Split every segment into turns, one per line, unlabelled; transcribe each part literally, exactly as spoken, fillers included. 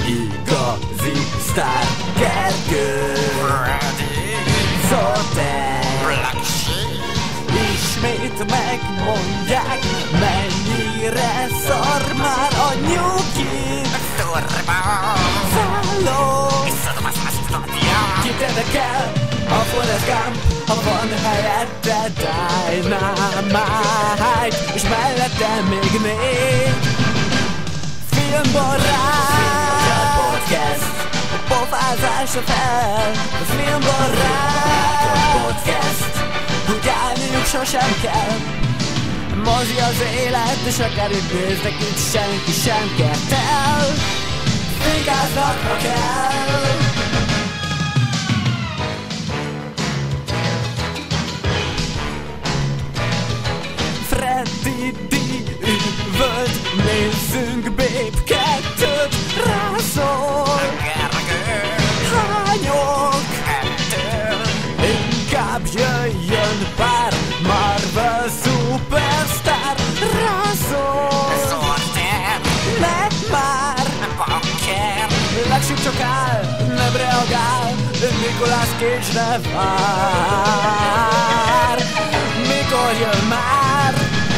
Igazi sztár Gergő, Zoltán, ismét megmondják, mennyire szar már a nyugi. Szálló, kit érdekel a Forrest Gump, ha van helyette Dynamite, és mellette még négy filmbarát podcast, a pofázásra fel, a filmbarát podcast, úgy állniuk sosem kell. Mozi az élet, és akárhogy néznek, itt senki sem kert el. Fikáznak, ha kell. Freddy D. üvölt, nézzünk Babe kettőt, rázol. Hányok ettől? Inkább jöjjön pár Marvel Superstar, rázol. Lett már bakker, lássuk csak áll, nem reagál, Nicolas Cage ne vár. Mikor jön már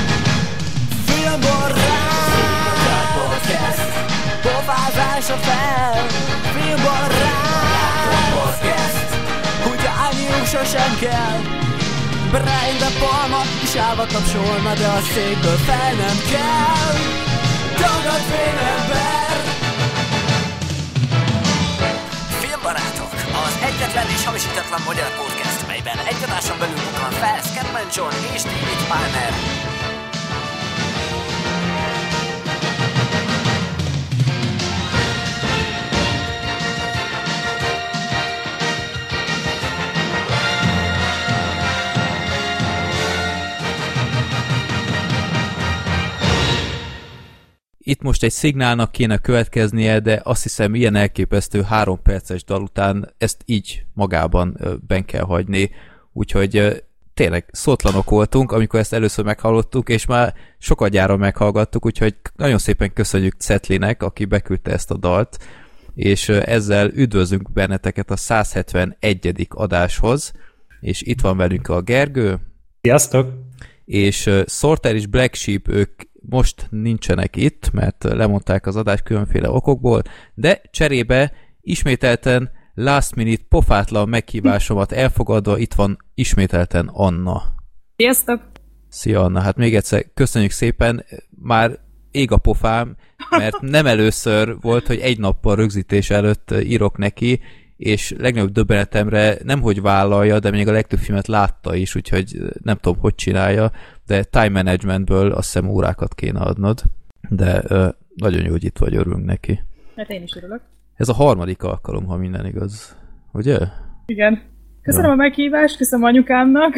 Filmbarát podcast, pofázásra fel, Filmbarát podcast, úgy állniuk sosem kell. Brian De Palma is állva tapsolna, de a székből fel nem kell. Dagad fényember.
Filmbarátok, az egyetlen és hamisítatlan magyar podcast, melyben egy adáson belül buklan fel Scatman John és David Palmer.
Itt most egy szignálnak kéne következnie, de azt hiszem ilyen elképesztő három perces dal után ezt így magában benn kell hagyni. Úgyhogy tényleg szótlanok voltunk, amikor ezt először meghallottuk, és már sokadjára meghallgattuk, úgyhogy nagyon szépen köszönjük Cetlinek, aki beküldte ezt a dalt, és ezzel üdvözlünk benneteket a száz hetvenegyedik adáshoz, és itt van velünk a Gergő.
Sziasztok!
És Sorter és Black Sheep, ők most nincsenek itt, mert lemondták az adást különféle okokból, de cserébe ismételten last minute pofátlan meghívásomat elfogadva itt van ismételten Anna.
Sziasztok!
Szia Anna, hát még egyszer köszönjük szépen, már ég a pofám, mert nem először volt, hogy egy nappal rögzítés előtt írok neki, és legnagyobb döbbenetemre nemhogy vállalja, de még a legtöbb filmet látta is, úgyhogy nem tudom, hogy csinálja, de time managementből azt hiszem órákat kéne adnod, de ö, nagyon jó, hogy itt vagy, örülünk neki.
Hát én is örülök.
Ez a harmadik alkalom, ha minden igaz, ugye?
Igen. Köszönöm
ja.
a meghívást, köszönöm anyukámnak.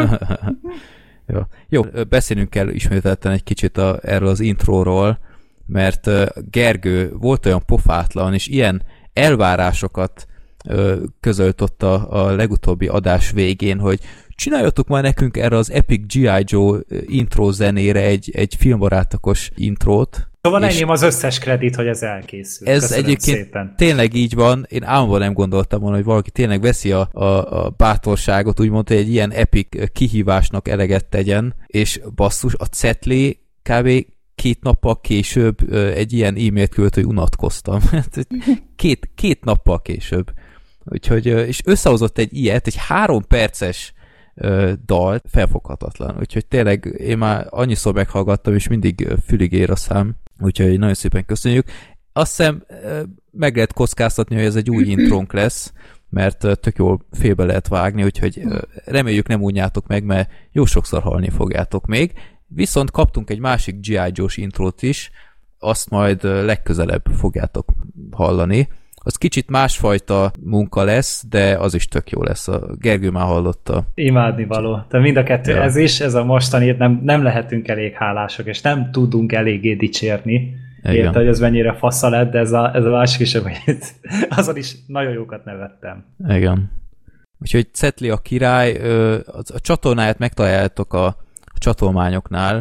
jó. jó, beszélnünk kell ismételten egy kicsit a, erről az intróról, mert uh, Gergő volt olyan pofátlan, és ilyen elvárásokat közölt ott a, a legutóbbi adás végén, hogy csináljatok már nekünk erre az Epic gé i. Joe intro zenére egy, egy filmbarátokos intrót.
Szóval ennyi az összes kredit, hogy ez elkészül.
Ez
Köszönöm
egyébként
szépen.
Tényleg így van. Én álmodban nem gondoltam volna, hogy valaki tényleg veszi a, a, a bátorságot, úgymond, hogy egy ilyen epic kihívásnak eleget tegyen, és basszus, a Cetli kb. Két nappal később egy ilyen e-mailt küldött, hogy unatkoztam. két, két nappal később. Úgyhogy, és összehozott egy ilyet, egy három perces uh, dal, felfoghatatlan. Úgyhogy tényleg én már annyiszor meghallgattam, és mindig fülig ér a szám. Úgyhogy nagyon szépen köszönjük. Azt hiszem, uh, meg lehet kockáztatni, hogy ez egy új intrónk lesz, mert uh, tök jól félbe lehet vágni, úgyhogy uh, reméljük nem unjátok meg, mert jó sokszor hallani fogjátok még. Viszont kaptunk egy másik gé i. Joe-s intrót is, azt majd uh, legközelebb fogjátok hallani. Az kicsit másfajta munka lesz, de az is tök jó lesz. A Gergő már hallotta.
Imádnivaló. De mind a kettő,
ja.
Ez is, ez a mostani, nem, nem lehetünk elég hálások, és nem tudunk eléggé dicsérni. Érte, hogy ez mennyire fasza lett, de ez a, ez a másik is, hogy azon is nagyon jókat nevettem.
Igen. Úgyhogy Cetli a király, a csatornáját megtaláljátok a csatolmányoknál,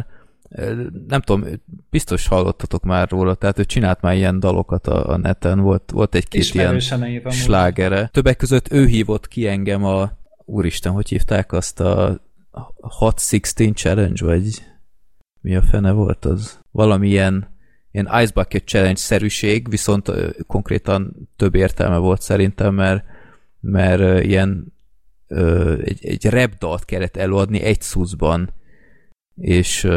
nem tudom, biztos hallottatok már róla, tehát ő csinált már ilyen dalokat a, a neten, volt, volt egy-két ilyen slágere. Többek között ő hívott ki engem a, úristen, hogy hívták azt a Hot tizenhat Challenge, vagy mi a fene volt az? Valamilyen ilyen Ice Bucket Challenge-szerűség, viszont konkrétan több értelme volt szerintem, mert, mert ilyen egy, egy rap dalt kellett előadni egy szuszban, és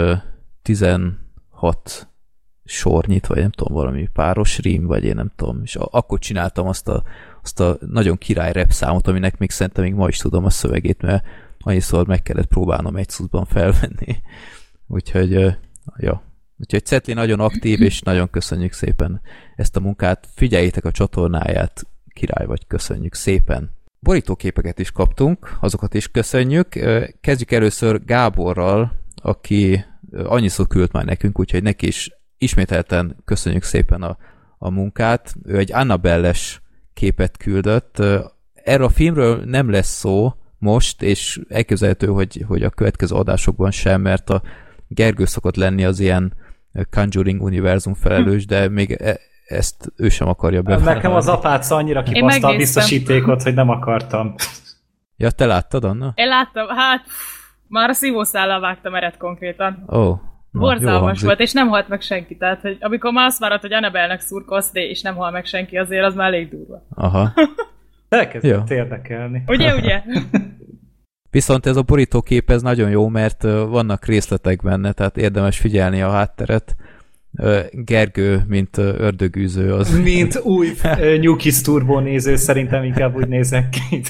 tizenhat sornyit, vagy nem tudom, valami páros rím, vagy én nem tudom, és akkor csináltam azt a, azt a nagyon király rap számot, aminek még szerintem még ma is tudom a szövegét, mert annyiszor meg kellett próbálnom egy szuszban felvenni. Úgyhogy, ja. Úgyhogy Cetli nagyon aktív, és nagyon köszönjük szépen ezt a munkát. Figyeljétek a csatornáját, király vagy, köszönjük szépen. Borítóképeket is kaptunk, azokat is köszönjük. Kezdjük először Gáborral, aki annyiszor küld már nekünk, úgyhogy neki is ismételten köszönjük szépen a, a munkát. Ő egy Annabelle-es képet küldött. Erről a filmről nem lesz szó most, és elképzelhető, hogy, hogy a következő adásokban sem, mert a Gergő szokott lenni az ilyen Conjuring univerzum felelős, de még e- ezt ő sem akarja bevállalni.
Nekem az apáca annyira kibaszta a biztosítékot, hogy nem akartam.
Ja, te láttad, Anna?
Én láttam, hát már a szívószállal vágtam eret konkrétan.
Ó. Oh,
borzalmas volt, és nem halt meg senki. Tehát, hogy amikor már azt várod, hogy Annabelle-nek szurkolsz, és nem hal meg senki, azért az már elég durva.
Aha.
Elkezdett érdekelni.
Ugye, ugye?
Viszont ez a borítókép ez nagyon jó, mert vannak részletek benne, tehát érdemes figyelni a hátteret. Gergő, mint ördögűző az.
Mint új New Kids Turbo néző, szerintem inkább úgy nézek ki.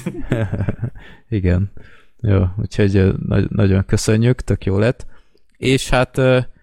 Igen. Jó, úgyhogy nagyon köszönjük, tök jó lett. És hát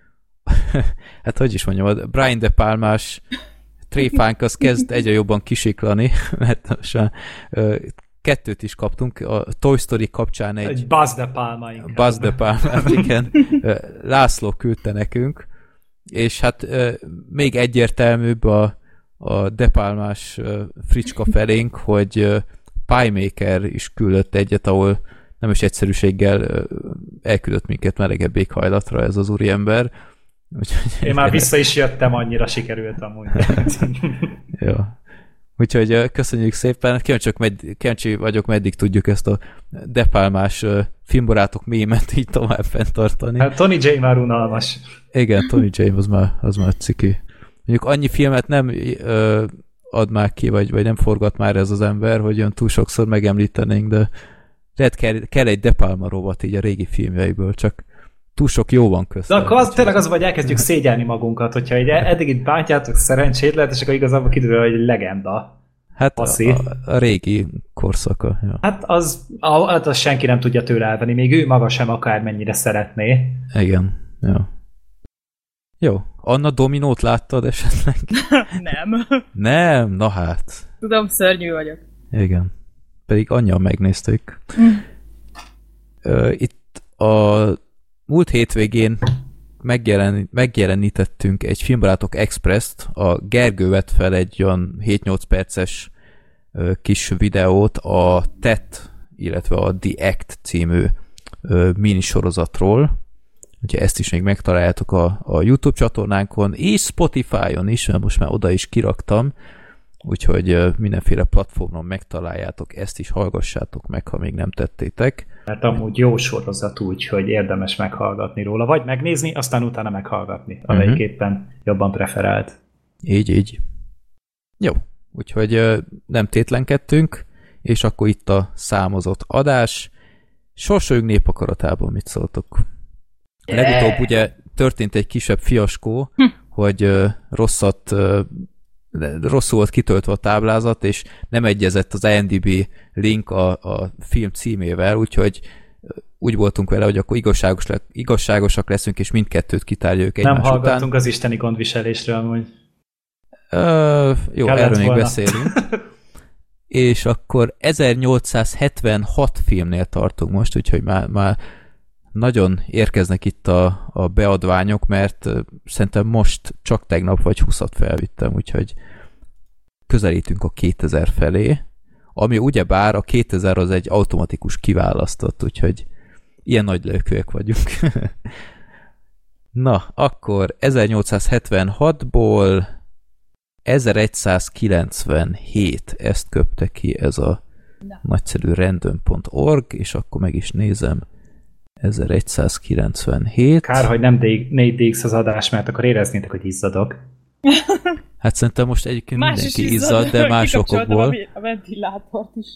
hát hogy is mondjam, a Brian De Palmás tréfánk az kezd egyre jobban kisiklani, mert most kettőt is kaptunk, a Toy Story kapcsán egy...
Egy Buzz De Palma inkább.
Buzz De Palma, igen. László küldte nekünk, és hát még egyértelműbb a, a De Palmás fricska felénk, hogy Pie Maker is küldött egyet, ahol nem is egyszerűséggel elküldött minket melegebb éghajlatra ez az úriember.
Úgyhogy... Én már vissza is jöttem, annyira sikerült amúgy.
Jó. Úgyhogy köszönjük szépen. Kíváncsi, med, kíváncsi vagyok, meddig tudjuk ezt a De Palmás filmbarátok mémet így tovább fenntartani.
Hát Tony J már unalmas.
Igen, Tony J az már, az már ciki. Mondjuk annyi filmet nem ö, ad már ki, vagy, vagy nem forgat már ez az ember, hogy olyan túl sokszor megemlítenénk, de lehet kell, kell egy De Palma rovat így a régi filmjeiből, csak túl sok jó van köztem.
De akkor az, tényleg az, hogy elkezdjük szégyelni magunkat, hogyha így eddig itt bántjátok szerencsétlen, és akkor igazából kiderül, hogy legenda.
Hát a, a, a régi korszaka. Ja.
Hát az, az, az senki nem tudja tőle elvenni, még ő maga sem akármennyire szeretné.
Igen. Ja. Jó. Anna, Dominót láttad esetleg?
Nem.
Nem? Na hát.
Tudom, szörnyű vagyok.
Igen. Pedig annyian megnéztük. Ö, itt a múlt hétvégén megjelen, megjelenítettünk egy Filmbarátok Express-t, a Gergő vett fel egy olyan hét-nyolc perces ö, kis videót a Tet, illetve a The Act című ö, minisorozatról. Úgyhogy ezt is még megtaláljátok a, a YouTube csatornánkon, és Spotify-on is, mert most már oda is kiraktam, úgyhogy ö, mindenféle platformon megtaláljátok, ezt is hallgassátok meg, ha még nem tettétek.
Mert amúgy jó sorozat úgy, hogy érdemes meghallgatni róla, vagy megnézni, aztán utána meghallgatni, amelyik uh-huh. éppen jobban preferált.
Így, így. Jó, úgyhogy ö, nem tétlenkedtünk, és akkor itt a számozott adás. Sorsoljunk népakaratában, mit szóltok? Yeah. Legutóbb ugye történt egy kisebb fiaskó, hm. hogy ö, rosszat ö, rosszul volt kitöltve a táblázat, és nem egyezett az I M D B link a, a film címével, úgyhogy úgy voltunk vele, hogy akkor igazságos le, igazságosak leszünk, és mindkettőt kitárgyaljuk egymás után.
Nem hallgattunk az isteni gondviselésről amúgy.
Ö, jó, Kellett erről volna. Még beszélünk. És akkor ezernyolcszázhetvenhat filmnél tartunk most, úgyhogy már, már nagyon érkeznek itt a, a beadványok, mert szerintem most csak tegnap vagy húszat felvittem, úgyhogy közelítünk a kétezer felé, ami ugyebár a kétezer az egy automatikus kiválasztott, úgyhogy ilyen nagy lőkőek vagyunk. Na, akkor ezernyolcszázhetvenhatból ezeregyszázkilencvenhét, ezt köpte ki ez a Na. nagyszerű random pont org, és akkor meg is nézem. ezeregyszázkilencvenhét.
Kár, hogy nem négy dé iksz az adás, mert akkor éreznétek, hogy izzadok.
Hát szerintem most egyébként más mindenki izzad, de más okokból.
A ventilátort is.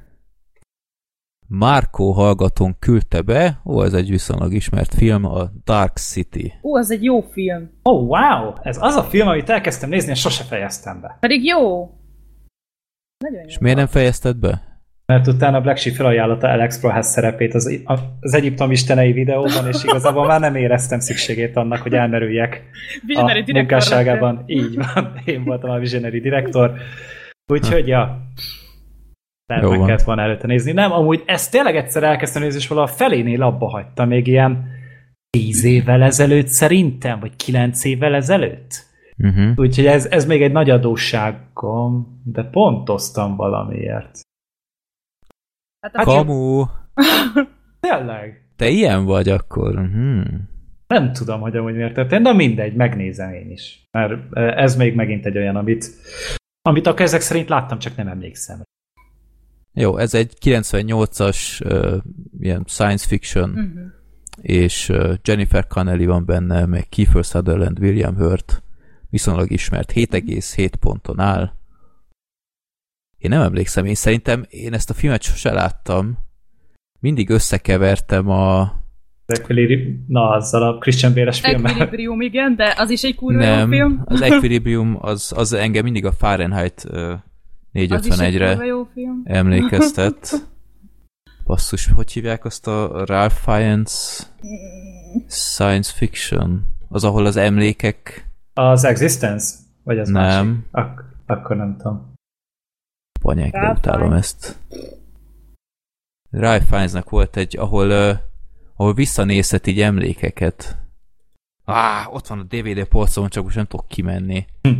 Márkó hallgatón küldte be, ó, ez egy viszonylag ismert film, a Dark City.
Ó, ez egy jó film.
Oh, wow! Ez az a film, amit elkezdtem nézni, és sose fejeztem be.
Pedig jó. Nagyon jó.
És miért nem fejezted be?
Mert utána Black Sheep felajánlotta Alex Prohasz szerepét az, az Egyiptom istenei videóban, és igazából már nem éreztem szükségét annak, hogy elmerüljek a munkásságában. Így van, én voltam a Visionary direktor. Úgyhogy, ja, nem meg kellett volna előtte nézni. Nem, amúgy ezt tényleg egyszer elkezdtem nézni, és valahol felénél abba hagytam, még ilyen tíz évvel ezelőtt szerintem, vagy kilenc évvel ezelőtt. Uh-huh. Úgyhogy ez, ez még egy nagy adósságom, de pontoztam valamiért.
Hát
a Kamu!
Tényleg?
Te ilyen vagy akkor? Hmm.
Nem tudom, hogy amúgy miért történt, de mindegy, megnézem én is. Mert ez még megint egy olyan, amit, amit akkor ezek szerint láttam, csak nem emlékszem.
Jó, ez egy kilencvennyolcas uh, ilyen science fiction, uh-huh. és uh, Jennifer Connelly van benne, meg Kiefer Sutherland, William Hurt, viszonylag ismert, hét egész hét ponton áll. Én nem emlékszem, én szerintem én ezt a filmet sose láttam. Mindig összekevertem a...
Na, azzal a Christian Bale-es filmmel.
Equilibrium, igen, de az is egy kurva
jó
film.
Nem, az Equilibrium, az, az engem mindig a Fahrenheit uh, négyszázötvenegyre emlékeztet. Basszus, hogy hívják azt a Ralph Fiennes science fiction? Az, ahol az emlékek...
Az Existence? Vagy az
nem.
Másik? Ak- akkor nem tudom.
Panyák, de utálom ezt. Ralph Fiennesnek volt egy, ahol, uh, ahol visszanézhet így emlékeket. Ah, ott van a dé vé dé polcon, csak most nem tudok kimenni. Hm.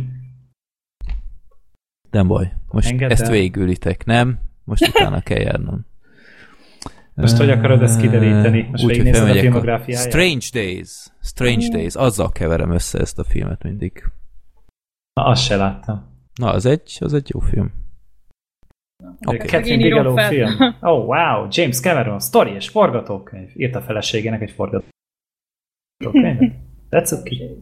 Nem baj. Most Engedem. Ezt végülitek, nem? Most utána kell járnom.
Most hogy akarod ezt kideríteni? Most végignézed a filmográfiáját?
Strange Days. Strange mm. Days. Azzal keverem össze ezt a filmet mindig.
Na, azt se láttam.
Na, az egy, az egy jó film.
Okay. Catherine Bigelow film. Oh, wow. James Cameron, sztori és forgatókönyv. Írt a feleségének egy forgatókönyvet. That's okay.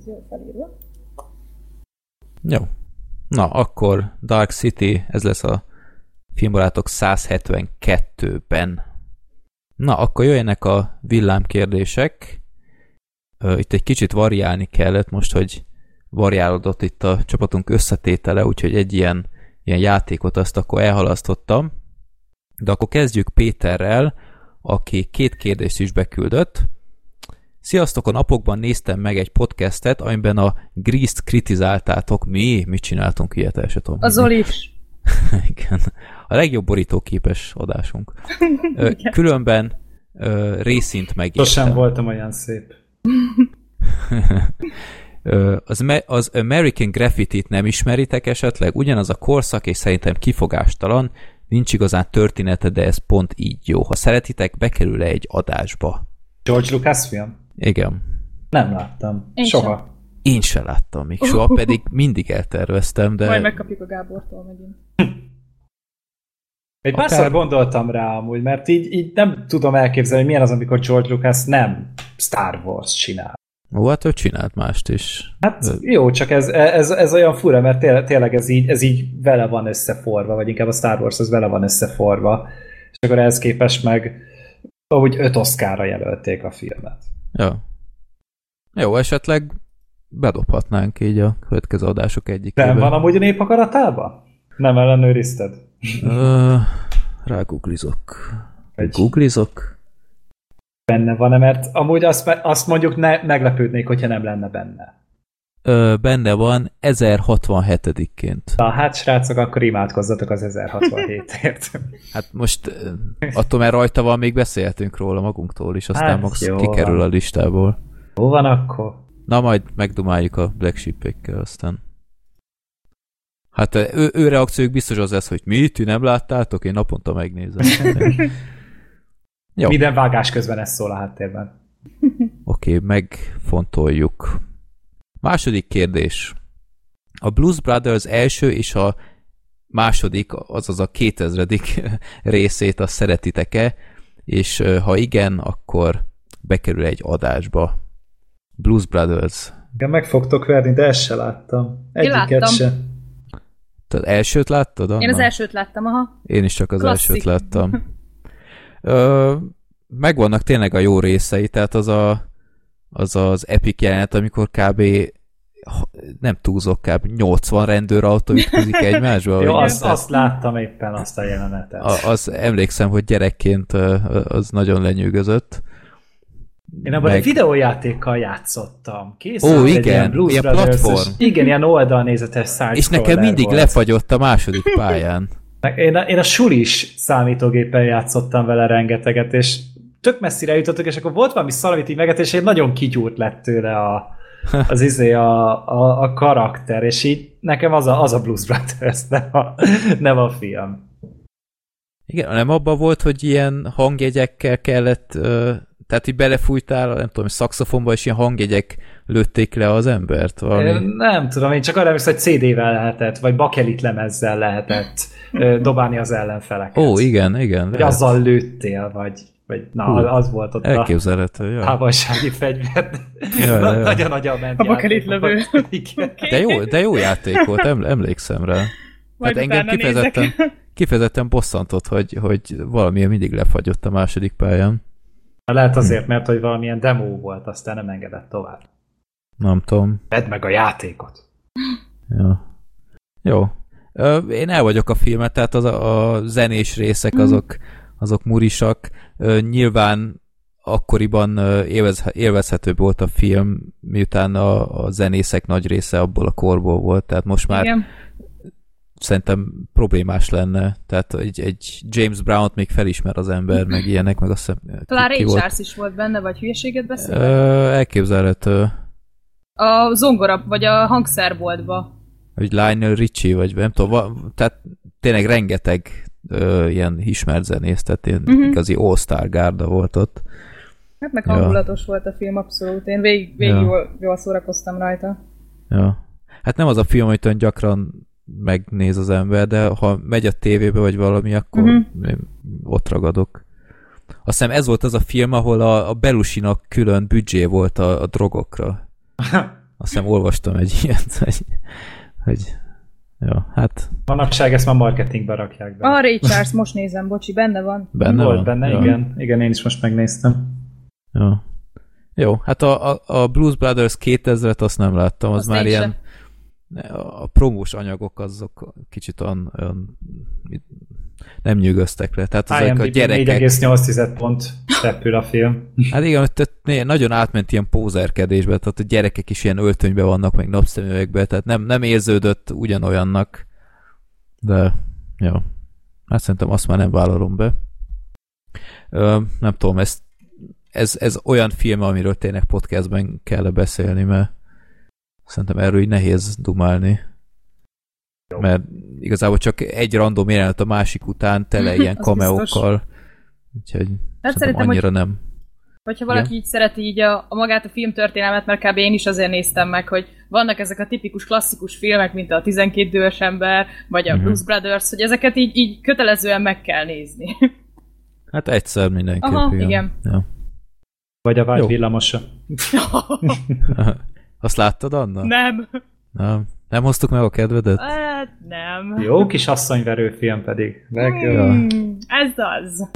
Jó. Na, akkor Dark City, ez lesz a filmbarátok száz hetvenkettőben. Na, akkor jöjjenek a villámkérdések. Itt egy kicsit variálni kellett most, hogy variálódott itt a csapatunk összetétele, úgyhogy egy ilyen, ilyen játékot azt akkor elhalasztottam. De akkor kezdjük Péterrel, aki két kérdést is beküldött. Sziasztok, a napokban néztem meg egy podcastet, amiben a Grease-t kritizáltátok. Mi? Mit csináltunk ilyet, el se tudom.
A Zoli is.
Igen. A legjobb borítóképes adásunk. Különben részint megértem.
Sosem voltam olyan szép.
az, az American Graffiti-t nem ismeritek esetleg? Ugyanaz a korszak, és szerintem kifogástalan. Nincs igazán története, de ez pont így jó. Ha szeretitek, bekerül-e egy adásba?
George Lucas film?
Igen.
Nem láttam.
Én
soha.
Sem.
Én se láttam még soha, pedig mindig elterveztem, de...
Majd megkapjuk a Gábortól megint.
Egy Akár... párszor gondoltam rá amúgy, mert így, így nem tudom elképzelni, hogy milyen az, amikor George Lucas nem Star Wars csinál.
Ó, hát ő csinált mást is.
Hát de... jó, csak ez, ez, ez olyan fura, mert tényleg, tényleg ez, így, ez így vele van összeforva, vagy inkább a Star Wars az vele van összeforva, és akkor ehhez képest meg ahogy öt Oscarra jelölték a filmet.
Ja. Jó, esetleg bedobhatnánk így a következő adások egyikében.
Nem van amúgy a népakaratában? Nem ellenőrizted?
Uh, rágooglizok.
Egy...
Googlizok?
Benne van-e, mert amúgy azt, azt mondjuk ne, meglepődnék, hogyha nem lenne benne.
Ö, benne van ezerhatvanhetedikként.
Na hát srácok, akkor imádkozzatok az ezerhatvanhétért.
Hát most attól, mert rajta van, még beszélhetünk róla magunktól is, aztán hát max kikerül van a listából.
Hol van akkor?
Na majd megdumáljuk a Black Sheep-ekkel aztán. Hát ő, ő reakciójuk biztos az lesz, hogy mi, ti nem láttátok? Én naponta megnézem.
Jó. Minden vágás közben ez szól a háttérben.
Oké, okay, megfontoljuk. Második kérdés. A Blues Brothers első és a második, azaz a kétezredik részét azt szeretitek-e, és ha igen, akkor bekerül egy adásba. Blues Brothers.
Igen, meg fogtok verni, de ezt se láttam. Egyiket se.
Te az elsőt láttad, Anna?
Én az elsőt láttam, aha.
Én is csak az
Klasszik.
elsőt láttam. Ö, megvannak tényleg a jó részei, tehát az a, az, az epic jelenet, amikor kb. Nem túlzok, kb. nyolcvan rendőrautó ütközik egymásba.
Jó, azt, azt láttam éppen, azt a jelenetet.
A, az emlékszem, hogy gyerekként az nagyon lenyűgözött.
Én abban meg... egy videójátékkal játszottam. Készült
Ó,
egy
igen,
ilyen Blues
ilyen
Brothers,
platform.
Igen, ilyen oldalnézetes side
és nekem mindig
volt.
lefagyott a második pályán.
Én a, én a sulis számítógépen játszottam vele rengeteget, és tök messzire jutottuk, és akkor volt valami szar, amit így meget, és egy nagyon kigyúrt lett tőle a, az izé a, a, a karakter, és így nekem az a, az a Blues Brothers, nem a, nem a film.
Igen, nem abban volt, hogy ilyen hangjegyekkel kellett, tehát így belefújtál, nem tudom, szaxofonba, és ilyen hangjegyek lőtték le az embert? Valami...
Nem tudom, én csak arra emlékszem, hogy cé dé-vel lehetett, vagy bakelit lemezzel lehetett dobálni az ellenfeleket.
Ó, igen, igen.
Vagy azzal lőttél, vagy, vagy na, Hú, az volt ott
elképzelhető,
a távolsági fegyver.
Ja,
na, nagyon nagyon ment.
A bakelit lövő.
De jó, de jó játék volt, emlékszem rá.
Majd
hát engem kifejezetten, kifejezetten bosszantott, hogy, hogy valamilyen mindig lefagyott a második pályán.
Lehet azért, mert hogy valamilyen demo volt, aztán nem engedett tovább.
Nem tudom.
Vedd meg a játékot.
Ja. Jó. Én el vagyok a filmet, tehát az a, a zenés részek azok, azok murisak. Nyilván akkoriban élvez, élvezhetőbb volt a film, miután a, a zenészek nagy része abból a korból volt, tehát most már igen. Szerintem problémás lenne. Tehát egy, egy James Brown-t még felismer az ember, meg ilyenek, meg azt hiszem...
Talán Ray Charles is volt benne, vagy hülyeséget beszél?
Elképzelhető.
A zongora, vagy a hangszerboltba.
Vagy Lionel Richie, vagy nem tudom, tehát tényleg rengeteg ö, ilyen ismert zenész, tehát ilyen uh-huh. igazi all-star gárda volt ott.
Hát meg hangulatos ja. volt a film, abszolút. Én végig, végig ja. jól, jól szórakoztam rajta. Ja.
Hát nem az a film, amit olyan gyakran megnéz az ember, de ha megy a tévébe, vagy valami, akkor uh-huh. ott ragadok. Azt hiszem ez volt az a film, ahol a, a Belusinak külön büdzsé volt a, a drogokra. Azt hiszem olvastam egy ilyet, hogy, hogy ja, hát...
Manapság ezt már marketingbe rakják be.
A Ray Charles, most nézem, bocsi, benne van.
Benne
volt
van?
benne, ja. igen. Igen, én is most megnéztem.
Ja. Jó, hát a, a, a Blues Brothers kétezret azt nem láttam, az azt már ilyen... Sem. A promós anyagok azok kicsit olyan, olyan nem nyűgöztek le. Tehát azok a gyerekek...
négy egész nyolc pont repül a film.
Hát igen, tehát nagyon átment ilyen pózerkedésbe, tehát a gyerekek is ilyen öltönyben vannak, meg napszemüvegben, tehát nem, nem érződött ugyanolyannak, de jó. Hát szerintem azt már nem vállalom be. Ö, nem tudom, ez, ez, ez olyan film, amiről tényleg podcastben kell beszélni, mert szerintem erről így nehéz dumálni. Jó. Mert igazából csak egy random jelenet a másik után tele ilyen kameókkal. Úgyhogy hát szerintem annyira hogy, nem.
Hogyha valaki igen? így szereti így a, a magát a filmtörténelmet, mert kb. Én is azért néztem meg, hogy vannak ezek a tipikus klasszikus filmek, mint a tizenkét dühös ember, vagy a uh-huh. Blues Brothers, hogy ezeket így, így kötelezően meg kell nézni.
Hát egyszer mindenképp.
Aha, igen. igen. Ja.
Vagy a vágy villamosa.
Azt láttad, Anna?
Nem.
Nem. Nem hoztuk meg a kedvedet?
Hát nem.
Jó kis asszonyverő film pedig.
Mm, ez az.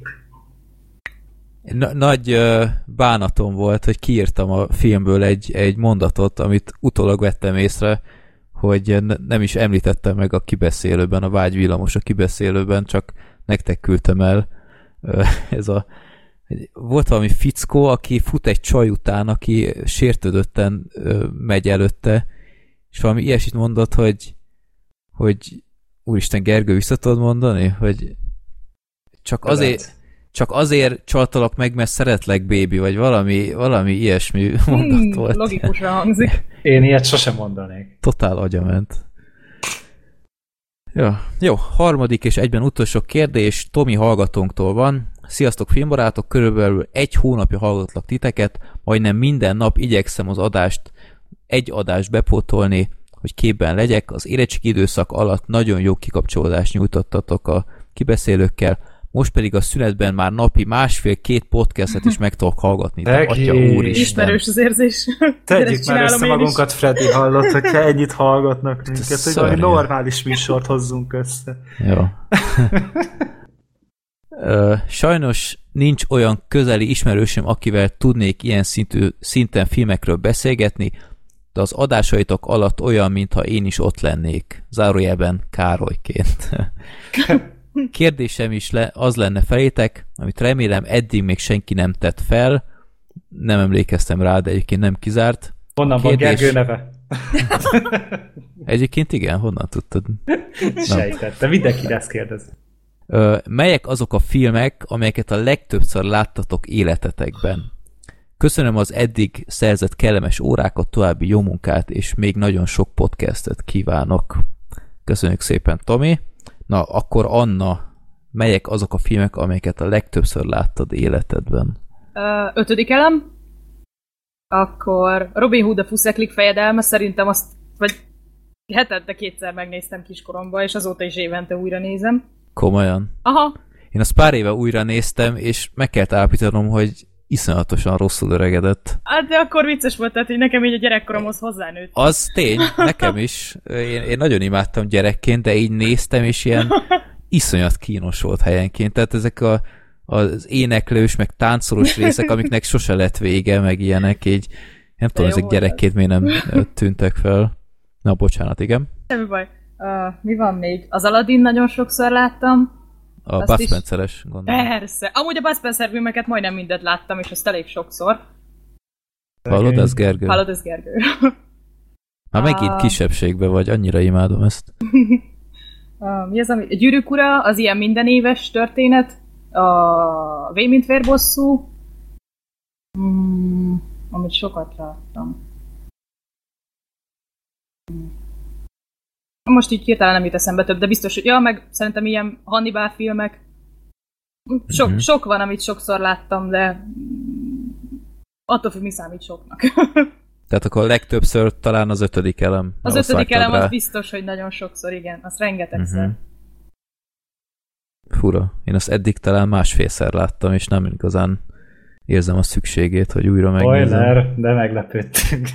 Na, nagy uh, bánatom volt, hogy kiírtam a filmből egy, egy mondatot, amit utólag vettem észre, hogy ne, nem is említettem meg a kibeszélőben, a Vágy villamos a kibeszélőben, csak nektek küldtem el. Uh, ez a volt valami fickó, aki fut egy csaj után, aki sértődötten ö, megy előtte, és valami ilyesmit mondott, hogy hogy úristen, Gergő, vissza tudod mondani? Hogy csak azért, csak azért csaltalak meg, mert szeretlek, baby, vagy valami, valami ilyesmi mondat hmm, volt.
Logikusra hangzik.
Én ilyet sosem mondanék.
Totál agyament. Ja, jó, harmadik és egyben utolsó kérdés Tomi hallgatónktól van. Sziasztok filmbarátok, körülbelül egy hónapja hallgatlak titeket, majdnem minden nap igyekszem az adást, egy adást bepótolni, hogy képben legyek. Az érettségi időszak alatt nagyon jó kikapcsolódást nyújtottatok a kibeszélőkkel, most pedig a szünetben már napi másfél-két podcastet is meg tudok hallgatni. De atya úristen.
Ismerős az érzés.
Tegyük már össze magunkat, Freddy, hallott, hogyha ennyit hallgatnak minket, hogy valami normális műsort hozzunk össze.
Jó. Uh, sajnos nincs olyan közeli ismerősöm, akivel tudnék ilyen szintű, szinten filmekről beszélgetni, de az adásaitok alatt olyan, mintha én is ott lennék. Zárójelben Károlyként. Kérdésem is le, az lenne felétek, amit remélem eddig még senki nem tett fel. Nem emlékeztem rá, de egyébként nem kizárt.
Honnan Kérdés... van Gergő neve?
Egyébként igen, honnan tudtad?
Sejtettem, mindenki ezt kérdez.
Ö, melyek azok a filmek, amelyeket a legtöbbször láttatok életetekben? Köszönöm az eddig szerzett kellemes órákat, további jó munkát, és még nagyon sok podcastet kívánok. Köszönjük szépen, Tomi. Na, akkor Anna, melyek azok a filmek, amelyeket a legtöbbször láttad életedben?
Ö, ötödik elem. Akkor Robin Hood a fuszeklik fejedelme, szerintem azt, vagy hetente kétszer megnéztem kiskoromban, és azóta is évente újra nézem.
Komolyan?
Aha.
Én azt pár éve újra néztem, és meg kellett állapítanom, hogy iszonyatosan rosszul öregedett.
Hát de akkor vicces volt, tehát hogy nekem így a gyerekkoromhoz hozzánőtt.
Az tény, nekem is. Én, én nagyon imádtam gyerekként, de így néztem, és ilyen iszonyat kínos volt helyenként. Tehát ezek a, az éneklős, meg táncolós részek, amiknek sose lett vége, meg ilyenek, így nem tudom, ezek gyerekként miért nem tűntek fel. Na, bocsánat, igen.
Semmi baj. Uh, mi van még? Az Aladdin nagyon sokszor láttam.
A Bud Spencer-es, gondolom.
Persze. Amúgy a Bud Spencer filmeket majdnem mindet láttam, és azt elég sokszor.
Hallod, ez Gergő?
Hallod, ez Gergő.
Már uh... megint kisebbségben vagy, annyira imádom ezt.
uh, mi az, ami... A Gyűrűk ura, az ilyen mindenéves történet. A Vén mint vérbosszú. Mm, amit sokat láttam. Mm. Most így hirtelen nem jut eszembe több, de biztos, hogy ja, meg szerintem ilyen Hannibal filmek. Sok, mm-hmm. sok van, amit sokszor láttam, de attól függ, mi számít soknak.
Tehát akkor a legtöbbször talán az ötödik elem.
Az ötödik elem rá. Az biztos, hogy nagyon sokszor, igen. Az rengetegszer. Mm-hmm.
Fura. Én azt eddig talán másfélszer láttam, és nem igazán érzem a szükségét, hogy újra megnézem.
Spoiler, de meglepődtünk.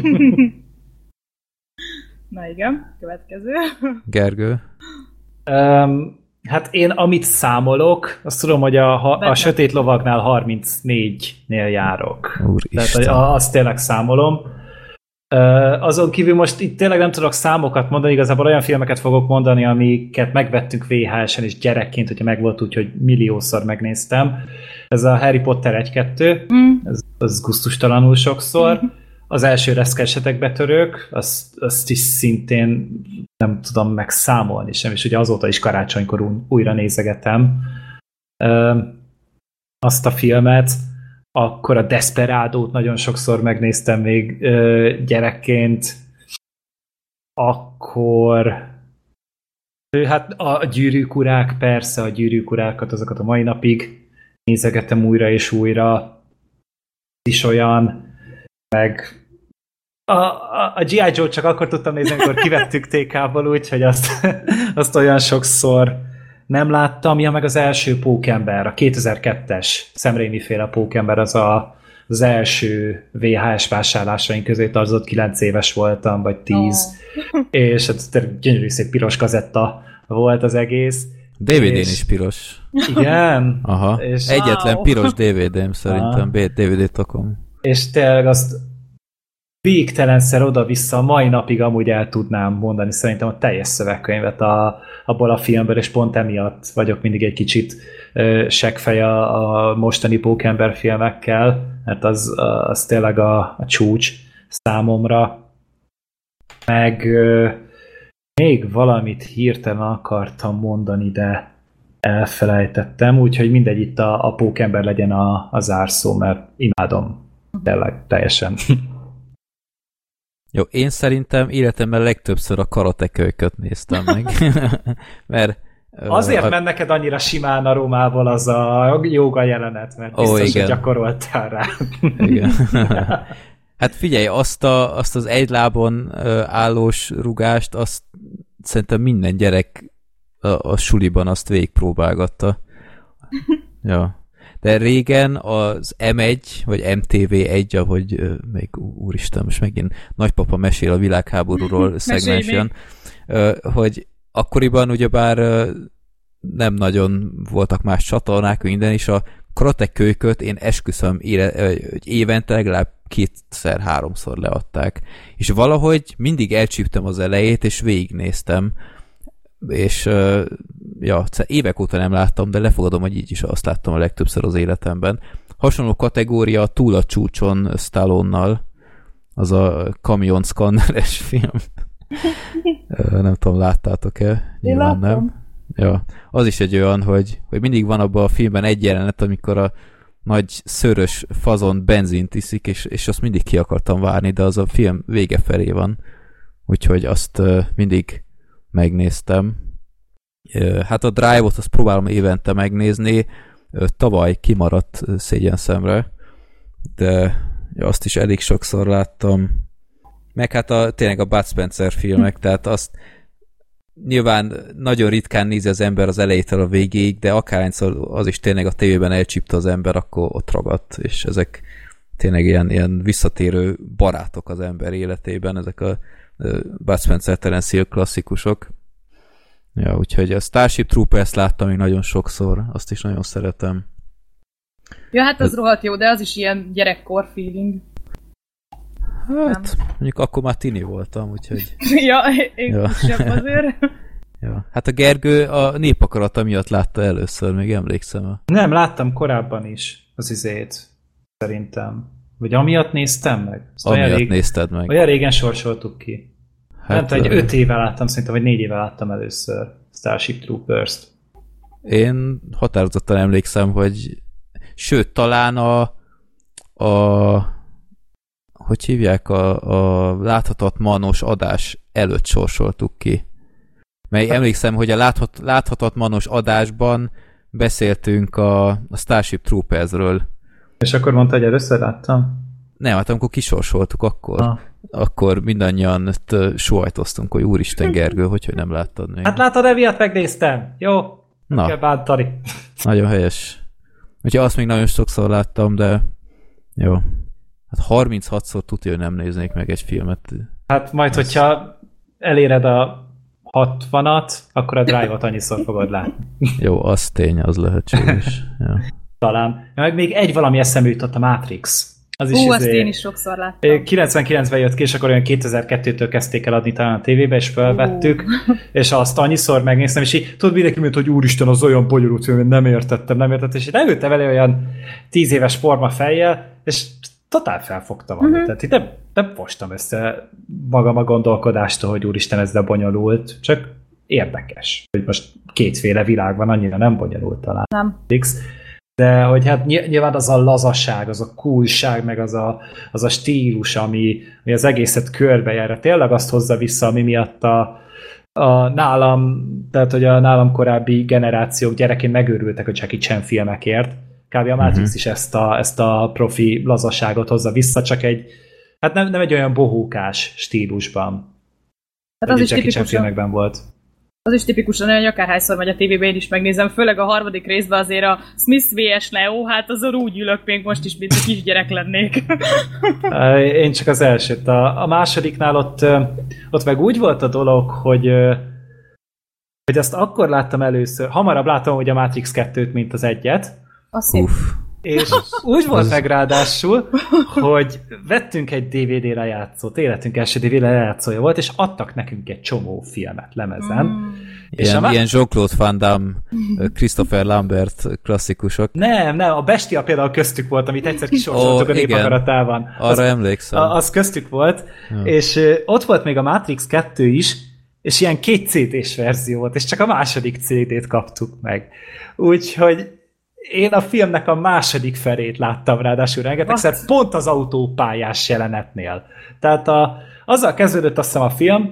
Na igen, következő.
Gergő?
Um, hát én amit számolok, azt tudom, hogy a, a Sötét Lovagnál harmincnégynél járok.
Úristen.
Tehát azt tényleg számolom. Uh, azon kívül most itt tényleg nem tudok számokat mondani, igazából olyan filmeket fogok mondani, amiket megvettünk vé há es-en, és gyerekként, hogyha megvolt úgy, hogy milliószor megnéztem. Ez a Harry Potter egy-kettő, mm. ez, ez gusztustalanul sokszor. Mm. Az első Reszkesetek betörők, azt, azt is szintén nem tudom megszámolni sem, és ugye azóta is karácsonykor újra nézegetem ö, azt a filmet. Akkor a Desperádót nagyon sokszor megnéztem még ö, gyerekként. Akkor hát a Gyűrűk urák, persze a Gyűrűk urákat, azokat a mai napig nézegetem újra és újra. Is olyan, meg a, a, a gé i. Joe-t csak akkor tudtam nézni, amikor kivettük té ká-ból, úgyhogy azt, azt olyan sokszor nem láttam. Ja, meg az első Pókember, a kétezer-kettes Sam Raimi-féle Pókember, az a, az első vé há es vásárlásaink közé tartozott, kilenc éves voltam, vagy tíz, oh. és hát gyönyörű szép piros kazetta volt az egész.
dé vé dén és... is piros.
Igen.
Aha. És... Egyetlen wow. piros dé vé dém szerintem, dé vé dé-tokom.
És tényleg azt végtelenszer oda-vissza, mai napig amúgy el tudnám mondani szerintem a teljes szövegkönyvet a, abból a filmből, és pont emiatt vagyok mindig egy kicsit uh, seggfej a, a mostani Pókember filmekkel, mert az, az tényleg a, a csúcs számomra. Meg uh, még valamit hirtelen akartam mondani, de elfelejtettem, úgyhogy mindegy, itt a, a Pókember legyen a, a zárszó, mert imádom. Tényleg, teljesen.
Jó, én szerintem életemben legtöbbször a Karate Kölyköt néztem meg, mert
Azért a... ment neked annyira simán a Rómából az a jóga jelenet, mert biztos, oh, hogy gyakoroltál rá.
Igen. Hát figyelj, azt, a, azt az egy lábon állós rugást, azt szerintem minden gyerek a, a suliban azt végigpróbálgatta. Ja. De régen az em egy, vagy em té vé egy, ahogy uh, még úristen, most megint nagypapa mesél a világháborúról szegmensen, uh, hogy akkoriban ugyebár uh, nem nagyon voltak más csatornák minden, és a Karate Kölyköt én esküszöm ére, uh, évente legalább kétszer-háromszor leadták. És valahogy mindig elcsíptem az elejét, és végignéztem. És uh, ja, évek óta nem láttam, de lefogadom, hogy így is azt láttam a legtöbbször az életemben. Hasonló kategória Túl a csúcson Stallonnal, az a kamion szkanneres film. Nem tudom, láttátok-e? Nyilván nem. Ja, az is egy olyan, hogy, hogy mindig van abban a filmben egy jelenet, amikor a nagy szőrös fazon benzint iszik, és, és azt mindig ki akartam várni, de az a film vége felé van. Úgyhogy azt uh, mindig megnéztem. Hát a Drive-ot azt próbálom évente megnézni. Tavaly kimaradt szégyen szemre, de azt is elég sokszor láttam. Meg hát a, tényleg a Bud Spencer filmek, tehát azt nyilván nagyon ritkán nézi az ember az elejétől a végéig, de akárhányszor az is tényleg a tévében elcsípte az ember, akkor ott ragadt, és ezek tényleg ilyen, ilyen visszatérő barátok az ember életében, ezek a Bud Spencer Terence Hill klasszikusok. Ja, úgyhogy a Starship Troopers láttam még nagyon sokszor, azt is nagyon szeretem.
Ja, hát az de... rohadt jó, de az is ilyen gyerekkor feeling.
Hát, nem. Mondjuk akkor már tini voltam, úgyhogy...
ja, én ja. sem azért.
Ja. Hát a Gergő a Népakarata miatt látta először, még emlékszem.
Nem, láttam korábban is az izét, szerintem. Vagy amiatt néztem meg.
Azt amiatt rég... nézted meg.
Olyan régen sorsoltuk ki. Hát, nem tudom, egy öt éve láttam, szerintem, vagy négy éve láttam először Starship Troopers-t.
Én határozottan emlékszem, hogy sőt, talán a, a hogy hívják, a, a láthatatmanos adás előtt sorsoltuk ki. Mert emlékszem, hogy a láthat, láthatatmanos adásban beszéltünk a, a Starship Troopersről.
És akkor mondta, hogy először láttam?
Nem, hát amikor kisorsoltuk, akkor, ah. akkor mindannyian sóhajtoztunk, hogy úristen Gergő, hogy, hogy nem láttad még.
Hát látod, emiatt megnéztem. Jó, nem kell bántani.
Nagyon helyes. Úgyhogy azt még nagyon sokszor láttam, de jó. Hát harminchatszor tudja, hogy nem néznék meg egy filmet.
Hát majd, ez... hogyha eléred a hatvanat, akkor a Drive-ot annyiszor fogod látni.
Jó, az tény, az lehetséges. Ja.
Talán. Meg még egy valami eszembe jutott, a Matrix.
Az is Ú, azt én is sokszor láttam.
kilencvenkilencben jött ki, és akkor olyan kétezer-kettőtől kezdték el adni talán a tévébe, és felvettük, Ú. és azt annyiszor megnéztem, és így tudod, mindenki mondta, hogy úristen, az olyan bonyolult, hogy nem értettem, nem értettem, és én elültem elő olyan tíz éves forma fejjel, és totál felfogtam valamit. Uh-huh. Tehát itt nem, nem postam össze magam a gondolkodástól, hogy úristen, ez de bonyolult, csak érdekes, hogy most kétféle világ van, annyira nem bonyolult talán.
Nem.
De hogy hát nyilván az a lazaság, az a coolság, meg az a, az a stílus, ami, ami az egészet körbejárja. Tényleg azt hozza vissza, ami miatt a, a nálam, tehát hogy a nálam korábbi generációk gyerekén megőrültek a Jackie Chan filmekért. Kb. A Matrix uh-huh. is ezt a, ezt a profi lazaságot hozza vissza, csak egy, hát nem, nem egy olyan bohókás stílusban. Hát az is Jackie Chan filmekben volt.
Az is tipikusan olyan, hogy akárhányszor megy a tévében, én is megnézem, főleg a harmadik részben azért a Smith versus. Neo, hát azon úgy ülök még most is, mint a kisgyerek lennék.
Én csak az elsőt. A, a másodiknál ott, ott meg úgy volt a dolog, hogy, hogy azt akkor láttam először, hamarabb láttam, hogy a Matrix kettőt, mint az egyet.
Uff.
És úgy volt meg ráadásul, hogy vettünk egy dé vé dé lejátszót, életünk első dé vé dé lejátszója volt, és adtak nekünk egy csomó filmet lemezen. Mm.
És ilyen, má... ilyen Jean-Claude Van Damme, Christopher Lambert klasszikusok.
Nem, nem, a Bestia például köztük volt, amit egyszer kisorsoltuk oh, a Népakaratában.
Arra az, emlékszem.
Az köztük volt, ja. És ott volt még a Matrix kettő is, és ilyen két cé dés verzió volt, és csak a második cé dét kaptuk meg. Úgyhogy én a filmnek a második felét láttam ráadásul rengetegszer, pont az autópályás jelenetnél. Tehát a, azzal kezdődött azt hiszem a film,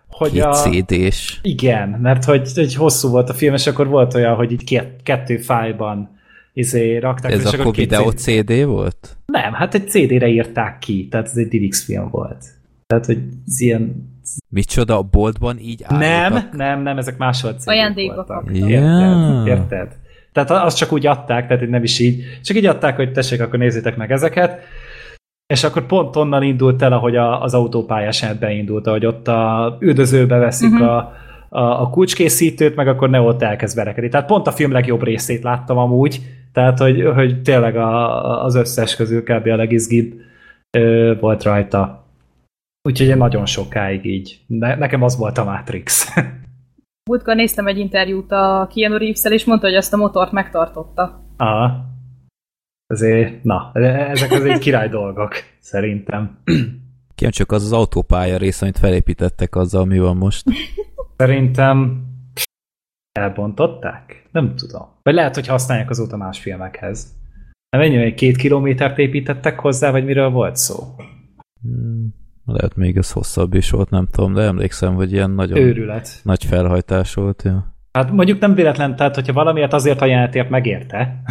hogy
két
a...
cé dés.
Igen, mert hogy, hogy hosszú volt a film, és akkor volt olyan, hogy így két, kettő fájlban izé rakták.
Ez akkor videó cé dé volt?
Nem, hát egy cé dére írták ki, tehát ez egy dé iksz film volt. Tehát, hogy ez ilyen...
Micsoda, a boltban így álltak?
Nem, nem, nem, ezek máshol cé dék voltak.
Yeah.
Érted? Érted? Tehát azt csak úgy adták, tehát nem is így, csak így adták, hogy tessék, akkor nézzétek meg ezeket, és akkor pont onnan indult el, ahogy a, az autópályás beindult, ahogy ott a üldözőbe veszik uh-huh. a, a, a kulcskészítőt, meg akkor Neo ott elkezd verekedni. Tehát pont a film legjobb részét láttam amúgy, tehát hogy, hogy tényleg a, az összes közül kb. A legizgibb ö, volt rajta. Úgyhogy nagyon sokáig így. Ne, nekem az volt a Matrix.
Múltkor néztem egy interjút a Keanu Reeves-szel, és mondta, hogy azt a motort megtartotta.
Aha. Azért, na, ezek azért király dolgok, szerintem.
Kérem, csak az az autópálya rész, amit felépítettek azzal, mi van most.
Szerintem elbontották? Nem tudom. Vagy lehet, hogy használják azóta más filmekhez. Nem ennyi, hogy két kilométert építettek hozzá, vagy miről volt szó?
Hmm, lehet még ez hosszabb is volt, nem tudom, de emlékszem, hogy ilyen nagyon
őrület.
Nagy felhajtás volt. Ja.
Hát mondjuk nem véletlen, tehát hogyha valamiért azért a jelenetért megérte.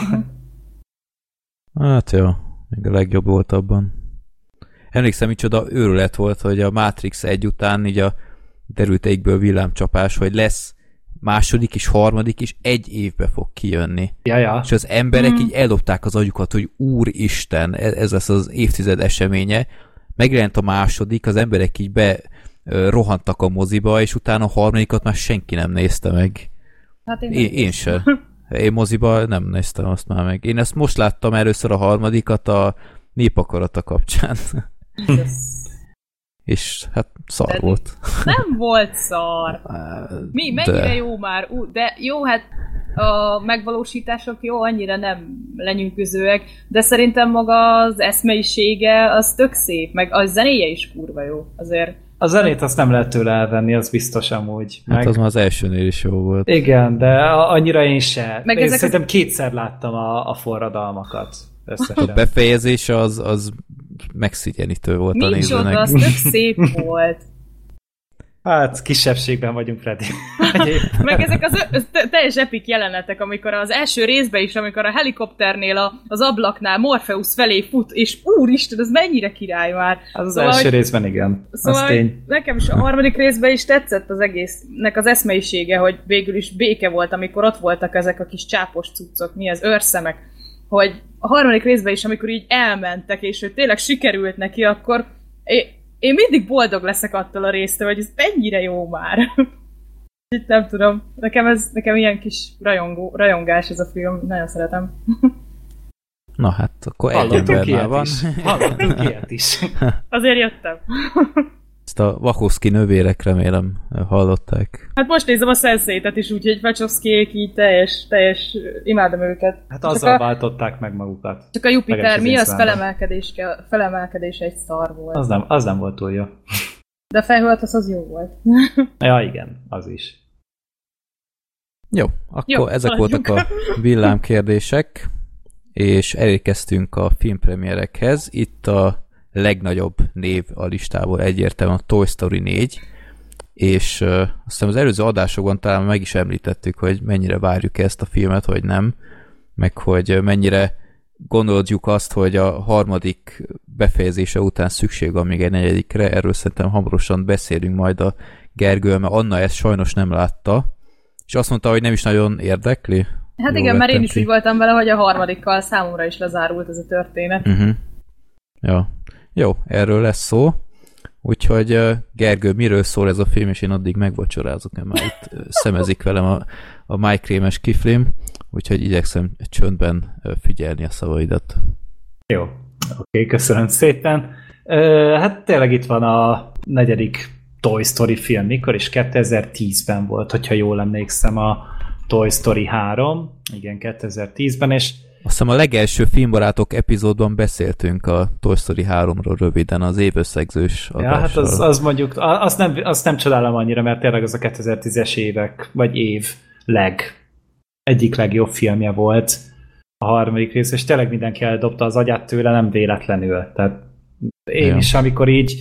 Hát jó, még a legjobb volt abban. Emlékszem, micsoda őrület volt, hogy a Matrix egy után így a derült égből villámcsapás, hogy lesz második és harmadik, és egy évbe fog kijönni.
Ja, ja.
És az emberek
mm.
így eldobták az agyukat, hogy úristen, ez lesz az évtized eseménye. Megjelent a második, az emberek így be rohantak a moziba, és utána a harmadikat már senki nem nézte meg.
Hát én,
én, én sem. Én moziba nem néztem azt már meg. Én ezt most láttam először a harmadikat a Népakarata kapcsán. És hát szar de volt.
Nem volt szar. Mi, mennyire de... jó már, de jó, hát a megvalósítások jó, annyira nem lenyűgözőek, de szerintem maga az eszmeisége az tök szép, meg a zenéje is kurva jó. Azért
a zenét azt nem lehet tőle elvenni, az biztos amúgy.
Hát meg... az már az elsőnél is jó volt.
Igen, de annyira én se.
Meg
én
ezek
szerintem
az...
kétszer láttam a, a forradalmakat. Összesen.
A befejezés az, az megszigyenítő volt
Nincs
a nézőnek.
Nincs az tök szép volt.
Hát kisebbségben vagyunk, Freddy.
Meg ezek az ö- teljes epik jelenetek, amikor az első részben is, amikor a helikopternél a, az ablaknál Morpheus felé fut, és úristen, az mennyire király már.
Az az szóval, első hogy, részben igen.
Szóval tény. Nekem is a harmadik részben is tetszett az egésznek az eszmeisége, hogy végül is béke volt, amikor ott voltak ezek a kis csápos cuccok, mi az őrszemek, hogy a harmadik részben is, amikor így elmentek, és hogy tényleg sikerült neki, akkor én, én mindig boldog leszek attól a résztől, hogy ez mennyire jó már. Itt nem tudom. Nekem ez, nekem ilyen kis rajongó, rajongás ez a film. Nagyon szeretem.
Na hát, akkor egy ember már van.
Hallottunk ilyet is.
Azért jöttem.
Ezt a Wachowski nővérek remélem hallották.
Hát most nézem a Sense-eight-et is, úgyhogy Wachowskiék így teljes, teljes, imádom őket.
Hát azzal a, váltották meg magukat.
Csak a Jupiter, mi az felemelkedés, felemelkedés egy szar volt.
Az nem, az nem volt túl jó.
De a fejholt az, az jó volt.
Ja, igen, az is.
Jó, akkor
jó,
ezek
haladjunk.
voltak a villámkérdések, és elérkeztünk a filmpremierekhez. Itt a legnagyobb név a listából egyértelműen a Toy Story négy, és uh, azt hiszem az előző adásokban talán meg is említettük, hogy mennyire várjuk ezt a filmet, vagy nem, meg hogy mennyire gondoljuk azt, hogy a harmadik befejezése után szükség van még egy negyedikre, erről szerintem hamarosan beszélünk majd a Gergő, mert Anna ezt sajnos nem látta, és azt mondta, hogy nem is nagyon érdekli.
Hát Jól igen, mert én is ki. úgy voltam vele, hogy a harmadikkal számomra is lezárult ez a történet.
Uh-huh. Ja. Jó, erről lesz szó. Úgyhogy uh, Gergő, miről szól ez a film, és én addig megvacsorázok, mert már itt uh, szemezik velem a, a májkrémes kiflim, úgyhogy igyekszem csöndben uh, figyelni a szavaidat.
Jó, oké, okay, köszönöm szépen. Uh, hát tényleg itt van a negyedik Toy Story film, mikor is kétezer-tízben volt, hogyha jól emlékszem, a Toy Story három, igen, kétezer-tízben, és
azt hiszem a legelső Filmbarátok epizódban beszéltünk a Toy Story háromról röviden, az évösszegzős adással.
Ja, hát az, az mondjuk, azt nem, azt nem csodálom annyira, mert tényleg az a kétezer-tízes évek, vagy év leg, egyik legjobb filmje volt a harmadik rész, és tényleg mindenki eldobta az agyát tőle, nem véletlenül. Tehát én ja. is, amikor így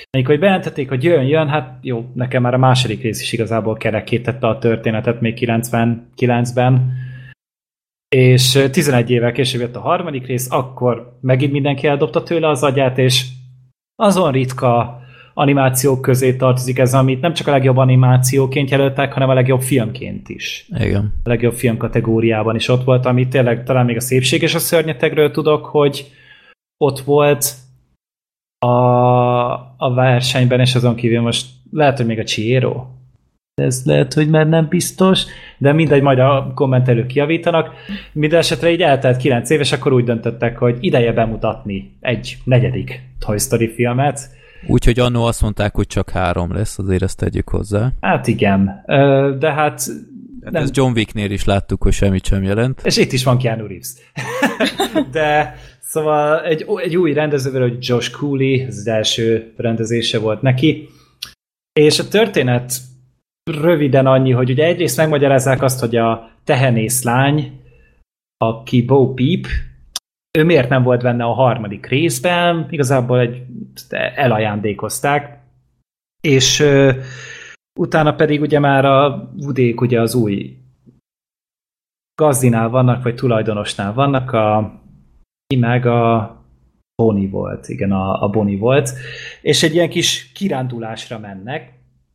Amikor hogy bejelentették, hogy jön, jön, hát jó, nekem már a második rész is igazából kerekítette a történetet még kilencvenkilencben, és tizenegy évvel később jött a harmadik rész, akkor megint mindenki eldobta tőle az agyát, és azon ritka animációk közé tartozik ez, amit nem csak a legjobb animációként jelöltek, hanem a legjobb filmként is.
Igen.
A legjobb film kategóriában is ott volt, ami tényleg talán még a Szépség és a szörnyetegről tudok, hogy ott volt a, a versenyben, és azon kívül most lehet, hogy még a Chihiro. Ez lehet, hogy már nem biztos, de mindegy, majd a kommentelők kijavítanak. Minden esetre így eltelt kilenc év, és akkor úgy döntöttek, hogy ideje bemutatni egy negyedik Toy Story filmet.
Úgyhogy annó azt mondták, hogy csak három lesz, azért ezt tegyük hozzá.
Hát igen, de hát...
Nem. Ezt John Wicknél is láttuk, hogy semmit sem jelent.
És itt is van Keanu Reeves. De szóval egy, egy új rendezővel, hogy Josh Cooley, ez az első rendezése volt neki, és a történet röviden annyi, hogy ugye egyrészt megmagyarázzák azt, hogy a tehenészlány, aki Bo Peep, ő miért nem volt benne a harmadik részben, igazából egy, elajándékozták, és uh, utána pedig ugye már a Woodék ugye az új gazdinál vannak, vagy tulajdonosnál vannak, a ki meg a Bonnie volt, igen, a, a Bonnie volt, és egy ilyen kis kirándulásra mennek,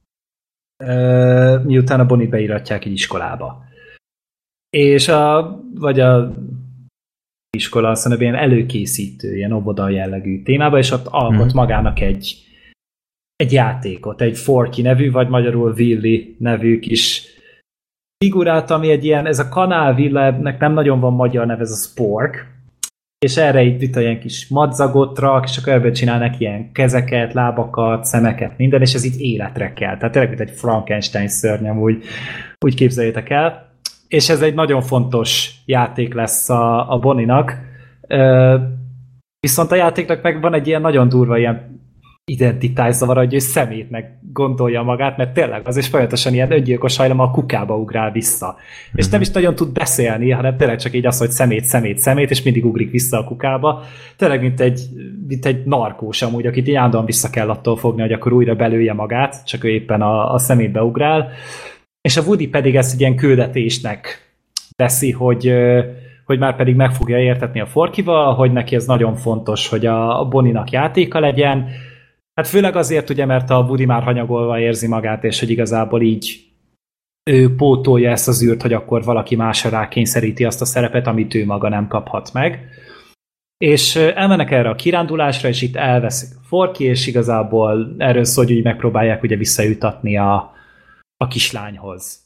uh, miután a Bonnie beiratják egy iskolába. És a, vagy a iskola, azt mondom, ilyen előkészítő, ilyen óvoda jellegű témába, és ott alkot hmm. magának egy egy játékot, egy Forky nevű, vagy magyarul Willy nevű kis figurát, ami egy ilyen, ez a Kanál Villa-nek nem nagyon van magyar neve, ez a Spork, és erre itt itt ilyen kis madzagot rak, és akkor ebből csinálnak ilyen kezeket, lábakat, szemeket, minden, és ez itt életre kell. Tehát tényleg, mint egy Frankenstein szörnyem, úgy, úgy képzeljétek el. És ez egy nagyon fontos játék lesz a, a Bonnie-nak. Viszont a játéknak meg van egy ilyen nagyon durva ilyen identitászavar, hogy ő szemétnek gondolja magát, mert tényleg az is folyamatosan ilyen öngyilkos hajlam, a kukába ugrál vissza. Mm-hmm. És nem is nagyon tud beszélni, hanem tényleg csak így az, hogy szemét, szemét, szemét, és mindig ugrik vissza a kukába. Tényleg, mint egy, mint egy narkós amúgy, akit állandóan vissza kell attól fogni, hogy akkor újra belője magát, csak ő éppen a, a szemétbe ugrál. És a Woody pedig ezt egy ilyen küldetésnek veszi, hogy, hogy már pedig meg fogja értetni a Forkyval, hogy neki ez nagyon fontos, hogy a Bonnie-nak játéka legyen. Hát főleg azért, ugye, mert a Woody már hanyagolva érzi magát, és hogy igazából így ő pótolja ezt az űrt, hogy akkor valaki másra rákényszeríti azt a szerepet, amit ő maga nem kaphat meg. És elmennek erre a kirándulásra, és itt elveszik Forky, és igazából erről szól, hogy úgy megpróbálják ugye visszajutatni a, a kislányhoz.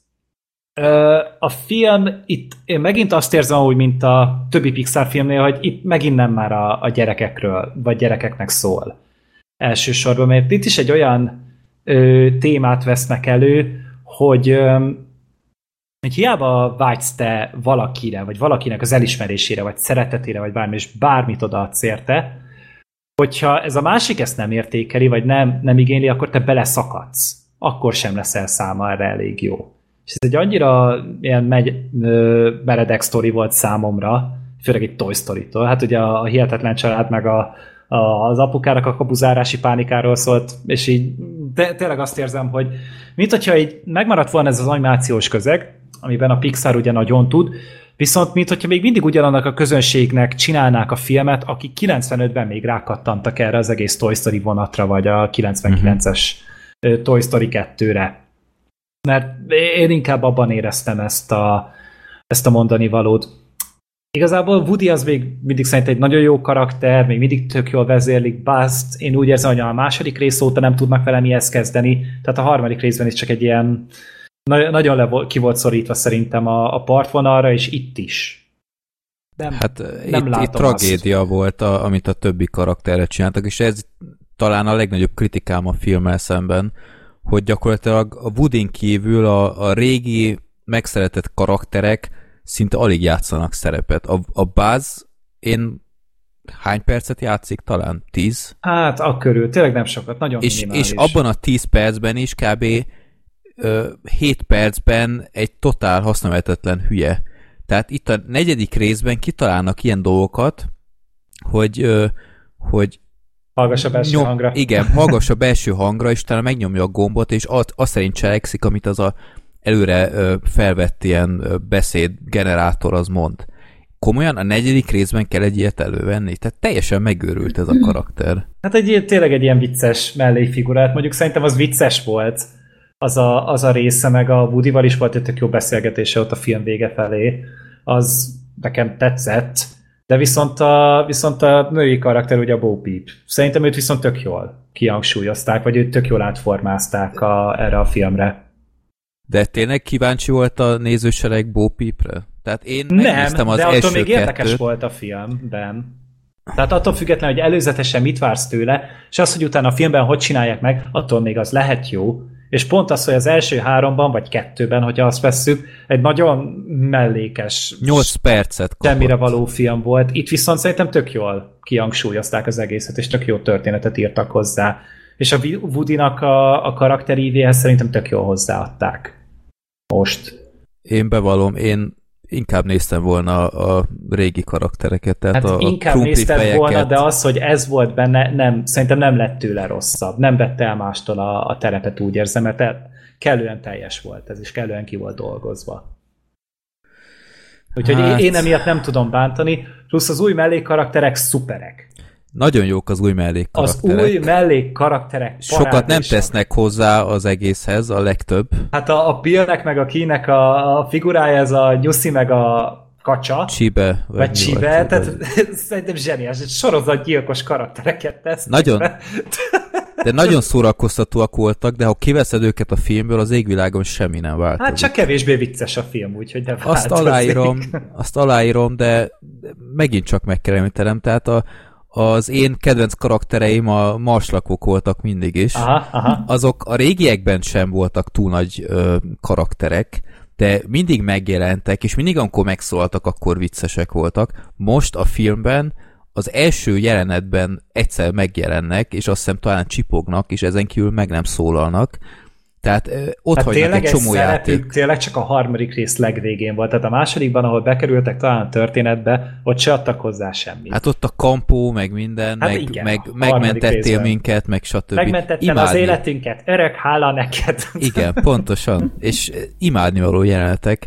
A film, itt én megint azt érzem úgy, mint a többi Pixar filmnél, hogy itt megint nem már a, a gyerekekről, vagy gyerekeknek szól. Elsősorban, mert itt is egy olyan ö, témát vesznek elő, hogy, ö, hogy hiába vágysz te valakire, vagy valakinek az elismerésére, vagy szeretetére, vagy bármi, és bármit odaadsz érte, hogyha ez a másik ezt nem értékeli, vagy nem, nem igényli, akkor te beleszakadsz. Akkor sem leszel számára elég jó. És ez egy annyira ilyen megy, ö, meredek sztori volt számomra, főleg egy Toy Story-tól. Hát ugye a, a Hihetetlen Család, meg a az apukának a kapuzárási pánikáról szólt, és így de, tényleg azt érzem, hogy mint hogyha így megmaradt volna ez az animációs közeg, amiben a Pixar ugye nagyon tud, viszont mint hogyha még mindig ugyanannak a közönségnek csinálnák a filmet, akik kilencvenötben még rákattantak erre az egész Toy Story vonatra, vagy a kilencvenkilences uh-huh. Toy Story kettőre. Mert én inkább abban éreztem ezt a, ezt a mondani valót. Igazából Woody az még mindig szerint egy nagyon jó karakter, még mindig tök jól vezérlik Buzz-t. Én úgy érzem, hogy a második rész óta nem tudnak vele mihez kezdeni, tehát a harmadik részben is csak egy ilyen na- nagyon le ki volt szorítva szerintem a, a partvonalra, és itt is. Nem,
hát nem itt, itt tragédia azt. volt, a, amit a többi karakterre csináltak, és ez talán a legnagyobb kritikám a filmmel szemben, hogy gyakorlatilag a Woodyn kívül a, a régi megszeretett karakterek szinte alig játszanak szerepet. A, a Buzz, én hány percet játszik? Talán tíz?
Hát, akkörül. Tényleg nem sokat. Nagyon
és, és abban a tíz percben is kb. Ö, hét percben egy totál használhatatlan hülye. Tehát itt a negyedik részben kitalálnak ilyen dolgokat, hogy, ö, hogy
Hallgass a belső
nyom,
hangra.
Igen, hallgass a belső hangra, és talán megnyomja a gombot, és azt az szerint cselekszik, amit az a előre ö, felvett ilyen ö, beszédgenerátor az mond. Komolyan a negyedik részben kell egy ilyet elővenni? Tehát teljesen megőrült ez a karakter.
Hát egy, tényleg egy ilyen vicces mellékfigurát. Mondjuk szerintem az vicces volt az a, az a része, meg a Woodyval is volt egy tök jó beszélgetése ott a film vége felé. Az nekem tetszett, de viszont a, viszont a női karakter ugye a Bo Peep. Szerintem őt viszont tök jól kihangsúlyozták, vagy őt tök jól átformázták a, erre a filmre.
De tényleg kíváncsi volt a nézősereg Bo Peepre? Tehát én
nem,
megnéztem az
de
első
attól még
kettőt.
Érdekes volt a filmben. Tehát attól függetlenül, hogy előzetesen mit vársz tőle, és az, hogy utána a filmben hogy csinálják meg, attól még az lehet jó. És pont az, hogy az első háromban, vagy kettőben, hogyha azt vesszük, egy nagyon mellékes,
nyolc percet kapott.
Semmire való film volt. Itt viszont szerintem tök jól kihangsúlyozták az egészet, és tök jó történetet írtak hozzá. És a Woodynak a, a karakterívéhez szerintem tök jól hozzáadták. Most.
Én bevallom, én inkább néztem volna a, a régi karaktereket. Tehát
hát
a,
inkább
a
nézted
fejeket.
volna, de az, hogy ez volt benne, nem, szerintem nem lett tőle rosszabb. Nem vette el mástól a, a terepet, úgy érzem, mert el, kellően teljes volt ez, és kellően ki volt dolgozva. Úgyhogy hát... én emiatt nem tudom bántani, plusz az új mellékkarakterek szuperek.
Nagyon jók az új mellékkarakterek.
Az új mellékkarakterek
sokat nem tesznek hozzá az egészhez, a legtöbb.
Hát a, a Billnek meg a Keynek a, a figurája, ez a Nyuszi meg a kacsa.
Csibe.
Vagy, vagy Csibe, tehát vagy... szerintem zseniás. Egy sorozatgyilkos karaktereket tesznek.
Nagyon. De nagyon szórakoztatóak voltak, de ha kiveszed őket a filmből, az égvilágon semmi nem változik.
Hát csak kevésbé vicces a film, úgyhogy nem változik.
Azt aláírom, azt aláírom, de megint csak meg kell említenem, tehát a az én kedvenc karaktereim a marslakók voltak mindig is.
Aha, aha.
Azok a régiekben sem voltak túl nagy ö, karakterek, de mindig megjelentek, és mindig amikor megszólaltak, akkor viccesek voltak. Most a filmben az első jelenetben egyszer megjelennek, és azt hiszem talán csipognak, és ezen kívül meg nem szólalnak. Tehát ö, ott hát hagynak egy csomó játék.
Tényleg csak a harmadik rész legvégén volt. Tehát a másodikban, ahol bekerültek talán a történetbe, ott se adtak hozzá semmit.
Hát ott a kampó, meg minden, hát meg, igen, meg megmentettél részben. minket, meg stb.
Megmentettem imádni. Az életünket, örök hála neked.
Igen, pontosan. És imádnivaló jelenetek.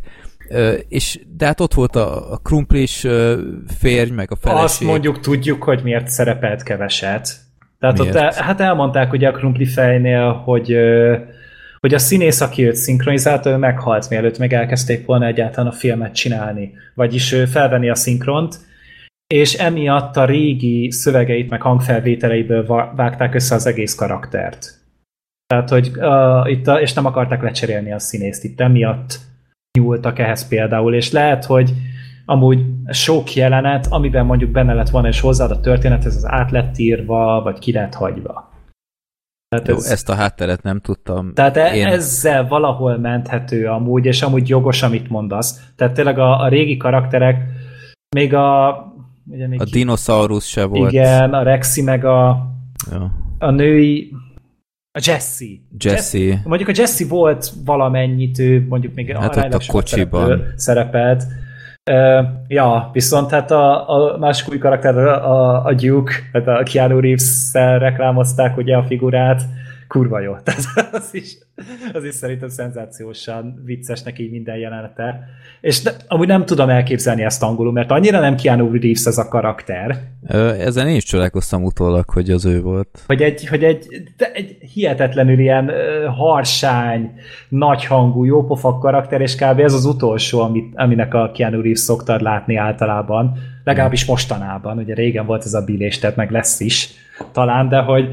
És, de hát ott volt a, a krumplis férj, meg a feleség.
Azt mondjuk tudjuk, hogy miért szerepelt keveset. Tehát miért? Ott el, hát elmondták ugye a krumpli fejnél, hogy hogy a színész, aki őt szinkronizálta, ő meghalt, mielőtt meg elkezdték volna egyáltalán a filmet csinálni. Vagyis felvenni a szinkront, és emiatt a régi szövegeit, meg hangfelvételeiből vágták össze az egész karaktert. Tehát, hogy uh, itt a, és nem akarták lecserélni a színészt, itt emiatt nyúltak ehhez például, és lehet, hogy amúgy sok jelenet, amiben mondjuk benne lett volna, és hozzáad a történethez, az át lett írva, vagy ki lett hagyva.
Tehát Jó, ez, ezt a hátteret nem tudtam.
Tehát Én... ezzel valahol menthető amúgy, és amúgy jogos, amit mondasz. Tehát tényleg a, a régi karakterek, még a... Ugye még
a ki... dinoszaurusz se volt.
Igen, a Rexy, meg a,
Jó.
a női... A Jessie.
Jessie.
Jessie. Mondjuk a Jessie volt valamennyit, ő mondjuk még
hát ott a kocsiban
szerepelt. Uh, ja, viszont hát a, a másik új karakter, a, a Duke, hát a Keanu Reeves-szel reklámozták ugye a figurát, kurva jó. Tehát az is, az is szerintem szenzációsan viccesnek így minden jelenete. És de, amúgy nem tudom elképzelni ezt angolul, mert annyira nem Keanu Reeves ez a karakter.
Ezen én is csodálkoztam utólag, hogy az ő volt.
Hogy egy, hogy egy, egy hihetetlenül ilyen uh, harsány, nagyhangú, jópofa karakter, és kb. Ez az utolsó, amit, aminek a Keanu Reeves szoktad látni általában. Legalábbis mostanában. Ugye régen volt ez a billés, tehát meg lesz is talán, de hogy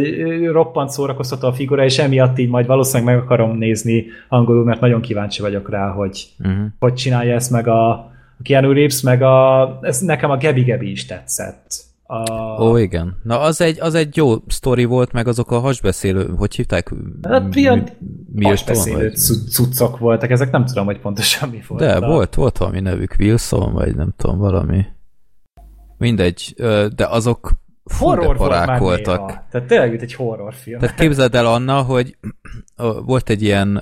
roppant szórakoztató a figura, és emiatt így majd valószínűleg meg akarom nézni angolul, mert nagyon kíváncsi vagyok rá, hogy uh-huh. hogy csinálja ezt meg a Keanu Reeves, meg a, ez nekem a Gebi Gebi is tetszett. A...
Ó, igen. Na, az egy, az egy jó sztori volt, meg azok a hasbeszélő, hogy hívták?
Hát ilyen hasbeszélő cuccok voltak, ezek nem tudom, hogy pontosan mi volt.
De a... volt, volt valami nevük, Wilson, vagy nem tudom, valami. Mindegy, de azok
horror
parák voltak.
Néha. Tehát tényleg itt egy horrorfilm.
Tehát képzeld el, Anna, hogy volt egy ilyen,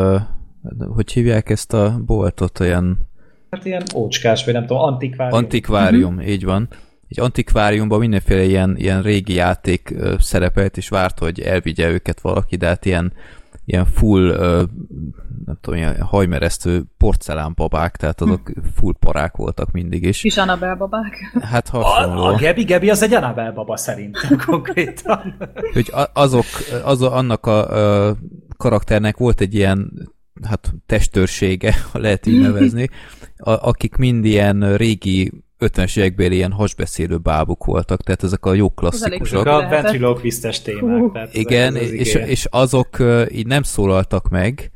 hogy hívják ezt a boltot, olyan...
Hát ilyen ócskás, vagy nem tudom, antikvárium.
Antikvárium, így van. egy antikváriumban mindenféle ilyen, ilyen régi játék szerepelt, és várt, hogy elvigye őket valaki, de hát ilyen, ilyen full, nem tudom, ilyen hajmeresztő porcelánbabák, tehát azok full parák voltak mindig is.
Kis Annabelle babák.
Hát hasonló.
A, a Gebi Gebi az egy Annabelle baba szerintem konkrétan.
Hogy azok, az, annak a, a karakternek volt egy ilyen hát testőrsége, ha lehet így nevezni, a, akik mind ilyen régi ötvenes évekbéli ilyen hasbeszélő bábuk voltak, tehát ezek a jó klasszikusok.
A ventriloquistes témák. Tehát
igen, az és, és azok uh, így nem szólaltak meg,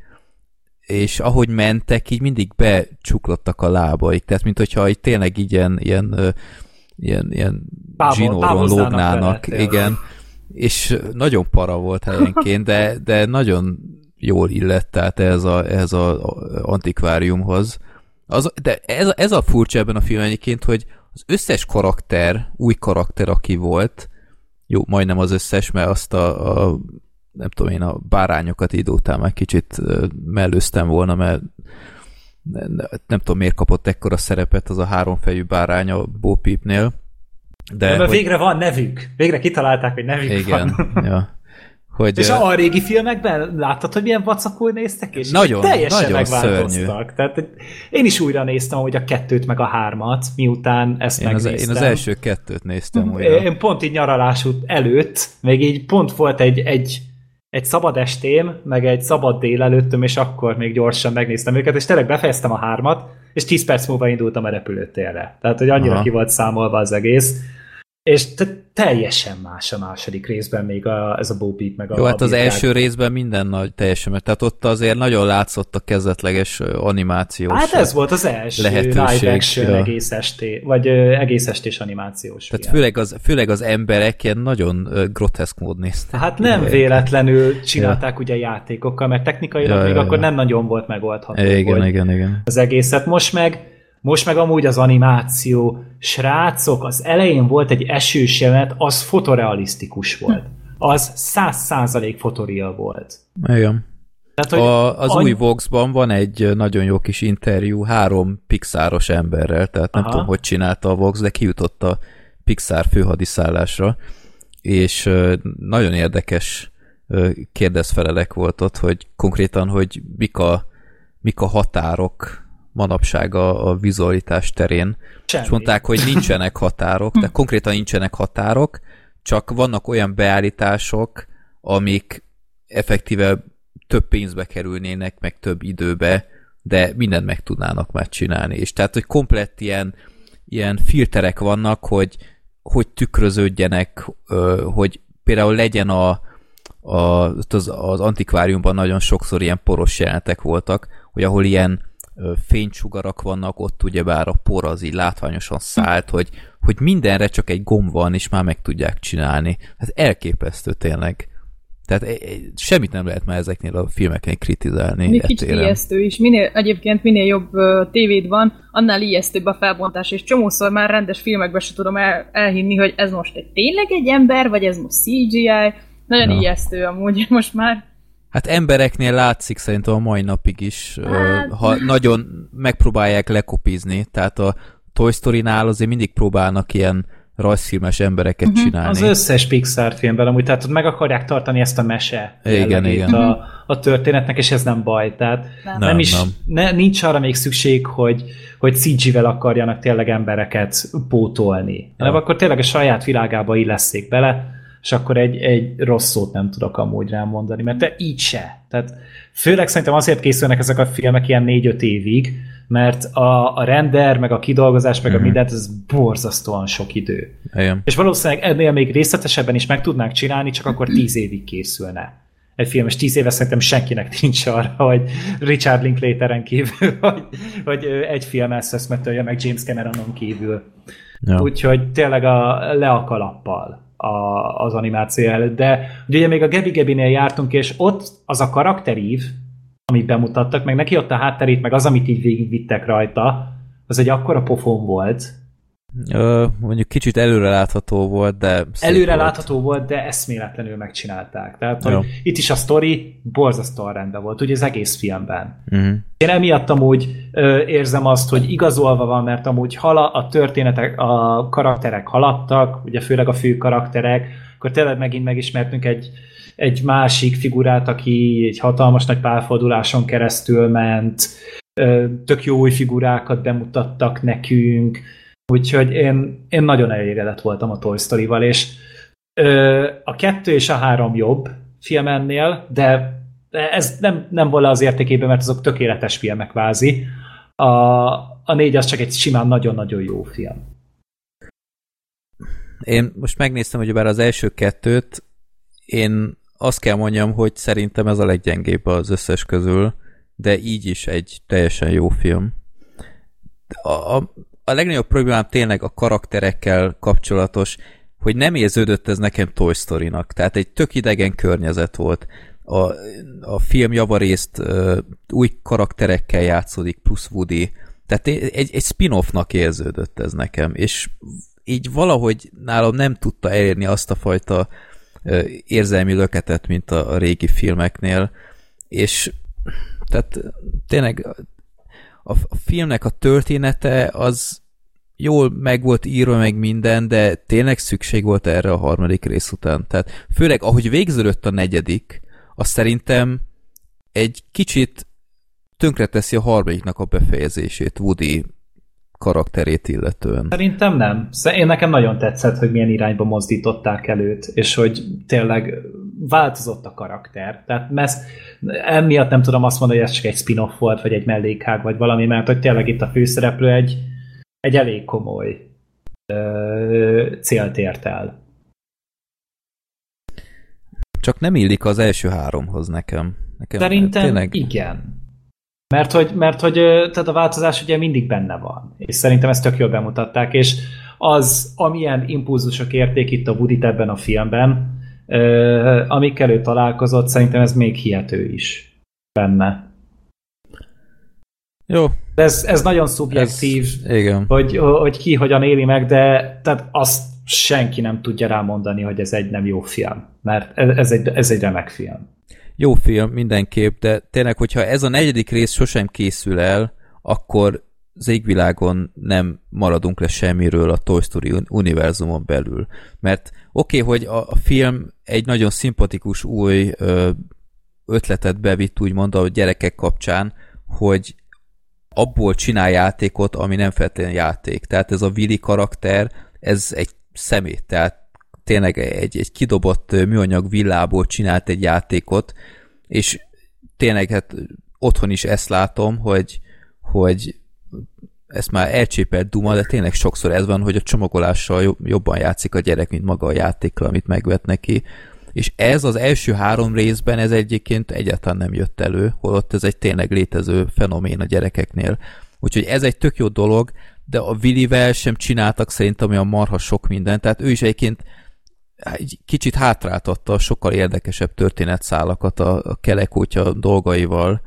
és ahogy mentek, így mindig becsuklottak a lábaik, tehát mint hogyha így tényleg így ilyen, ilyen, uh, ilyen, ilyen zsinóron lógnának. Vele, igen, és nagyon para volt helyenként, de, de nagyon jól illett tehát ez a, ez a antikváriumhoz. Az, de ez, ez a furcsa ebben a filmben egyébként, hogy az összes karakter, új karakter, aki volt, jó, majdnem az összes, mert azt a, a nem tudom én, a bárányokat idő után már kicsit mellőztem volna, mert nem, nem tudom miért kapott ekkora szerepet az a háromfejű bárány a Bo Peepnél.
De, de hogy... végre van nevük. Végre kitalálták, hogy nevük
igen,
van.
Ja. Hogy,
és a régi filmekben láttad, hogy milyen vacakul néztek, és
nagyon,
teljesen
nagyon
megváltoztak. Tehát én is újra néztem, hogy a kettőt meg a hármat, miután ezt
én
megnéztem.
Az, én az első kettőt néztem újra.
Én pont így nyaralás előtt, még így pont volt egy, egy, egy szabad estém, meg egy szabad délelőttöm, és akkor még gyorsan megnéztem őket, és tényleg befejeztem a hármat, és tíz perc múlva indultam a repülőtérre. Tehát, hogy annyira Aha. ki volt számolva az egész. És te teljesen más a második részben még a, ez a Bo Peep meg a...
Jó, hát az első részben minden nagy teljesen, mert tehát ott azért nagyon látszott a kezdetleges animációs
hát ez volt az első
lehetőség.
Live action ja. egész esté, vagy ö, egész estés animációs
tehát főleg az, főleg az emberek ilyen nagyon ö, groteszk mód néztek.
Hát nem véletlenül csinálták ja. ugye játékokkal, mert technikailag ja, még ja, akkor ja. nem nagyon volt megoldható.
Igen, igen, igen.
Az egészet most meg Most meg amúgy az animáció, srácok, az elején volt egy esős jelenet, az fotorealisztikus volt. Az száz százalék fotoreal volt.
Igen. Tehát, hogy a, az
any...
új Vox-ban van egy nagyon jó kis interjú három Pixaros emberrel, tehát nem Aha. tudom, hogy csinálta a Vox, de kijutott a Pixar főhadiszállásra, és nagyon érdekes kérdezfelelek volt ott, hogy konkrétan, hogy mik a, mik a határok manapság a, a vizualitás terén. Semmi. És mondták, hogy nincsenek határok, de konkrétan nincsenek határok, csak vannak olyan beállítások, amik effektíve több pénzbe kerülnének, meg több időbe, de mindent meg tudnának már csinálni. És tehát, hogy komplett ilyen, ilyen filterek vannak, hogy hogy tükröződjenek, hogy például legyen a, a, az, az antikváriumban nagyon sokszor ilyen poros jelenetek voltak, hogy ahol ilyen fénysugarak vannak, ott ugyebár a por az így látványosan szállt, hogy, hogy mindenre csak egy gomb van, és már meg tudják csinálni. Hát elképesztő tényleg. Tehát semmit nem lehet már ezeknél a filmeknél kritizálni.
Még kicsit ijesztő is. Minél, egyébként minél jobb uh, tévéd van, annál ijesztőbb a felbontás, és csomószor már rendes filmekben se tudom el, elhinni, hogy ez most egy tényleg egy ember, vagy ez most cé gé í. Nagyon ja. ijesztő amúgy most már.
Hát embereknél látszik szerintem a mai napig is, hát... ha nagyon megpróbálják lekopizni, tehát a Toy Story-nál azért mindig próbálnak ilyen rajzfilmes embereket uh-huh. csinálni.
Az összes Pixar filmben amúgy, tehát meg akarják tartani ezt a mese
igen, igen.
A, a történetnek, és ez nem baj. Tehát nem, nem is, nem. Ne, nincs arra még szükség, hogy, hogy cé gé-vel akarjanak tényleg embereket pótolni. Ja. Akkor tényleg a saját világába illeszték bele, és akkor egy, egy rossz szót nem tudok amúgy rám mondani, mert te így se. Tehát főleg szerintem azért készülnek ezek a filmek ilyen négy-öt évig, mert a, a render, meg a kidolgozás, meg mm-hmm. a mindent, ez borzasztóan sok idő.
Igen.
És valószínűleg ennél még részletesebben is meg tudnák csinálni, csak akkor tíz évig készülne egy film, és tíz éve szerintem senkinek nincs arra, hogy Richard Linklateren kívül, vagy, vagy egy film eszmetölje meg James Cameronon kívül. Ja. Úgyhogy tényleg a, le a kalappal a, az animáció előtt. De ugye még a Gebi Gebinél jártunk, és ott az a karakterív, amit bemutattak, meg neki ott a hátterét, meg az, amit így végigvittek rajta, az egy akkora pofon volt,
Ö, mondjuk kicsit előrelátható volt, de...
Előrelátható volt.
volt,
de eszméletlenül megcsinálták. Tehát, hogy itt is a sztori borzasztóan rendben volt, ugye az egész filmben. Uh-huh. Én emiatt amúgy ö, érzem azt, hogy igazolva van, mert amúgy hala, a történetek, a karakterek haladtak, ugye főleg a fő karakterek, akkor tényleg megint megismertünk egy, egy másik figurát, aki egy hatalmas nagy pálforduláson keresztül ment, ö, tök jó új figurákat bemutattak nekünk, úgyhogy én, én nagyon elégedett voltam a Toy Story-val, és ö, a kettő és a három jobb film ennél, de ez nem, nem volna az értékében, mert azok tökéletes filmek kvázi. A, a négy az csak egy simán nagyon-nagyon jó film.
Én most megnéztem, hogy bár az első kettőt, én azt kell mondjam, hogy szerintem ez a leggyengébb az összes közül, de így is egy teljesen jó film. A, a, a legnagyobb problémám tényleg a karakterekkel kapcsolatos, hogy nem érződött ez nekem Toy Story-nak. Tehát egy tök idegen környezet volt. A, a film javarészt uh, új karakterekkel játszódik, plusz Woody. Tehát egy, egy spin-offnak érződött ez nekem, és így valahogy nálam nem tudta elérni azt a fajta uh, érzelmi löketet, mint a, a régi filmeknél, és tehát tényleg a, a filmnek a története az jól meg volt írva meg minden, de tényleg szükség volt erre a harmadik rész után. Tehát főleg ahogy végződött a negyedik, az szerintem egy kicsit tönkreteszi a harmadiknak a befejezését, Woody karakterét illetően.
Szerintem nem. Én nekem nagyon tetszett, hogy milyen irányba mozdították előtt, és hogy tényleg változott a karakter. Tehát messz, emiatt nem tudom azt mondani, hogy ez csak egy spin-off volt, vagy egy mellékhág, vagy valami, mert hogy tényleg itt a főszereplő egy, egy elég komoly ö, célt ért el.
Csak nem illik az első háromhoz nekem. nekem
Szerintem
tényleg...
igen. Mert hogy, mert hogy tehát a változás ugye mindig benne van. És szerintem ezt tök jól bemutatták, és az, amilyen impulzusok érték itt a Woody-t ebben a filmben, amikkel ő találkozott, szerintem ez még hihető is benne.
Jó.
De ez, ez nagyon szubjektív,
ez, igen.
Hogy, hogy ki hogyan éli meg, de tehát azt senki nem tudja rámondani, hogy ez egy nem jó film. Mert ez egy, ez egy remek film.
Jó film, mindenképp, de tényleg, hogyha ez a negyedik rész sosem készül el, akkor az égvilágon nem maradunk le semmiről a Toy Story univerzumon belül. Mert oké, okay, hogy a, a film egy nagyon szimpatikus új ö, ötletet bevitt, úgymond a gyerekek kapcsán, hogy abból csinál játékot, ami nem feltétlenül játék. Tehát ez a Willy karakter, ez egy szemét, tehát tényleg egy, egy kidobott műanyag villából csinált egy játékot, és tényleg hát otthon is ezt látom, hogy, hogy ezt már elcsépelt duma, de tényleg sokszor ez van, hogy a csomagolással jobban játszik a gyerek, mint maga a játékkal, amit megvet neki. És ez az első három részben ez egyébként egyáltalán nem jött elő, holott ez egy tényleg létező fenomén a gyerekeknél. Úgyhogy ez egy tök jó dolog, de a Willyvel sem csináltak szerintem olyan marha sok mindent, tehát ő is egyébként egy kicsit hátráltatta a sokkal érdekesebb történetszálakat a, a kelekótya dolgaival,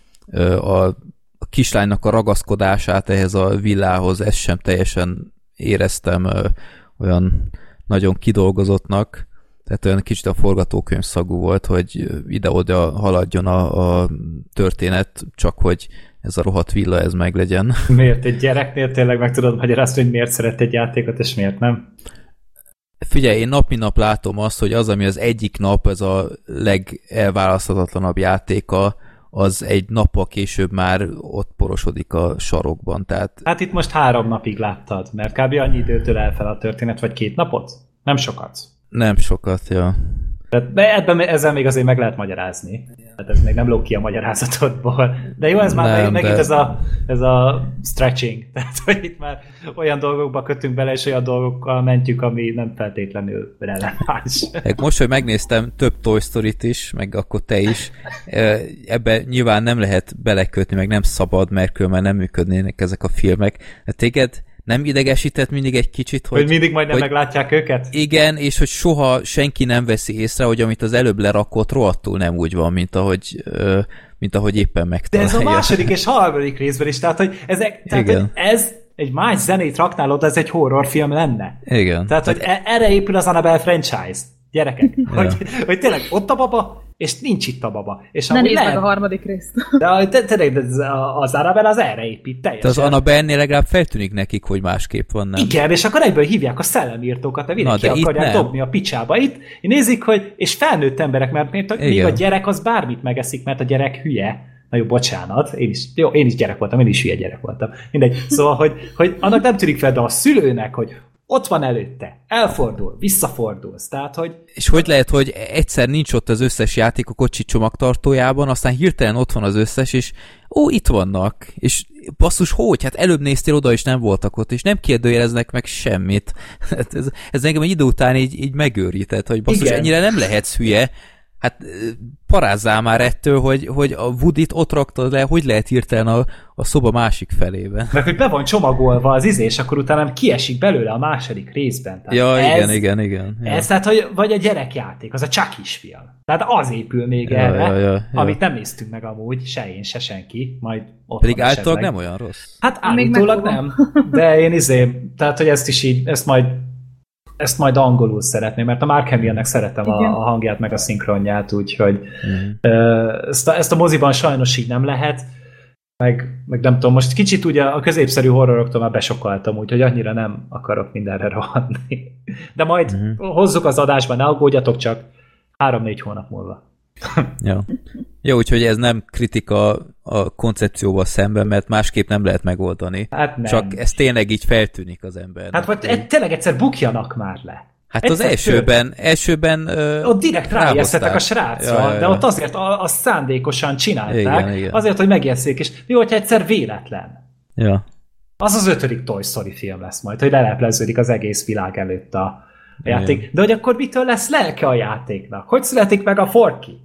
a, a kislánynak a ragaszkodását ehhez a villához, ezt sem teljesen éreztem olyan nagyon kidolgozottnak, tehát olyan kicsit a forgatókönyv szagú volt, hogy ide-oda haladjon a, a történet, csak hogy ez a rohadt villa, ez meglegyen.
Miért? Egy gyereknél tényleg meg tudod magyarázni, hogy miért szeret egy játékot, és miért nem?
Figyelj, én nap mint nap látom azt, hogy az, ami az egyik nap, ez a legelválaszthatatlanabb játéka, az egy nappal később már ott porosodik a sarokban. Tehát...
Hát itt most három napig láttad, mert kb. Annyi időtől elfel a történet, vagy két napot? Nem sokat.
Nem sokat, ja.
De ebben, ezzel még azért meg lehet magyarázni. Hát ez még nem lóg ki a magyarázatodból. De jó, ez már nem, megint de... ez, a, ez a stretching. Tehát, hogy itt már olyan dolgokba kötünk bele, és olyan dolgokkal mentjük, ami nem feltétlenül releváns.
Most, hogy megnéztem több Toy Storyt is, meg akkor te is, ebbe nyilván nem lehet belekötni, meg nem szabad, mert különben nem működnének ezek a filmek. De téged nem idegesített mindig egy kicsit, hogy...
Hogy mindig majdnem hogy, meglátják őket?
Igen, és hogy soha senki nem veszi észre, hogy amit az előbb lerakott, rohadtul nem úgy van, mint ahogy, mint ahogy éppen megtalálja.
De ez a második és harmadik részben is, tehát, hogy, ezek, tehát, hogy ez egy más zenét raknál oda, ez egy horrorfilm lenne.
Igen.
Tehát, hogy e- erre épül az Annabelle franchise. Gyerekek. Ja. Hogy, hogy tényleg ott a baba, és nincs itt a baba. És
ne nézd
lehet,
meg a harmadik részt.
De tényleg az Annabelle az erre épít teljesen.
De az Annabelle-nél legalább feltűnik nekik, hogy másképp van, nem?
Igen, és akkor egyből hívják a szellemírtókat, de mindenki akarják dobni a picsába. Itt nézik, hogy, és felnőtt emberek, mert még a gyerek az bármit megeszik, mert a gyerek hülye. Na jó, bocsánat, én is, jó, én is gyerek voltam, én is hülye gyerek voltam. Mindegy. Szóval, hogy, hogy annak nem tűnik fel, de a szülőnek, hogy ott van előtte, elfordul, visszafordulsz, tehát, hogy...
És hogy lehet, hogy egyszer nincs ott az összes játék a kocsi csomagtartójában, aztán hirtelen ott van az összes, és ó, itt vannak, és basszus, hogy? Hát előbb néztél oda, és nem voltak ott, és nem kérdőjeleznek meg semmit. ez, ez engem egy idő után így, így megőrített, hogy basszus, igen. Ennyire nem lehetsz hülye. Hát parázzál már ettől, hogy, hogy a Woody-t ott raktad le, hogy lehet hirtelen a, a szoba másik felében.
Meg hogy be van csomagolva az izé, és akkor utána kiesik belőle a második részben. Tehát
ja,
ez,
igen, igen, igen. Ja.
Ez tehát, hogy, vagy a gyerekjáték, az a Chucky-s film. Tehát az épül még ja, erre, ja, ja, ja. amit nem néztünk meg amúgy, se én, se senki, majd ott
pedig általában nem olyan rossz.
Hát állítólag nem, de én izé, tehát, hogy ezt is így, ezt majd ezt majd angolul szeretném, mert a Mark Hamillnek szeretem a, a hangját, meg a szinkronját, úgyhogy mm. ezt, a, ezt a moziban sajnos így nem lehet, meg, meg nem tudom, most kicsit ugye a középszerű horroroktól már besokaltam, úgyhogy annyira nem akarok mindenre rohanni. De majd mm. hozzuk az adásban, ne aggódjatok, csak három-négy hónap múlva.
Ja. Jó, úgyhogy ez nem kritika a koncepcióval szemben, mert másképp nem lehet megoldani.
Hát nem.
Csak ez tényleg így feltűnik az embernek.
Hát vagy egy, tényleg egyszer bukjanak már le.
Hát egyszer az elsőben, tőle. elsőben ö,
ott direkt ráijesztettek a srácra, ja, ja, ja. de ott azért azt szándékosan csinálták, igen, igen. azért, hogy megjegyszék, és mi, hogyha egyszer véletlen.
Ja.
Az az ötödik Toy Story film lesz majd, hogy lelepleződik az egész világ előtt a A játék. Igen. De hogy akkor mitől lesz lelke a játéknak? Hogy születik meg a Forky?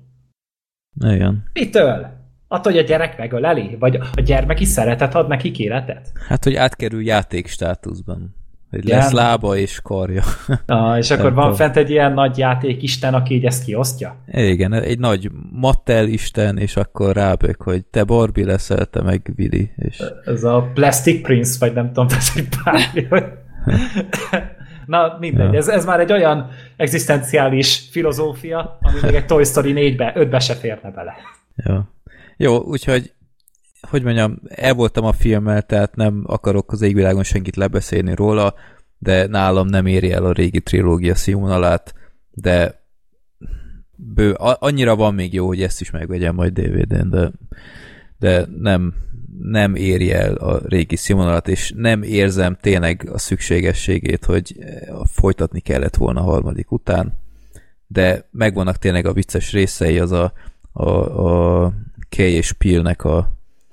Igen.
Mitől? Attól, hogy a gyerek megöleli? Vagy a gyermeki szeretet ad neki életet?
Hát, hogy átkerül játék státuszban. Hogy igen. Lesz lába és karja.
Ah, és akkor van fent egy ilyen nagy játékisten, aki így ezt kiosztja?
Igen, egy nagy Mattel isten, és akkor rábök, hogy te Barbie leszel, te meg Willy. És... Ez
a Plastic Prince, vagy nem tudom, ez egy párja, hogy... Na, mindegy. Ja. Ez, ez már egy olyan egzisztenciális filozófia, ami még egy Toy Story négybe, ötbe se férne bele.
Ja. Jó, úgyhogy hogy mondjam, el voltam a filmmel, tehát nem akarok az égvilágon senkit lebeszélni róla, de nálam nem éri el a régi trilógia színvonalát, de bő, annyira van még jó, hogy ezt is megvegyem majd dé vé dén, de, de nem, nem éri el a régi színvonalat, és nem érzem tényleg a szükségességét, hogy folytatni kellett volna a harmadik után, de megvannak tényleg a vicces részei, az a, a, a Kay és Peele-nek a,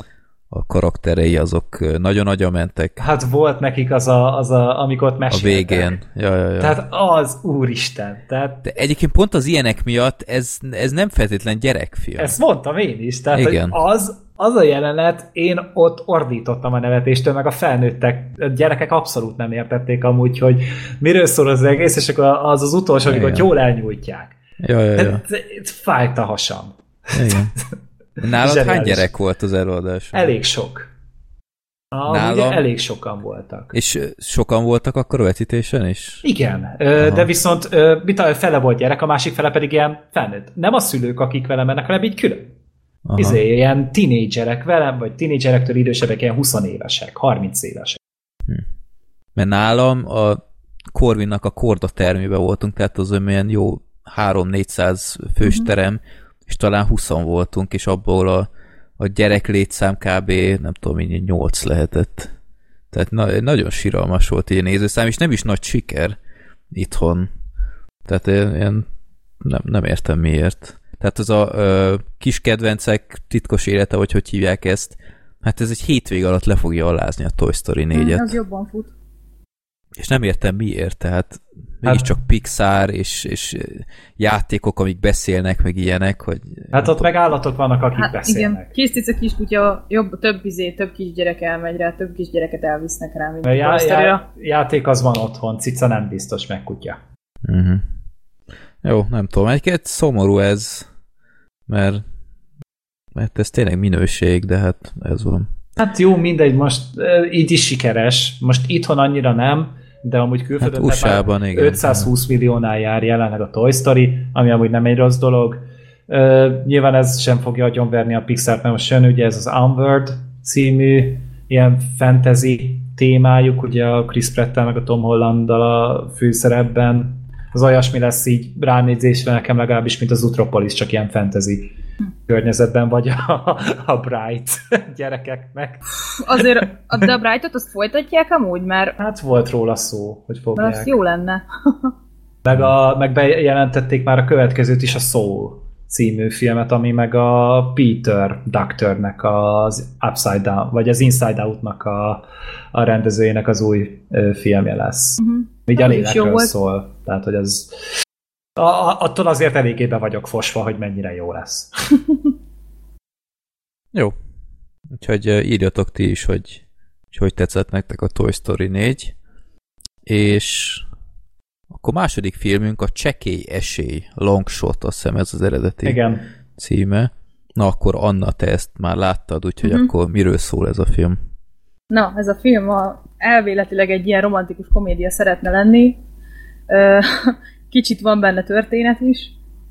a karakterei, azok nagyon agyamentek.
Hát volt nekik az a, az a amikor ott meséltek.
A végén. Ja, ja, ja.
Tehát az, úristen. Tehát...
De egyébként pont az ilyenek miatt ez, ez nem feltétlen gyerekfilm.
Ezt mondtam én is. Tehát, igen. Az, az a jelenet, én ott ordítottam a nevetéstől, meg a felnőttek, a gyerekek abszolút nem értették amúgy, hogy miről szól az egész, és akkor az az utolsó, amikor igen. jól elnyújtják.
Ja, ja, ja.
Fájt a hasam.
Igen. Nálad zseniális. Hány gyerek volt az előadáson?
Elég sok. Ah, Nálam... elég sokan voltak.
És sokan voltak akkor a vetítésen is?
Igen, Aha. de viszont mit a fele volt gyerek, a másik fele pedig ilyen felnőtt. Nem a szülők, akik velem mennek, hanem így külön. Izé, ilyen tínédzserek velem, vagy tínédzserektől idősebbek, ilyen húsz évesek, harminc évesek.
Hm. Mert nálam a Corvinnak a Korda termébe voltunk, tehát az olyan jó három-négyszáz fős terem, mm-hmm. és talán húszan voltunk, és abból a, a gyerek létszám kb. Nem tudom, így nyolc lehetett. Tehát na, nagyon siralmas volt így a nézőszám, és nem is nagy siker itthon. Tehát én nem, nem értem miért. Tehát az a ö, kis kedvencek titkos élete, vagy hogy hívják ezt, hát ez egy hétvég alatt le fogja alázni a Toy Story négyet.
Az jobban fut.
És nem értem miért, tehát mégiscsak hát, Pixar, és, és játékok, amik beszélnek, meg ilyenek, hogy...
Hát ott meg állatok vannak, akik hát beszélnek.
Igen, kis cica kiskutya, jobb, több izé, több kisgyerek elmegy rá, több kisgyereket elvisznek rá, mint a
já, já, játék az van otthon, cica nem biztos, meg kutya.
Uh-huh. Jó, nem tudom, egyébként szomorú ez, mert, mert ez tényleg minőség, de hát ez van.
Hát jó, mindegy, most így is sikeres. Most itthon annyira nem, de amúgy külföldön
hát
ötszázhúsz milliónál jár jelenleg a Toy Story, ami amúgy nem egy rossz dolog. Uh, nyilván ez sem fogja agyonverni a Pixart, mert most jön ugye ez az Onward című ilyen fantasy témájuk, ugye a Chris Pratt-tel meg a Tom Hollanddal a főszerepben. Az olyasmi lesz így ránézésre nekem legalábbis, mint az Utropolis, csak ilyen fantasy környezetben, vagy a, a Bright gyerekeknek.
Azért, de a Brightot azt folytatják amúgy, mert...
Hát volt róla szó, hogy fogják.
Mert az jó lenne.
meg, a, meg bejelentették már a következőt is, a Soul című filmet, ami meg a Peter Doctornek az Upside Down, vagy az Inside Out-nak a, a rendezőjének az új ö, filmje lesz. Uh-huh. Így a lélekről szól. Tehát, hogy az a, a, attól azért eléggé be vagyok fosva, hogy mennyire jó lesz.
Jó. Úgyhogy írjatok ti is, hogy hogy, hogy tetszett nektek a Toy Story négy. És akkor második filmünk a Csekély esély, Long Shot, azt hiszem ez az eredeti
Igen.
címe. Na akkor Anna, te ezt már láttad, úgyhogy mm-hmm. akkor miről szól ez a film?
Na, ez a film a, elvéletileg egy ilyen romantikus komédia szeretne lenni. Kicsit van benne történet is,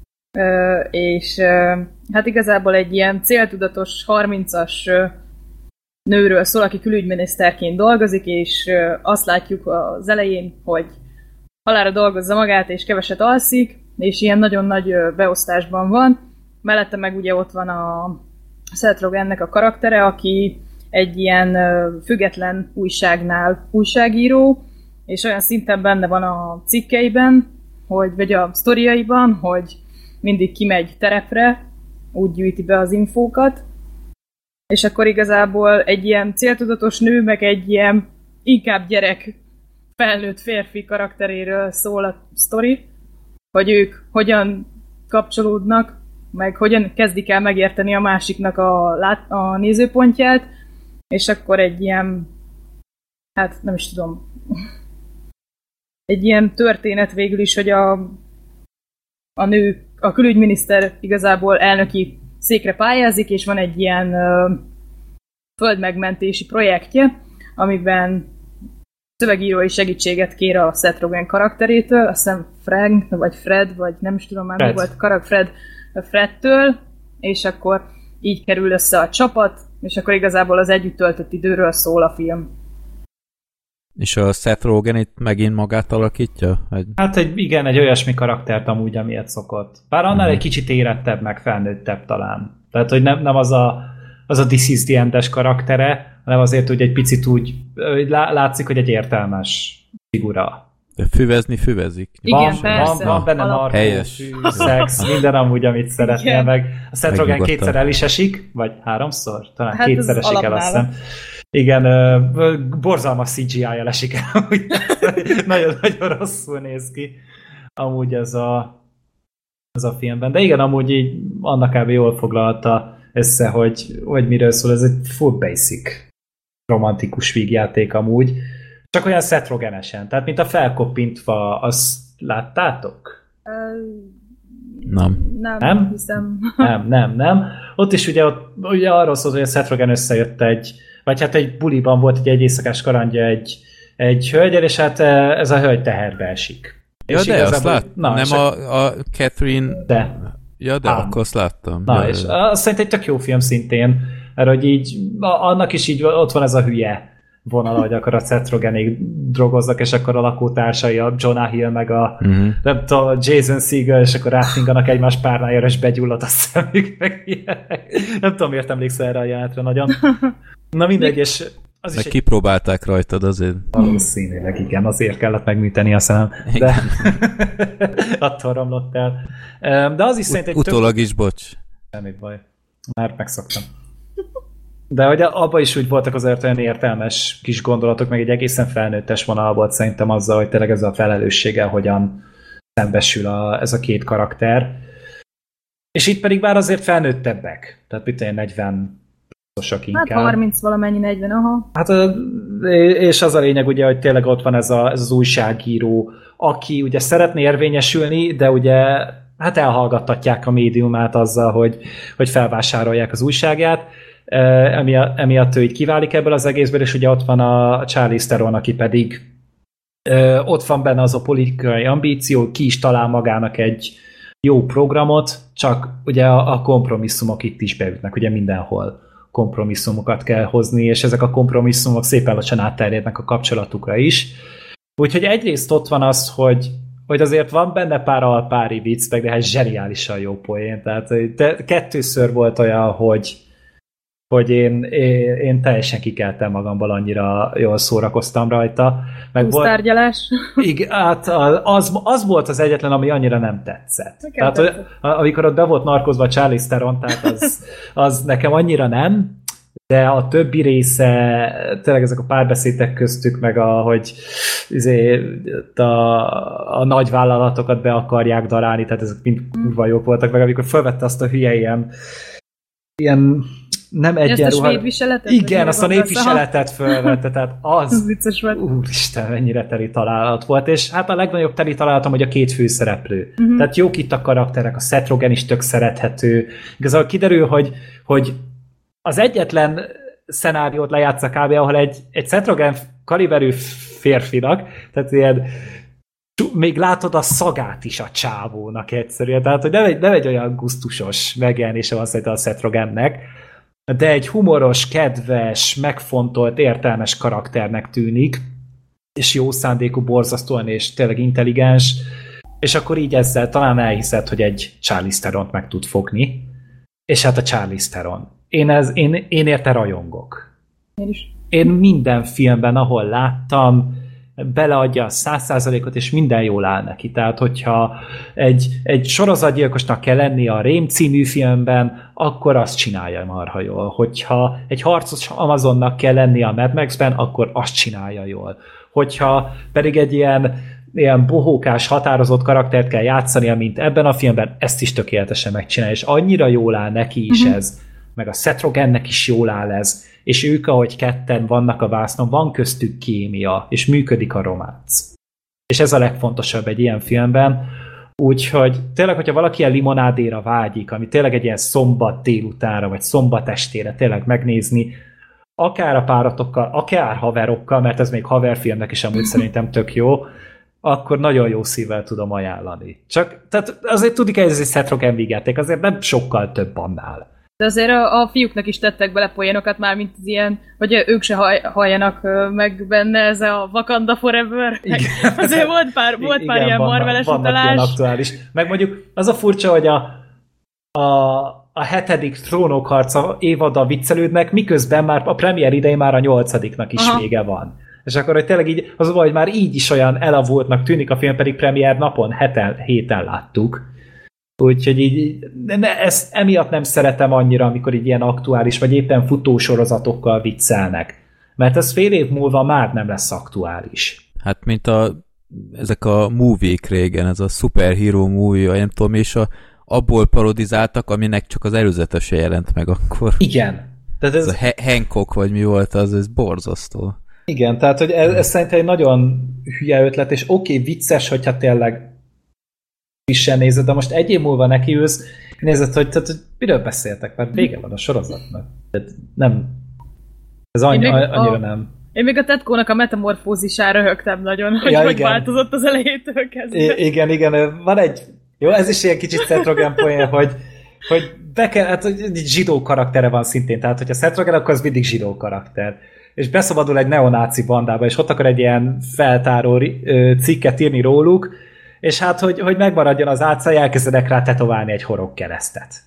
és hát igazából egy ilyen céltudatos harmincas nőről szól, aki külügyminiszterként dolgozik, és azt látjuk az elején, hogy halálra dolgozza magát, és keveset alszik, és ilyen nagyon nagy beosztásban van. Mellette meg ugye ott van a Seth Rogennek a karaktere, aki egy ilyen független újságnál újságíró, és olyan szinten benne van a cikkeiben, hogy, vagy a sztoriaiban, hogy mindig kimegy terepre, úgy gyűjti be az infókat, és akkor igazából egy ilyen céltudatos nő, meg egy ilyen inkább gyerek, felnőtt férfi karakteréről szól a sztori, hogy ők hogyan kapcsolódnak, meg hogyan kezdik el megérteni a másiknak a, lát, a nézőpontját, és akkor egy ilyen, hát nem is tudom, egy ilyen történet végül is, hogy a, a nő, a külügyminiszter igazából elnöki székre pályázik, és van egy ilyen ö, földmegmentési projektje, amiben szövegírói segítséget kér a Seth Rogen karakterétől, azt hiszem Frank, vagy Fred, vagy nem is tudom már Fred. mi volt, karak Fred, Fredtől, és akkor így kerül össze a csapat, és akkor igazából az együtt töltött időről szól a film.
És a Seth Rogen itt megint magát alakítja? Egy...
Hát egy, igen, egy olyasmi karaktert amúgy, amilyet szokott. Bár annál hmm. egy kicsit érettebb, meg felnőttebb talán. Tehát, hogy nem, nem az a, az a This is the End-es karaktere, hanem azért úgy egy picit úgy látszik, hogy egy értelmes figura.
De füvezni füvezik.
Igen,
van,
persze.
Van, van benne narkó, fű, szex, minden amúgy, amit szeretnél, igen. Meg a Seth Rogen kétszer el is esik, vagy háromszor? Talán hát kétszer esik el, azt hiszem. Igen, uh, borzalmas cé gé í-jel esik el, nagyon-nagyon rosszul néz ki amúgy ez a, ez a filmben. De igen, amúgy így annak kb. Jól foglalta össze, hogy, hogy miről szól. Ez egy full basic romantikus vígjáték amúgy. Csak olyan Seth Rogenesen. Tehát, mint a Felkoppintva, azt láttátok?
Nem.
Nem,
nem?
hiszem.
Nem, nem, nem. Ott is ugye, ott, ugye arról szólt, hogy a Seth Rogen összejött egy, vagy hát egy buliban volt egy, egy éjszakás kalandja egy, egy hölgyel, és hát ez a hölgy teherbe esik.
Ja,
és
de azt lát, na, nem a, a Catherine...
De.
Ja, de Ám. akkor azt láttam.
Na,
ja,
és azt szerintem egy tök jó film szintén, mert hogy így, annak is így ott van ez a hülye vonal, hogy akkor a Seth Rogenig drogoznak, és akkor a lakótársai, a Jonah Hill, meg a, uh-huh. nem tudom, a Jason Segel, és akkor átfinganak egymás párnájára, és begyullad a szemük, meg ilyenek. Nem tudom, miért emlékszel erre a jelenetre nagyon. Na mindegy, és az
meg
is
kipróbálták egy... rajtad azért.
Valószínűleg, igen, azért kellett megműteni a szemem. De attól romlott el. De az is szerintem...
Ut- utólag tök... is, bocs.
Semmi baj. Már megszoktam. De hogy abban is úgy voltak azért olyan értelmes kis gondolatok, meg egy egészen felnőttes vonal volt szerintem azzal, hogy tényleg ez a felelősséggel hogyan szembesül a, ez a két karakter. És itt pedig már azért felnőttebbek. Tehát mit olyan negyven pluszosok inkább.
Hát harminc valamennyi, negyven, aha.
Hát és az a lényeg ugye, hogy tényleg ott van ez, a, ez az újságíró, aki ugye szeretné érvényesülni, de ugye hát elhallgattatják a médiumát azzal, hogy, hogy felvásárolják az újságját. emiatt, emiatt ő így kiválik ebből az egészből, és ugye ott van a Charlize Theron, aki pedig ott van benne az a politikai ambíció, ki is talál magának egy jó programot, csak ugye a, a kompromisszumok itt is beütnek, ugye mindenhol kompromisszumokat kell hozni, és ezek a kompromisszumok szépen lassan átterjednek a kapcsolatukra is. Úgyhogy egyrészt ott van az, hogy, hogy azért van benne pár alpári vicc, meg de hát zseniálisan jó poén. Tehát kettőször volt olyan, hogy, hogy én, én, én teljesen kikeltem magamból, annyira jól szórakoztam rajta. Meg
Húsztárgyalás.
Igen, hát az, az volt az egyetlen, ami annyira nem tetszett.
Nekem
tehát,
tetszett.
Amikor ott be volt narkozva Charlize Theron, tehát az, az nekem annyira nem, de a többi része, tényleg ezek a párbeszédek köztük, meg a, hogy izé, a, a nagy vállalatokat be akarják darálni, tehát ezek mind kurva jók voltak, meg amikor felvette azt a hülye ilyen, ilyen nem egyenruha... Igen, azt a népviseletet fölvette, tehát az...
az vicces volt.
Úristen, mennyire teli találat volt, és hát a legnagyobb teli találatom, hogy a két főszereplő. Uh-huh. Tehát jók itt a karakterek, a Seth Rogen is tök szerethető. Igazából kiderül, hogy, hogy az egyetlen szenáriót lejátsza kb. Ahol egy, egy Seth Rogen kaliberű férfinak, tehát ilyen még látod a szagát is a csávónak egyszerűen, tehát hogy nem egy, nem egy olyan gusztusos megjelenése van szerintem a Seth Rogennek, de egy humoros, kedves, megfontolt, értelmes karakternek tűnik, és jó szándékú, borzasztóan, és tényleg intelligens, és akkor így ezzel talán elhiszed, hogy egy Charlize Theront meg tud fogni, és hát a Charlize Theron. Én, ez, én, én érte rajongok.
Én is.
Én minden filmben, ahol láttam, beleadja a száz százalékot, és minden jól áll neki. Tehát, hogyha egy, egy sorozatgyilkosnak kell lenni a Rém című filmben, akkor azt csinálja marha jól. Hogyha egy harcos Amazonnak kell lenni a Mad Max-ben, akkor azt csinálja jól. Hogyha pedig egy ilyen, ilyen bohókás, határozott karaktert kell játszania, mint ebben a filmben, ezt is tökéletesen megcsinálja, és annyira jól áll neki is uh-huh. ez, meg a Seth Rogennek is jól áll ez, és ők, ahogy ketten vannak a vásznon, van köztük kémia, és működik a románc. És ez a legfontosabb egy ilyen filmben, úgyhogy tényleg, hogyha valaki ilyen limonádéra vágyik, ami tényleg egy ilyen szombat délutánra, vagy szombat estére tényleg megnézni, akár a páratokkal, akár haverokkal, mert ez még haverfilmnek is amúgy szerintem tök jó, akkor nagyon jó szívvel tudom ajánlani. Csak tehát azért tudik, hogy ez egy Seth Rogen vígjáték, azért nem sokkal több annál.
De azért a, a fiúknak is tettek bele poénokat már, mint az ilyen, hogy ők se haj, halljanak meg benne, ez a Wakanda Forever. Igen. Azért volt pár, volt igen, pár ilyen marveles utalás. Vannak ilyen aktuális. Meg mondjuk az a furcsa, hogy a, a, a hetedik Trónok harca évada viccelődnek, miközben már a premier idején már a nyolcadiknak is Aha. vége van. És akkor, hogy tényleg így, az hogy már így is olyan elavultnak tűnik a film, pedig premier napon, heten, héten láttuk. Úgyhogy így, ne, ezt emiatt nem szeretem annyira, amikor így ilyen aktuális, vagy éppen futósorozatokkal viccelnek. Mert ez fél év múlva már nem lesz aktuális.
Hát, mint a, ezek a movie-k régen, ez a superhero movie, nem tudom, és a, abból parodizáltak, aminek csak az előzetese jelent meg akkor.
Igen. Tehát ez,
ez a Hancock, vagy mi volt az, ez borzasztó.
Igen, tehát hogy ez, ez szerintem egy nagyon hülye ötlet, és oké, okay, vicces, hogyha tényleg is sem nézed, de most egy év múlva nekiülsz, nézed, hogy, tehát, hogy miről beszéltek, mert vége van a sorozatnak. Tehát nem, ez annyi, annyira a, nem.
Én még a Tetkónak a metamorfózisára röhögtem nagyon, hogy ja, hogy változott az elejétől kezdve.
I- igen, igen, van egy, jó, ez is ilyen kicsit Seth Rogen poén, hogy, hogy be kell, hát egy zsidó karaktere van szintén, tehát hogyha Seth Rogen, akkor az mindig zsidó karakter. És beszabadul egy neonáci bandába, és ott akar egy ilyen feltáró cikket írni róluk, és hát, hogy, hogy megmaradjon az álcája, elkezdenek rá tetoválni egy horogkeresztet.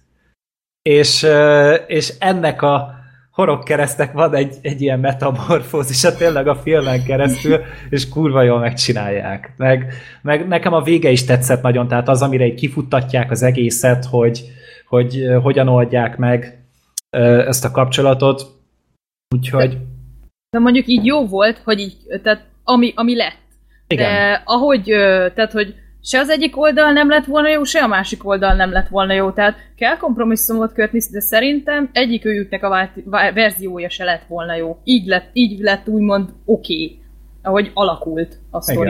És, és ennek a horogkeresztek van egy, egy ilyen metamorfózisa tényleg a filmen keresztül, és kurva jól megcsinálják. Meg, meg nekem a vége is tetszett nagyon, tehát az, amire így kifuttatják az egészet, hogy, hogy hogyan oldják meg ezt a kapcsolatot. Úgyhogy... De,
de mondjuk így jó volt, hogy így, tehát ami, ami lett. Igen. De ahogy, tehát, hogy se az egyik oldal nem lett volna jó, se a másik oldal nem lett volna jó. Tehát kell kompromisszumot kötni, de szerintem egyik őjüknek a verziója se lett volna jó. Így lett, így lett úgymond oké, okay, ahogy alakult a sztori.
Igen.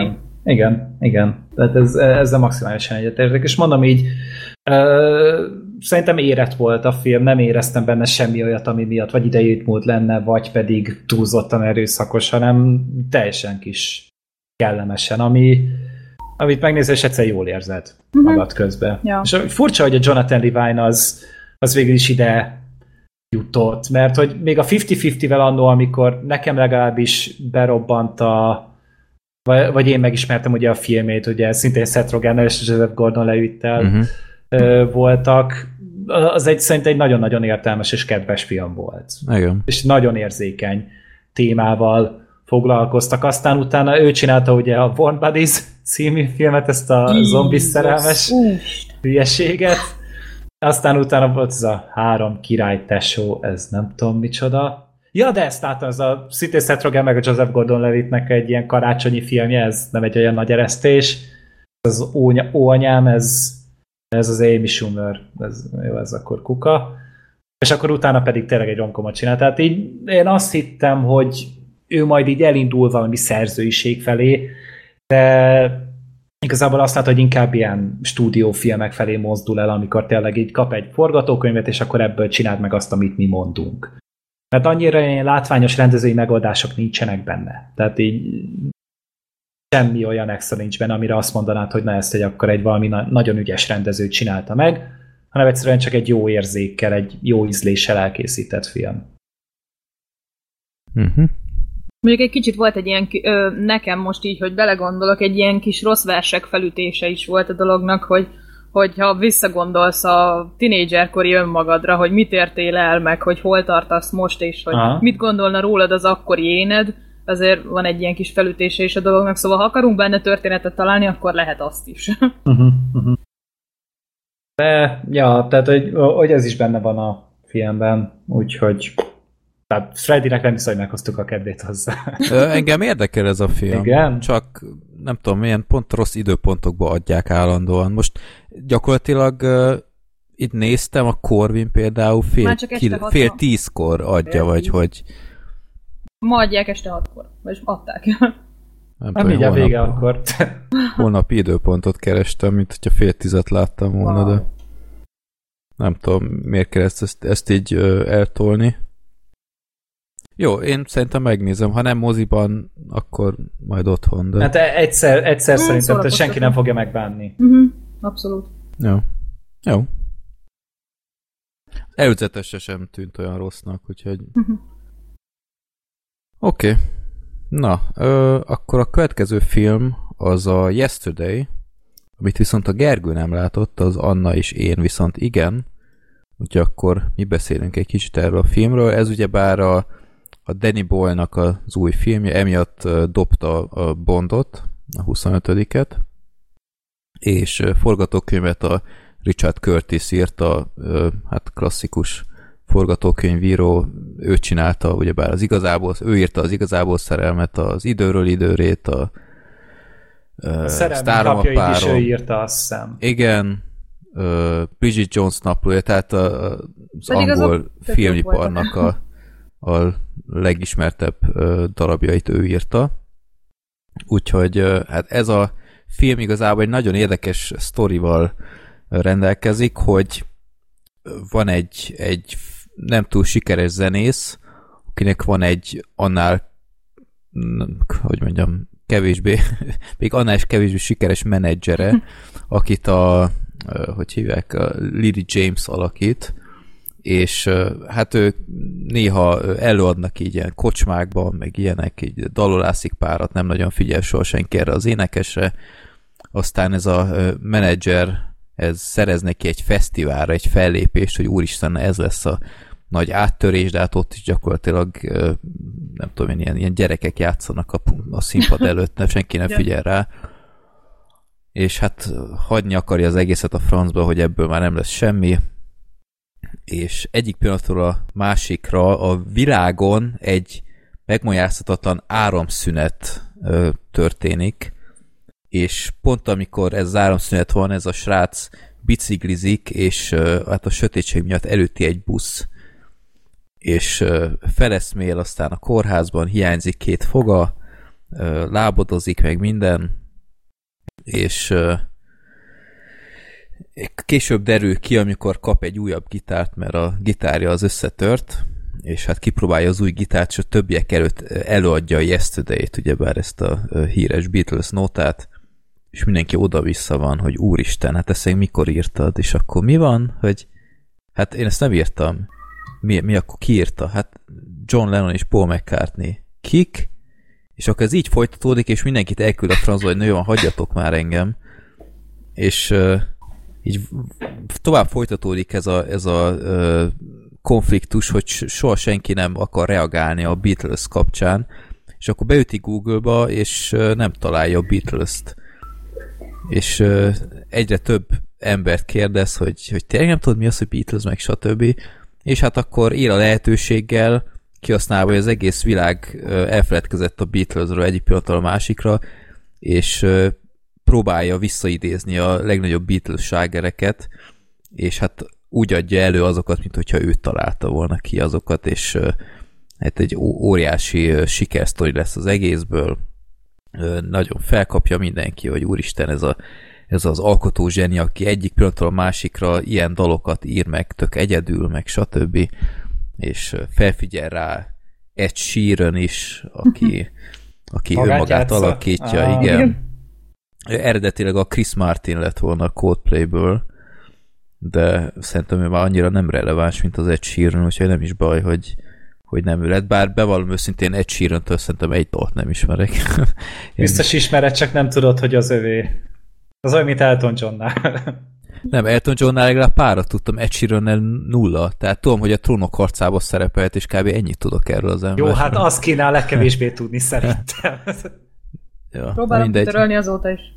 Igen, igen. Tehát ez, ezzel maximálisan egyetértek. És mondom így, ö, szerintem érett volt a film, nem éreztem benne semmi olyat, ami miatt vagy idejétmúlt lenne, vagy pedig túlzottan erőszakos, hanem teljesen kis kellemesen, ami, amit megnézel, és egyszer jól érzed uh-huh. magad közben. Ja. És furcsa, hogy a Jonathan Levine az, az végül is ide jutott, mert hogy még a fifty-fifty-vel annó, amikor nekem legalábbis berobbant a vagy, vagy én megismertem ugye a filmét, ugye szintén Seth Rogennel és Joseph Gordon-Levitt-tel uh-huh. voltak, az egy szerintem egy nagyon-nagyon értelmes és kedves film volt.
Igen.
És nagyon érzékeny témával foglalkoztak. Aztán utána ő csinálta ugye a Warm Bodies című filmet, ezt a zombis szerelmes hülyeséget. Aztán utána volt ez a Három király tesó, ez nem tudom micsoda. Ja, de ezt láttam, ez a szintén Seth Rogen meg a Joseph Gordon-Levittnek egy ilyen karácsonyi filmje, ez nem egy olyan nagy eresztés. Az ónya, óanyám, ez, ez az Amy Schumer, ez, jó, ez akkor kuka. És akkor utána pedig tényleg egy romkomot csinált. Tehát így én azt hittem, hogy ő majd így elindul valami szerzőiség felé, de igazából azt látod, hogy inkább ilyen stúdiófilmek felé mozdul el, amikor tényleg így kap egy forgatókönyvet, és akkor ebből csináld meg azt, amit mi mondunk. Mert annyira ilyen látványos rendezői megoldások nincsenek benne. Tehát így semmi olyan extra nincs benne, amire azt mondanád, hogy na ezt egy akkor egy valami na- nagyon ügyes rendező csinálta meg, hanem egyszerűen csak egy jó érzékkel, egy jó ízléssel elkészített film.
Uh-huh.
Mondjuk egy kicsit volt egy ilyen, ö, nekem most így, hogy belegondolok, egy ilyen kis rossz versek felütése is volt a dolognak, hogy hogyha visszagondolsz a tinédzserkori önmagadra, hogy mit értél el, meg hogy hol tartasz most, és hogy Aha. mit gondolna rólad az akkori éned, azért van egy ilyen kis felütése is a dolognak, szóval ha akarunk benne történetet találni, akkor lehet azt is.
Uh-huh, uh-huh. De, ja, tehát hogy, hogy ez is benne van a filmben, úgyhogy tehát Freddynek nem hiszem, hogy meghoztuk a kedvét hozzá.
Engem érdekel ez a film.
Igen?
Csak nem tudom, milyen pont rossz időpontokba adják állandóan. Most gyakorlatilag uh, itt néztem, a Corvin például fél, ki, fél tízkor adja, fél vagy tíz. Hogy...
Ma adják este hatkor. Vagy adták.
Nem tudom, így a vége akkor.
Holnapi időpontot kerestem, mint hogyha fél tízet láttam volna, wow. De nem tudom, miért kell ezt, ezt így uh, eltolni. Jó, én szerintem megnézem. Ha nem moziban, akkor majd otthon. De...
Hát egyszer, egyszer hmm, szerintem te senki nem fogja megbánni.
Uh-huh. Abszolút.
Jó. Jó. Előzetesre sem tűnt olyan rossznak, úgyhogy... Uh-huh. Oké. Okay. Na, ö, akkor a következő film az a Yesterday, amit viszont a Gergő nem látott, az Anna és én viszont igen. Úgyhogy akkor mi beszélünk egy kicsit erről a filmről. Ez ugyebár a a Danny Boyle-nak az új filmje, emiatt dobta a Bondot, a huszonötödiket, és forgatókönyvet a Richard Curtis írta, hát klasszikus forgatókönyvíró, ő csinálta, ugyebár az igazából, ő írta az igazából szerelmet, az időről időrét, a, a
Sztárom a párom. Is ő írta, azt hiszem.
Igen, Bridget Jones naplója, tehát az Pedig angol filmiparnak a a legismertebb uh, darabjait ő írta. Úgyhogy uh, hát ez a film igazából egy nagyon érdekes sztorival rendelkezik, hogy van egy, egy nem túl sikeres zenész, akinek van egy annál, hogy mondjam, kevésbé, még annál is kevésbé sikeres menedzsere, akit a, hogy hívják, a Lily James alakít, és hát ők néha előadnak így ilyen kocsmákban, meg ilyenek, így dalolászik párat, nem nagyon figyel soha senki erre az énekesre. Aztán ez a menedzser, ez szerez neki egy fesztiválra, egy fellépést, hogy úristen, ez lesz a nagy áttörés, de hát ott is gyakorlatilag nem tudom, ilyen, ilyen gyerekek játszanak a, a színpad előtt, nem, senki nem figyel rá. És hát hagyni akarja az egészet a francba, hogy ebből már nem lesz semmi, és egyik pillanatról a másikra a világon egy megmagyarázhatatlan áramszünet ö, történik, és pont amikor ez az áramszünet van, ez a srác biciklizik, és ö, hát a sötétség miatt előtti egy busz, és ö, feleszmél, aztán a kórházban hiányzik két foga, ö, lábadozik meg minden, és uh, később derül ki, amikor kap egy újabb gitárt, mert a gitárja az összetört, és hát kipróbálja az új gitárt, és a többiek előtt előadja a Yesterday-t, ugyebár ezt a híres Beatles nótát, és mindenki oda-vissza van, hogy úristen, hát ezt mikor írtad, és akkor mi van, hogy hát én ezt nem írtam. Mi, mi akkor ki írta? Hát John Lennon és Paul McCartney. Kik? És akkor ez így folytatódik, és mindenkit elküld a francba, hogy nő van, hagyjatok már engem. És uh, így tovább folytatódik ez a, ez a uh, konfliktus, hogy soha senki nem akar reagálni a Beatles kapcsán, és akkor beüti Google-ba, és uh, nem találja a Beatles-t. És uh, egyre több embert kérdez, hogy, hogy tényleg nem tudod mi az, hogy Beatles, meg stb. És hát akkor él a lehetőséggel, kihasználva, hogy az egész világ elfeledkezett a Beatlesről egyik pillanatról a másikra, és próbálja visszaidézni a legnagyobb Beatles slágereket, és hát úgy adja elő azokat, mint hogyha ő találta volna ki azokat, és hát egy óriási sikersztori lesz az egészből. Nagyon felkapja mindenki, hogy úristen, ez, a, ez az alkotó zseni, aki egyik pillanatról a másikra ilyen dalokat ír meg, tök egyedül, meg stb. És felfigyel rá Ed Sheeran is, aki, aki önmagát játsza. Alakítja, ah, igen. igen. Eredetileg a Chris Martin lett volna a Coldplayből, de szerintem ő már annyira nem releváns, mint az Ed Sheeran, úgyhogy nem is baj, hogy, hogy nem ő lett. Bár bevallom őszintén, Ed Sheeran-től szerintem egy dalt nem ismerek.
Biztos ismered, csak nem tudod, hogy az övé. Az olyan, mint Elton Johnnál.
Nem, Elton Johnnál legalább párat tudtam, Ed Sheerannel nulla. Tehát tudom, hogy a Trónok harcába szerepelt, és kb. Ennyit tudok erről az emberről.
Jó, hát azt kéne a legkevésbé tudni szerintem.
Ja, próbálom kitörölni azóta is.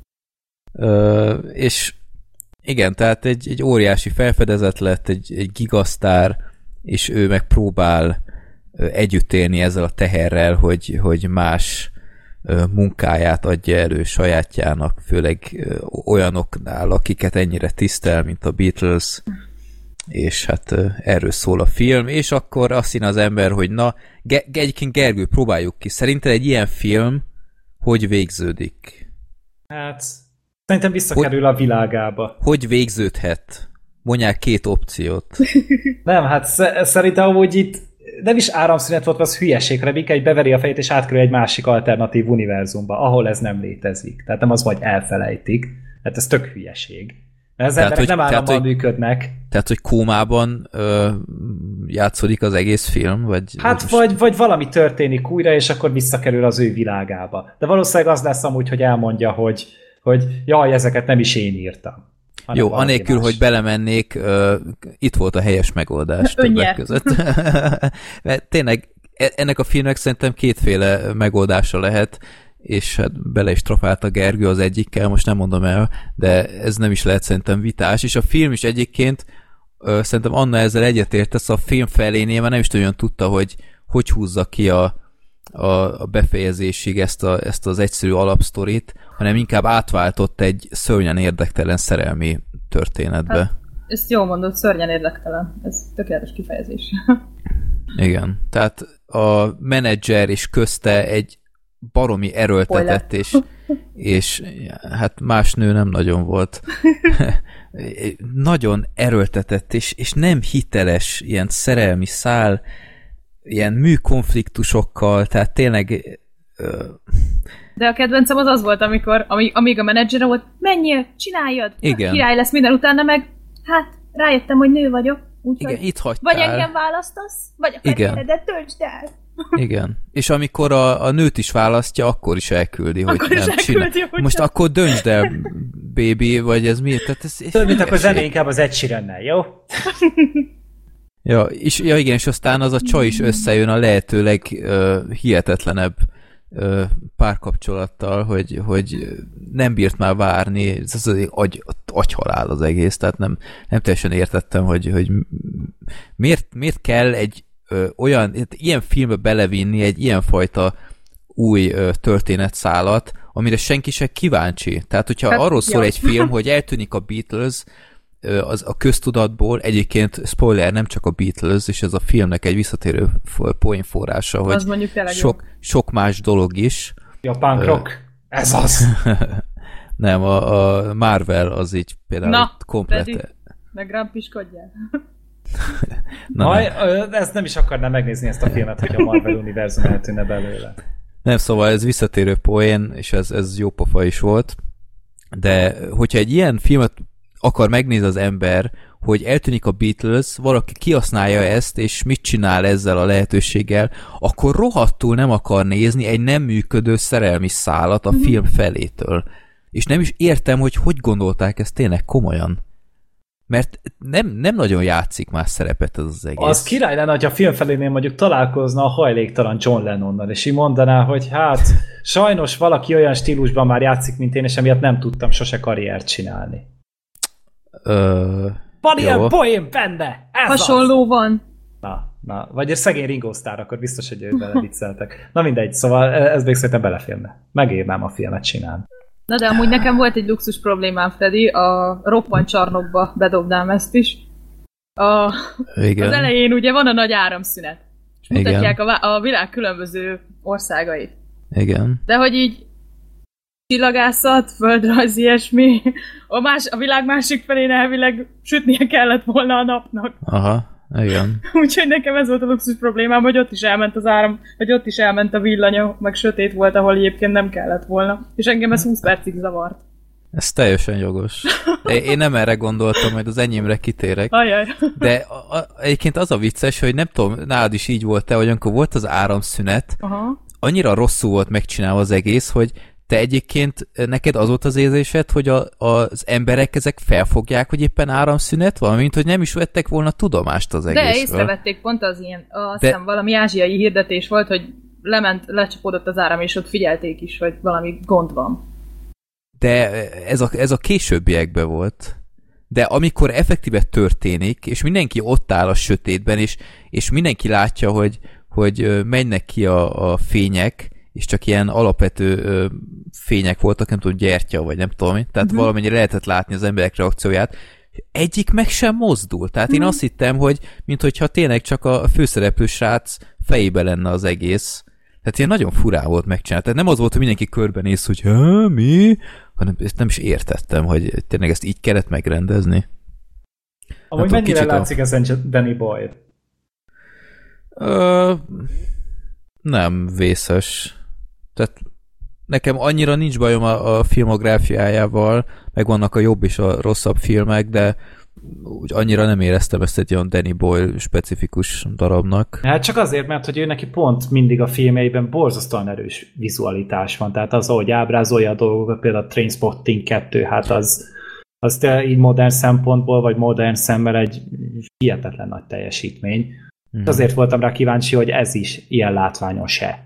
Ö, és igen, tehát egy, egy óriási felfedezet lett, egy, egy gigasztár, és ő megpróbál együtt élni ezzel a teherrel, hogy, hogy más munkáját adja elő sajátjának, főleg olyanoknál, akiket ennyire tisztel, mint a Beatles, és hát erről szól a film, és akkor azt hinne az ember, hogy na, Ge- egyébként Gergő, próbáljuk ki. Szerinted egy ilyen film hogy végződik?
Hát, szerintem visszakerül hogy, a világába.
Hogy végződhet? Mondják két opciót.
Nem, hát sz- szerintem amúgy itt nem is áramszünet volt, az hülyeségre, inkább egy beveri a fejét, és átkerül egy másik alternatív univerzumba, ahol ez nem létezik. Tehát nem az, vagy elfelejtik. Tehát ez tök hülyeség. Mert az emberek nem árammal működnek.
Tehát, hogy kómában ö, játszódik az egész film? Vagy,
hát, vagy, most... vagy valami történik újra, és akkor visszakerül az ő világába. De valószínűleg az lesz amúgy, hogy elmondja, hogy, hogy jaj, ezeket nem is én írtam.
Jó, anélkül, más. Hogy belemennék, uh, itt volt a helyes megoldás többek között. Mert tényleg ennek a filmnek szerintem kétféle megoldása lehet, és hát bele is trafált a Gergő az egyikkel, most nem mondom el, de ez nem is lehet szerintem vitás, és a film is egyébként uh, szerintem Anna ezzel egyetértesz, a film felénél már nem is olyan tudta, hogy hogy húzza ki a, a, a befejezésig ezt, a, ezt az egyszerű alapsztorit, hanem inkább átváltott egy szörnyen érdektelen szerelmi történetbe. Hát,
ezt jól mondod, szörnyen érdektelen. Ez tökéletes kifejezés.
Igen. Tehát a menedzser is közte egy baromi erőltetett, és, és hát más nő nem nagyon volt. Nagyon erőltetett, és, és nem hiteles ilyen szerelmi szál, ilyen műkonfliktusokkal, tehát tényleg... Ö...
De a kedvencem az az volt, amikor, amíg a menedzser volt, menjél, csináljad,
igen.
Király lesz minden, utána meg, hát rájöttem, hogy nő vagyok, úgyhogy
igen, itt hagytál.
Vagy engem választasz, vagy a fekvéredet töltsd el.
Igen. És amikor a, a nőt is választja, akkor is elküldi,
akkor
hogy
nem
csinál. Most nem. Akkor döntsd el, baby, vagy ez mi? Tehát ez,
Több, mint akkor zené inkább az Ed Sheerannel, jó?
Ja, és, ja, igen, és aztán az a csaj is összejön a lehetőleg uh, hihetetlenebb uh, párkapcsolattal, hogy, hogy nem bírt már várni, ez az agy, agyhalál az egész, tehát nem, nem teljesen értettem, hogy, hogy miért, miért kell egy ö, olyan, ilyen filmbe belevinni egy ilyenfajta új ö, történetszálat, amire senki se kíváncsi. Tehát, hogyha hát, arról szól ja. egy film, hogy eltűnik a Beatles, az a köztudatból, egyébként spoiler, nem csak a Beatles, és ez a filmnek egy visszatérő poénforrása, hogy sok, sok más dolog is.
Ja, punk rock. Ez az.
Nem, a, a Marvel az így például
Na,
komplet.
pedig, meg grampiskodjál.
Na, Aj, nem. Ezt nem is akarnám megnézni ezt a filmet, hogy a Marvel univerzum eltűnne belőle.
Nem, szóval ez visszatérő poén, és ez, ez jó pofa is volt, de hogyha egy ilyen filmet akar megnézni az ember, hogy eltűnik a Beatles, valaki kihasználja ezt, és mit csinál ezzel a lehetőséggel, akkor rohadtul nem akar nézni egy nem működő szerelmi szálat a film felétől. És nem is értem, hogy hogy gondolták ezt tényleg komolyan. Mert nem, nem nagyon játszik más szerepet ez az egész.
Az király lenne, hogy a film felénél mondjuk találkozna a hajléktalan John Lennonnal, és így mondaná, hogy hát sajnos valaki olyan stílusban már játszik, mint én, és emiatt nem tudtam sose karriert csinálni.
Ö...
Van ilyen poén benne! Ez
Hasonló az. Van.
Na, na, vagy egy szegény Ringo Starr, akkor biztos, hogy őt bele vicceltek. Na mindegy, szóval ez még szerintem beleférne. Megérnám a filmet csinálni.
Na de amúgy nekem volt egy luxus problémám, Freddy, a roppant csarnokba bedobnám ezt is. A,
Igen.
Az elején ugye van a nagy áramszünet, és mutatják a, a világ különböző országait.
Igen.
De hogy így csillagászat, földrajz, ilyesmi, a, más, a világ másik felén elvileg sütnie kellett volna a napnak.
Aha, igen.
Úgyhogy nekem ez volt a luxus problémám, hogy ott is elment az áram, hogy ott is elment a villanya, meg sötét volt, ahol egyébként nem kellett volna. És engem ez húsz percig zavart.
Ez teljesen jogos. Én nem erre gondoltam, majd az enyémre kitérek.
Ajaj.
De a, a, egyébként az a vicces, hogy nem tudom, nálad is így volt-e, hogy amikor volt az áramszünet, aha, annyira rosszul volt megcsinálva az egész, hogy te egyébként neked az volt az érzésed, hogy a, az emberek ezek felfogják, hogy éppen áramszünet van, mint hogy nem is vettek volna tudomást az egészről.
De észrevették, pont az ilyen, azt hiszem De... valami ázsiai hirdetés volt, hogy lement, lecsapódott az áram, és ott figyelték is, hogy valami gond van.
De ez a, ez a későbbiekben volt. De amikor effektíve történik, és mindenki ott áll a sötétben, és, és mindenki látja, hogy, hogy mennek ki a, a fények, és csak ilyen alapvető ö, fények voltak, nem tudom, gyertya, vagy nem tudom, tehát uh-huh. valamennyire lehetett látni az emberek reakcióját. Egyik meg sem mozdul. Tehát uh-huh. én azt hittem, hogy minthogyha tényleg csak a főszereplő srác fejébe lenne az egész. Tehát ilyen nagyon furán volt megcsinálni. Tehát nem az volt, hogy mindenki körbenéz, hogy ha, mi? Hanem ezt nem is értettem, hogy tényleg ezt így kellett megrendezni.
Amúgy hát, mennyire látszik a... ezen Danny Boyle?
Ö... Nem vészes. Tehát nekem annyira nincs bajom a, a filmográfiájával, meg vannak a jobb és a rosszabb filmek, de úgy annyira nem éreztem ezt egy olyan Danny Boyle specifikus darabnak.
Hát csak azért, mert hogy ő neki pont mindig a filmjeiben borzasztóan erős vizualitás van, tehát az, ahogy ábrázolja a dolgokat, például a Trainspotting kettő, hát az, az te így modern szempontból, vagy modern szemmel egy hihetetlen nagy teljesítmény. Hmm. Azért voltam rá kíváncsi, hogy ez is ilyen látványos-e.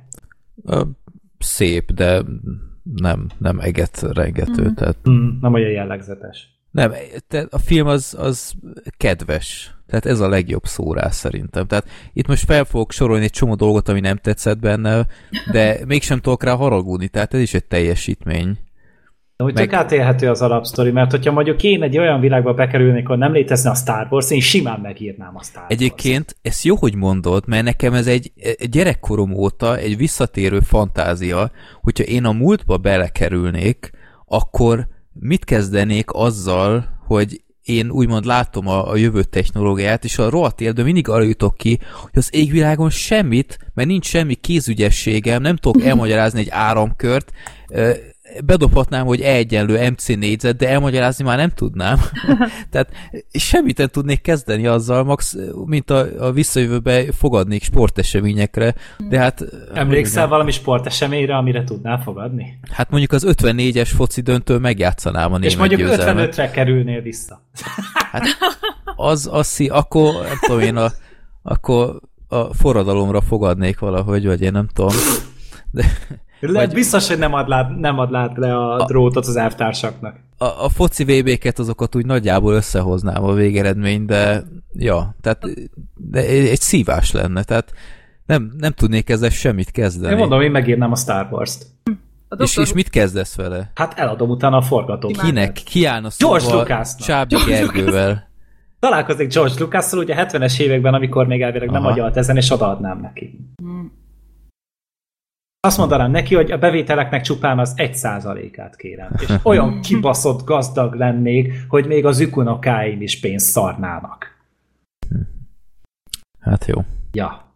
Szép, de nem, nem eget rengető. Hmm. Tehát...
Hmm, nem olyan jellegzetes.
Nem, a film az, az kedves. Tehát ez a legjobb szó rá szerintem. Tehát itt most fel fogok sorolni egy csomó dolgot, ami nem tetszett benne, de mégsem tudok rá haragudni, tehát ez is egy teljesítmény.
De hogy Meg... csak átélhető az alapsztori, mert hogyha mondjuk én egy olyan világba bekerülnék, ahol nem létezne a Star Wars, én simán megírnám a Star Wars.
Egyébként ezt jó, hogy mondod, mert nekem ez egy gyerekkorom óta egy visszatérő fantázia, hogyha én a múltba belekerülnék, akkor mit kezdenék azzal, hogy én úgymond látom a, a jövő technológiát, és a rohadt életben mindig arra jutok ki, hogy az égvilágon semmit, mert nincs semmi kézügyességem, nem tudok elmagyarázni egy áramkört, bedobhatnám, hogy E egyenlő em cé négyzet, de elmagyarázni már nem tudnám. Tehát semmit nem tudnék kezdeni azzal, max, mint a, a visszajövőbe fogadnék sporteseményekre, de hát...
Emlékszel mondjuk, valami sporteseményre, amire tudnál fogadni?
Hát mondjuk az ötvennégyes foci döntő megjátszanám a német
És mondjuk
győzelmet.
ötvenötre kerülnél vissza.
Hát az, az, akkor nem tudom én, a, akkor a forradalomra fogadnék valahogy, vagy én nem tudom. De...
Vagy... Biztos, hogy nem ad, lát, nem ad lát le a, a drótot az elvtársaknak.
A, a foci vé bé-ket azokat úgy nagyjából összehoznám a végeredmény, de ja, tehát de egy szívás lenne, tehát nem, nem tudnék ezzel semmit kezdeni.
Én mondom, én megírnám a Star Wars-t.
A és, és mit kezdesz vele?
Hát eladom utána a forgatót.
Kinek? Kiállna szóval Csábyi Gergővel.
Találkoznék George Lucas-szal ugye hetvenes években, amikor még elvileg nem agyalt ezen, és odaadnám neki. Hmm. Azt mondanám neki, hogy a bevételeknek csupán az egy százalékát kérem. És olyan kibaszott gazdag lennék, hogy még az ükunokáim is pénzt szarnának.
Hát jó.
Ja.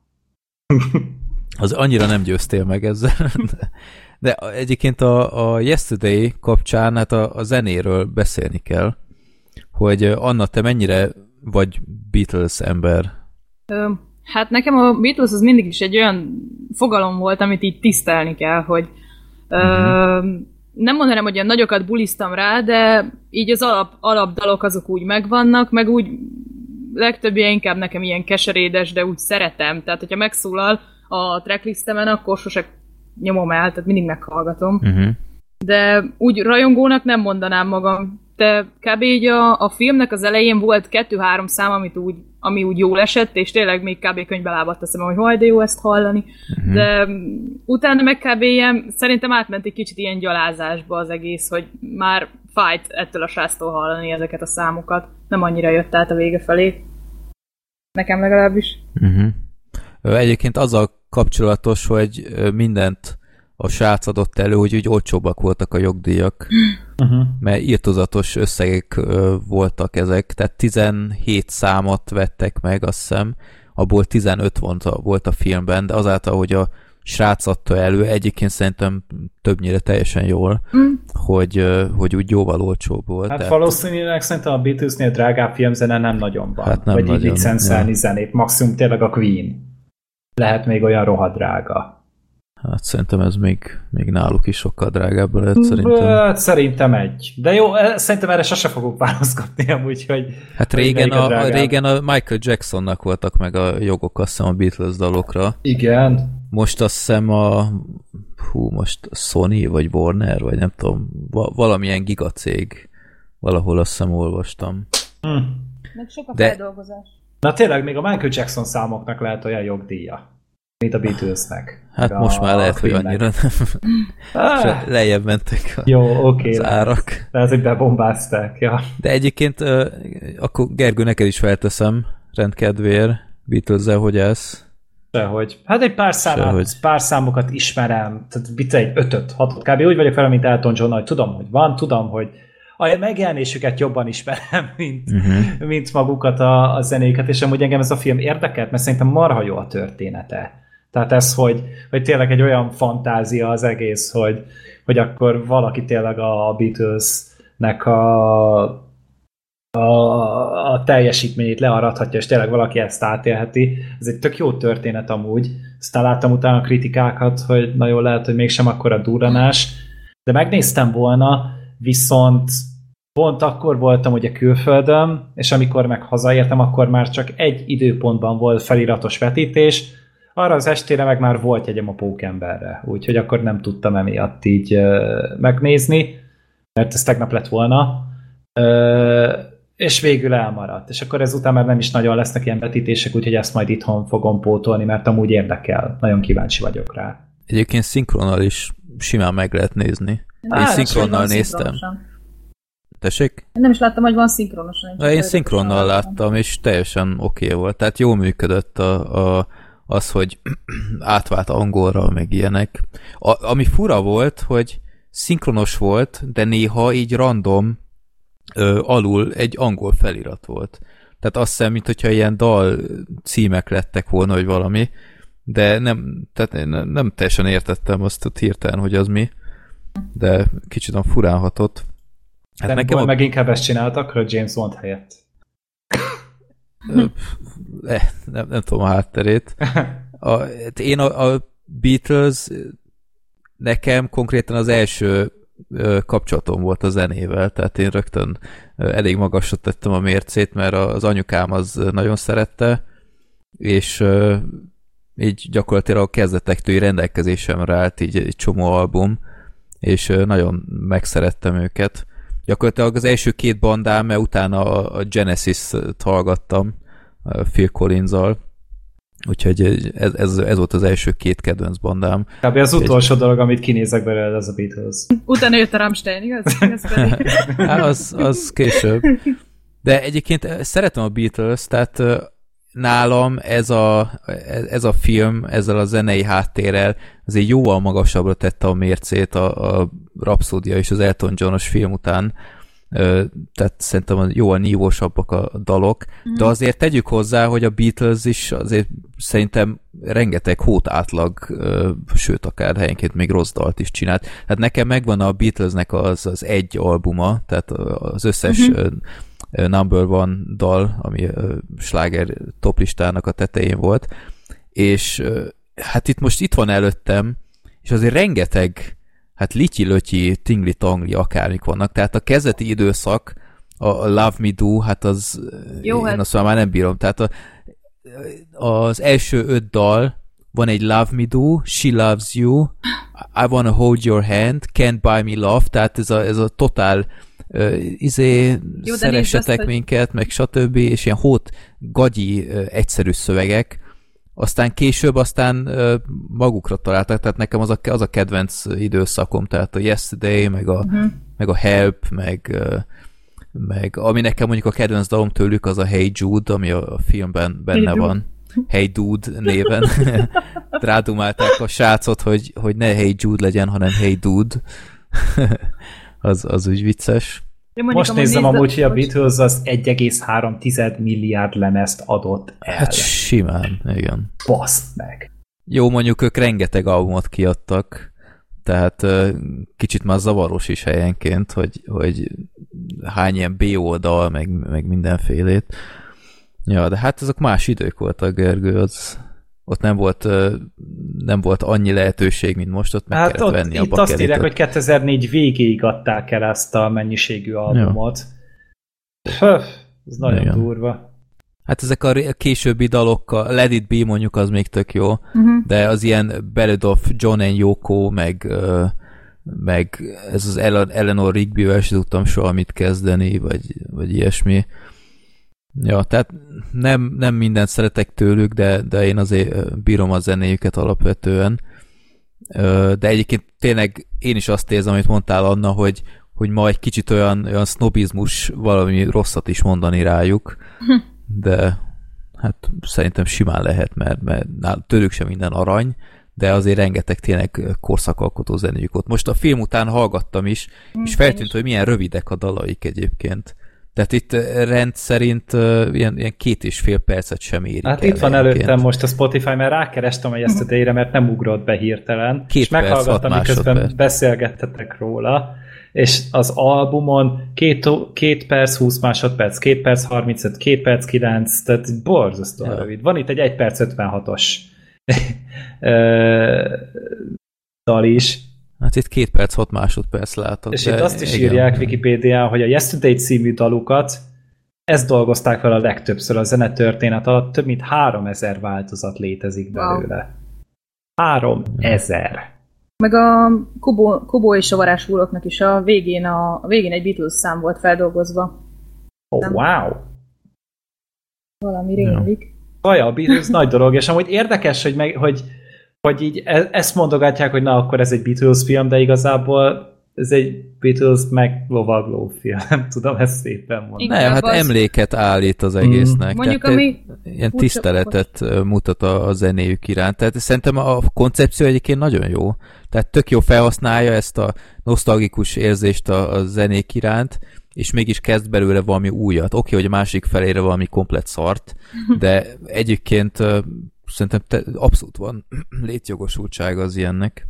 Az annyira nem győztél meg ezzel. De, de egyébként a, a Yesterday kapcsán hát a, a zenéről beszélni kell, hogy Anna, te mennyire vagy Beatles ember?
Ö, hát nekem a Beatles az mindig is egy olyan fogalom volt, amit így tisztelni kell, hogy ö, uh-huh. nem mondanám, hogy olyan nagyokat buliztam rá, de így az alap, alapdalok azok úgy megvannak, meg úgy legtöbbje inkább nekem ilyen keserédes, de úgy szeretem. Tehát, hogyha megszólal a tracklistemen, akkor sose nyomom el, tehát mindig meghallgatom. Uh-huh. De úgy rajongónak nem mondanám magam. De kb. Így a, a filmnek az elején volt kettő-három szám, amit úgy, ami úgy jól esett, és tényleg még kb. Könyvbe lábadt a szemem, hogy haj, de jó ezt hallani. Uh-huh. De utána meg kb. Ilyen, szerintem átment egy kicsit ilyen gyalázásba az egész, hogy már fájt ettől a sráctól hallani ezeket a számokat. Nem annyira jött át a vége felé. Nekem legalábbis.
Uh-huh. Egyébként azzal kapcsolatos, hogy mindent a srác adott elő, hogy úgy olcsóbbak voltak a jogdíjak, uh-huh. mert írtozatos összegek voltak ezek, tehát tizenhét számot vettek meg, azt hiszem, abból tizenöt volt a, volt a filmben, de azáltal, hogy a srác adta elő, egyébként szerintem többnyire teljesen jól, mm. hogy, hogy úgy jóval olcsóbb volt.
Hát
tehát...
valószínűleg szerintem a Beatlesnél drágább filmzene nem nagyon van.
Hát nem
vagy
nagyon,
így licenszelni
ja.
zenét. Maximum tényleg a Queen. Lehet még olyan rohadrága.
Hát szerintem ez még, még náluk is sokkal drágább lehet szerintem.
Hát szerintem egy. De jó, szerintem erre sose fogok válaszgatni amúgy, hogy...
Hát régen a, a, régen a Michael Jacksonnak voltak meg a jogok, azt hiszem, a Beatles dalokra.
Igen.
Most azt hiszem a... Hú, most Sony, vagy Warner, vagy nem tudom, va- valamilyen gigacég. Valahol azt hiszem olvastam.
Hm.
Meg sok a
De...
feldolgozás.
Na tényleg, még a Michael Jackson számoknak lehet olyan jogdíja, mint a Beatlesnek.
Hát most a, már lehet, hogy annyira nem. Lejjebb mentek a,
jó, oké,
az árak.
Lehet, hogy bebombázták, ja.
De egyébként uh, akkor Gergő, neked is felteszem rendkedvéért Beatles-zel, hogy ez?
Sehogy. Hát egy pár, számát, pár számokat ismerem, tehát bitte egy ötöt, hatot, kb. Úgy vagyok fel, mint Elton John, hogy tudom, hogy van, tudom, hogy a megjelenésüket jobban ismerem, mint, uh-huh. mint magukat a, a zenéket, és amúgy engem ez a film érdekelt, mert szerintem marha jó a története. Tehát ez, hogy, hogy tényleg egy olyan fantázia az egész, hogy, hogy akkor valaki tényleg a Beatlesnek a, a, a teljesítményét learadhatja, és tényleg valaki ezt átélheti. Ez egy tök jó történet amúgy. Aztán láttam utána a kritikákat, hogy na jó, lehet, hogy mégsem akkora durranás, de megnéztem volna, viszont pont akkor voltam ugye külföldön, és amikor meg hazaértem, akkor már csak egy időpontban volt feliratos vetítés, arra az estére meg már volt jegyem a Pókemberre, úgyhogy akkor nem tudtam emiatt így uh, megnézni, mert ez tegnap lett volna, uh, és végül elmaradt. És akkor ezután már nem is nagyon lesznek ilyen vetítések, úgyhogy ezt majd itthon fogom pótolni, mert amúgy érdekel. Nagyon kíváncsi vagyok rá.
Egyébként szinkronnal is simán meg lehet nézni. Én Á, szinkronnal néztem. Tessék?
Én nem is láttam, hogy van szinkronosan.
Én, én szinkronnal láttam, és teljesen oké okay volt. Tehát jól működött a, a, az, hogy átvált angolra, meg ilyenek. A, ami fura volt, hogy szinkronos volt, de néha így random ö, alul egy angol felirat volt. Tehát azt hiszem, mint hogyha ilyen dal címek lettek volna, vagy valami, de nem, tehát én nem teljesen értettem azt a hirtelen, hogy az mi, de kicsit a furán hatott.
Hát de nekem a... meg inkább ezt csináltak, hogy James Bond helyett.
eh, nem, nem tudom a hátterét. A, én a, a Beatles nekem konkrétan az első ö, kapcsolatom volt a zenével, tehát én rögtön ö, elég magasra tettem a mércét, mert az anyukám az nagyon szerette, és ö, így gyakorlatilag a kezdetektől rendelkezésemre állt így egy csomó album, és ö, nagyon megszerettem őket. Gyakorlatilag az első két bandám, mert utána a Genesis-t hallgattam Phil Collins-al, úgyhogy ez, ez, ez volt az első két kedvenc bandám.
Kb. Az utolsó dolog, amit kinézek belőle, ez a Beatles.
Utána jött a Rammstein, igaz?
Hát az, az később. De egyébként szeretem a Beatles, tehát nálam ez a, ez a film, ezzel a zenei háttérrel azért jóval magasabbra tette a mércét a, a Rhapsody és az Elton John-os film után, tehát szerintem jóval nívósabbak a dalok, mm. de azért tegyük hozzá, hogy a Beatles is azért szerintem rengeteg hót átlag, sőt akár helyenként még rossz dalt is csinált. Hát nekem megvan a Beatlesnek az, az egy albuma, tehát az összes mm-hmm. number one dal, ami sláger toplistának a tetején volt, és hát itt most itt van előttem, és azért rengeteg hát lityi-lötyi, tingli-tangli akármik vannak, tehát a kezdeti időszak, a Love Me Do, hát az jó, én hát. Azt már nem bírom, tehát a, az első öt dal, van egy Love Me Do, She Loves You, I Wanna Hold Your Hand, Can't Buy Me Love, tehát ez a, ez a totál uh, izé, jó, szeressetek azt, minket, hogy... meg stb. És ilyen hót, gagyi, uh, egyszerű szövegek, aztán később aztán uh, magukra találtak, tehát nekem az a, az a kedvenc időszakom, tehát a Yesterday, meg a, uh-huh. meg a Help, meg, uh, meg ami nekem mondjuk a kedvenc dalom tőlük, az a Hey Jude, ami a, a filmben benne hey van. Hey Dude néven. Rádumálták a srácot, hogy, hogy ne Hey Jude legyen, hanem Hey Dude. az, az úgy vicces.
Most nézem amúgy, hogy a Beatles az egy egész három milliárd lemezt adott el.
Hát simán, igen.
Baszt meg.
Jó, mondjuk ők rengeteg albumot kiadtak, tehát kicsit már zavaros is helyenként, hogy, hogy hány ilyen B-oldal, meg, meg mindenfélét. Ja, de hát azok más idők voltak, Gergő, az... ott nem volt, nem volt annyi lehetőség, mint most, ott meg hát kellett ott, venni a bakelitot.
Itt azt írják, hogy kétezer-négy végéig adták el ezt a mennyiségű albumot. Höh, ez nagyon igen. durva.
Hát ezek a későbbi dalok, a Let It Be mondjuk az még tök jó, uh-huh. de az ilyen Ballad of John and Yoko, meg, meg ez az Eleanor Rigby-vel sem tudtam soha mit kezdeni, vagy, vagy ilyesmi. Ja, tehát nem, nem mindent szeretek tőlük, de, de én azért bírom a zenéjüket alapvetően. De egyébként tényleg én is azt érzem, amit mondtál, Anna, hogy, hogy ma egy kicsit olyan, olyan sznobizmus valami rosszat is mondani rájuk, de hát szerintem simán lehet, mert, mert tőlük sem minden arany, de azért rengeteg tényleg korszakalkotó zenéjük ott. Most a film után hallgattam is, és feltűnt, hogy milyen rövidek a dalaik egyébként. Tehát itt rendszerint uh, ilyen, ilyen két és fél percet sem érik.
Hát itt van előttem egyébként. Most a Spotify, mert rákerestem a Yesterday-re, mert nem ugrott be hirtelen.
Két
és meghallgattam, miközben
perc.
beszélgettetek róla, és az albumon két, két perc, húsz másodperc, két perc, harmincöt, két perc, kilenc, tehát borzasztóan ja. rövid. Van itt egy egy perc ötvenhatos dal is.
Hát itt két perc, hat másodperc látok.
És itt azt is igen. írják Wikipédián, hogy a Yesterday című dalukat ezt dolgozták fel a legtöbbször a zenetörténet alatt, több mint háromezer változat létezik belőle. háromezer.
Meg a Kubo, Kubo és a varázsfúroknak is a végén, a, a végén egy Beatles szám volt feldolgozva.
Oh, nem? Wow!
Valami rémlik.
Vaja, a Beatles nagy dolog, és amúgy érdekes, hogy, meg, hogy hogy így e- ezt mondogatják, hogy na, akkor ez egy Beatles film, de igazából ez egy Beatles meg lovagló film. Nem tudom, ezt szépen mondani.
Nem, hát az... emléket állít az egésznek. Mm.
Mondjuk, ami...
Ilyen tiszteletet mutat a, a zenéjük iránt. Tehát szerintem a koncepció egyébként nagyon jó. Tehát tök jó felhasználja ezt a nosztalgikus érzést a, a zenék iránt, és mégis kezd belőle valami újat. Oké, hogy a másik felére valami komplett szart, de egyébként szerintem te, abszolút van létjogosultsága az ilyennek.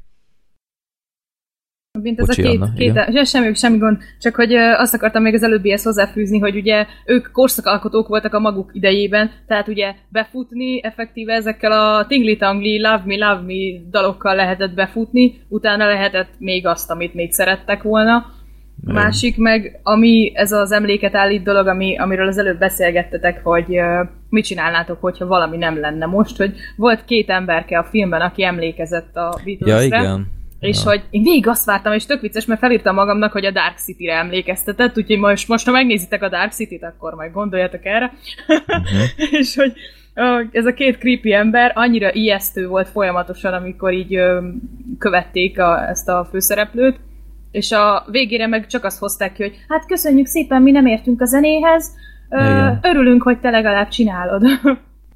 Mint ez Bocsi, a két, Anna, két el, semmi, semmi gond, csak hogy azt akartam még az előbbihez hozzáfűzni, hogy ugye ők korszakalkotók voltak a maguk idejében, tehát ugye befutni effektíve ezekkel a tingli-tangli, love me, love me dalokkal lehetett befutni, utána lehetett még azt, amit még szerettek volna. A másik meg, ami ez az emléket állít dolog, ami, amiről az előbb beszélgettetek, hogy uh, mit csinálnátok, hogyha valami nem lenne most, hogy volt két emberke a filmben, aki emlékezett a Beatlesre.
Ja, igen.
És
ja.
hogy én végig azt vártam, és tök vicces, mert felírtam magamnak, hogy a Dark City-re emlékeztetett, úgyhogy most, most ha megnézitek a Dark City-t, akkor majd gondoljatok erre. Uh-huh. És hogy uh, ez a két creepy ember annyira ijesztő volt folyamatosan, amikor így uh, követték a, ezt a főszereplőt, és a végére meg csak azt hozták ki, hogy hát köszönjük szépen, mi nem értünk a zenéhez, Ö, örülünk, hogy te legalább csinálod.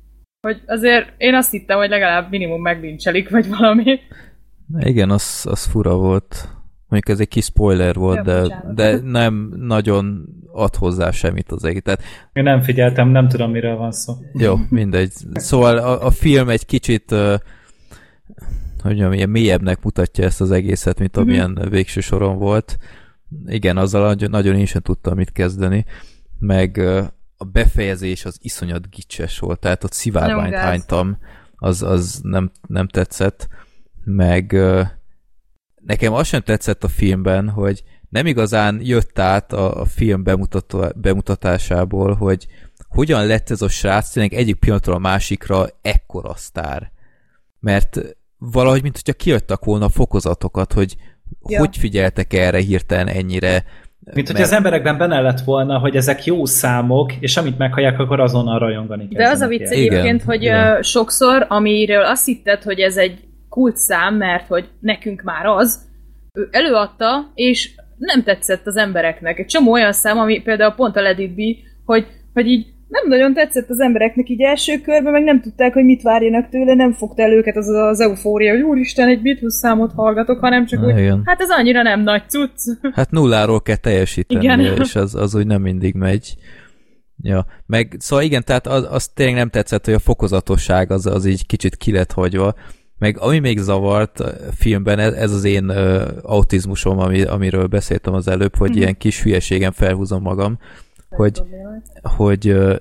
Hogy azért én azt hittem, hogy legalább minimum meglincselik, vagy valami.
Igen, az, az fura volt. Mondjuk ez egy kis spoiler volt, de, de nem nagyon ad hozzá semmit az egész. Tehát,
én nem figyeltem, nem tudom, miről van szó.
Jó, mindegy. Szóval a, a film egy kicsit uh, hogy mondjam, ilyen mélyebbnek mutatja ezt az egészet, mint amilyen mm-hmm. végső soron volt. Igen, azzal nagyon én sem tudtam mit kezdeni. Meg uh, a befejezés az iszonyat gicses volt, tehát ott szivárványt hánytam, az, az nem, nem tetszett. Meg uh, nekem az sem tetszett a filmben, hogy nem igazán jött át a, a film bemutató, bemutatásából, hogy hogyan lett ez a srác tényleg egyik pillanatról a másikra ekkora sztár. Mert valahogy, mint hogyha kijöttek volna a fokozatokat, hogy ja. hogy figyeltek erre hirtelen ennyire.
Mint hogy az emberekben benne lett volna, hogy ezek jó számok, és amit meghallják, akkor azonnal rajongani
kezdenek. De az a vicc egyébként, hogy igen. sokszor, amiről azt hitted, hogy ez egy kult szám, mert hogy nekünk már az, ő előadta, és nem tetszett az embereknek. Egy csomó olyan szám, ami például pont a Let It Be, hogy, hogy így nem nagyon tetszett az embereknek így első körben, meg nem tudták, hogy mit várjanak tőle, nem fogta el őket az az eufória, hogy úristen, egy Beatles számot hallgatok, hanem csak úgy, igen. hát ez annyira nem nagy cucc.
Hát nulláról kell teljesíteni, és az, az úgy nem mindig megy. Ja, meg szóval igen, tehát az, az tényleg nem tetszett, hogy a fokozatosság az, az így kicsit ki lett hagyva. Meg ami még zavart a filmben, ez, ez az én uh, autizmusom, ami, amiről beszéltem az előbb, hogy mm-hmm. ilyen kis hülyeségen felhúzom magam, hogy, hogy uh,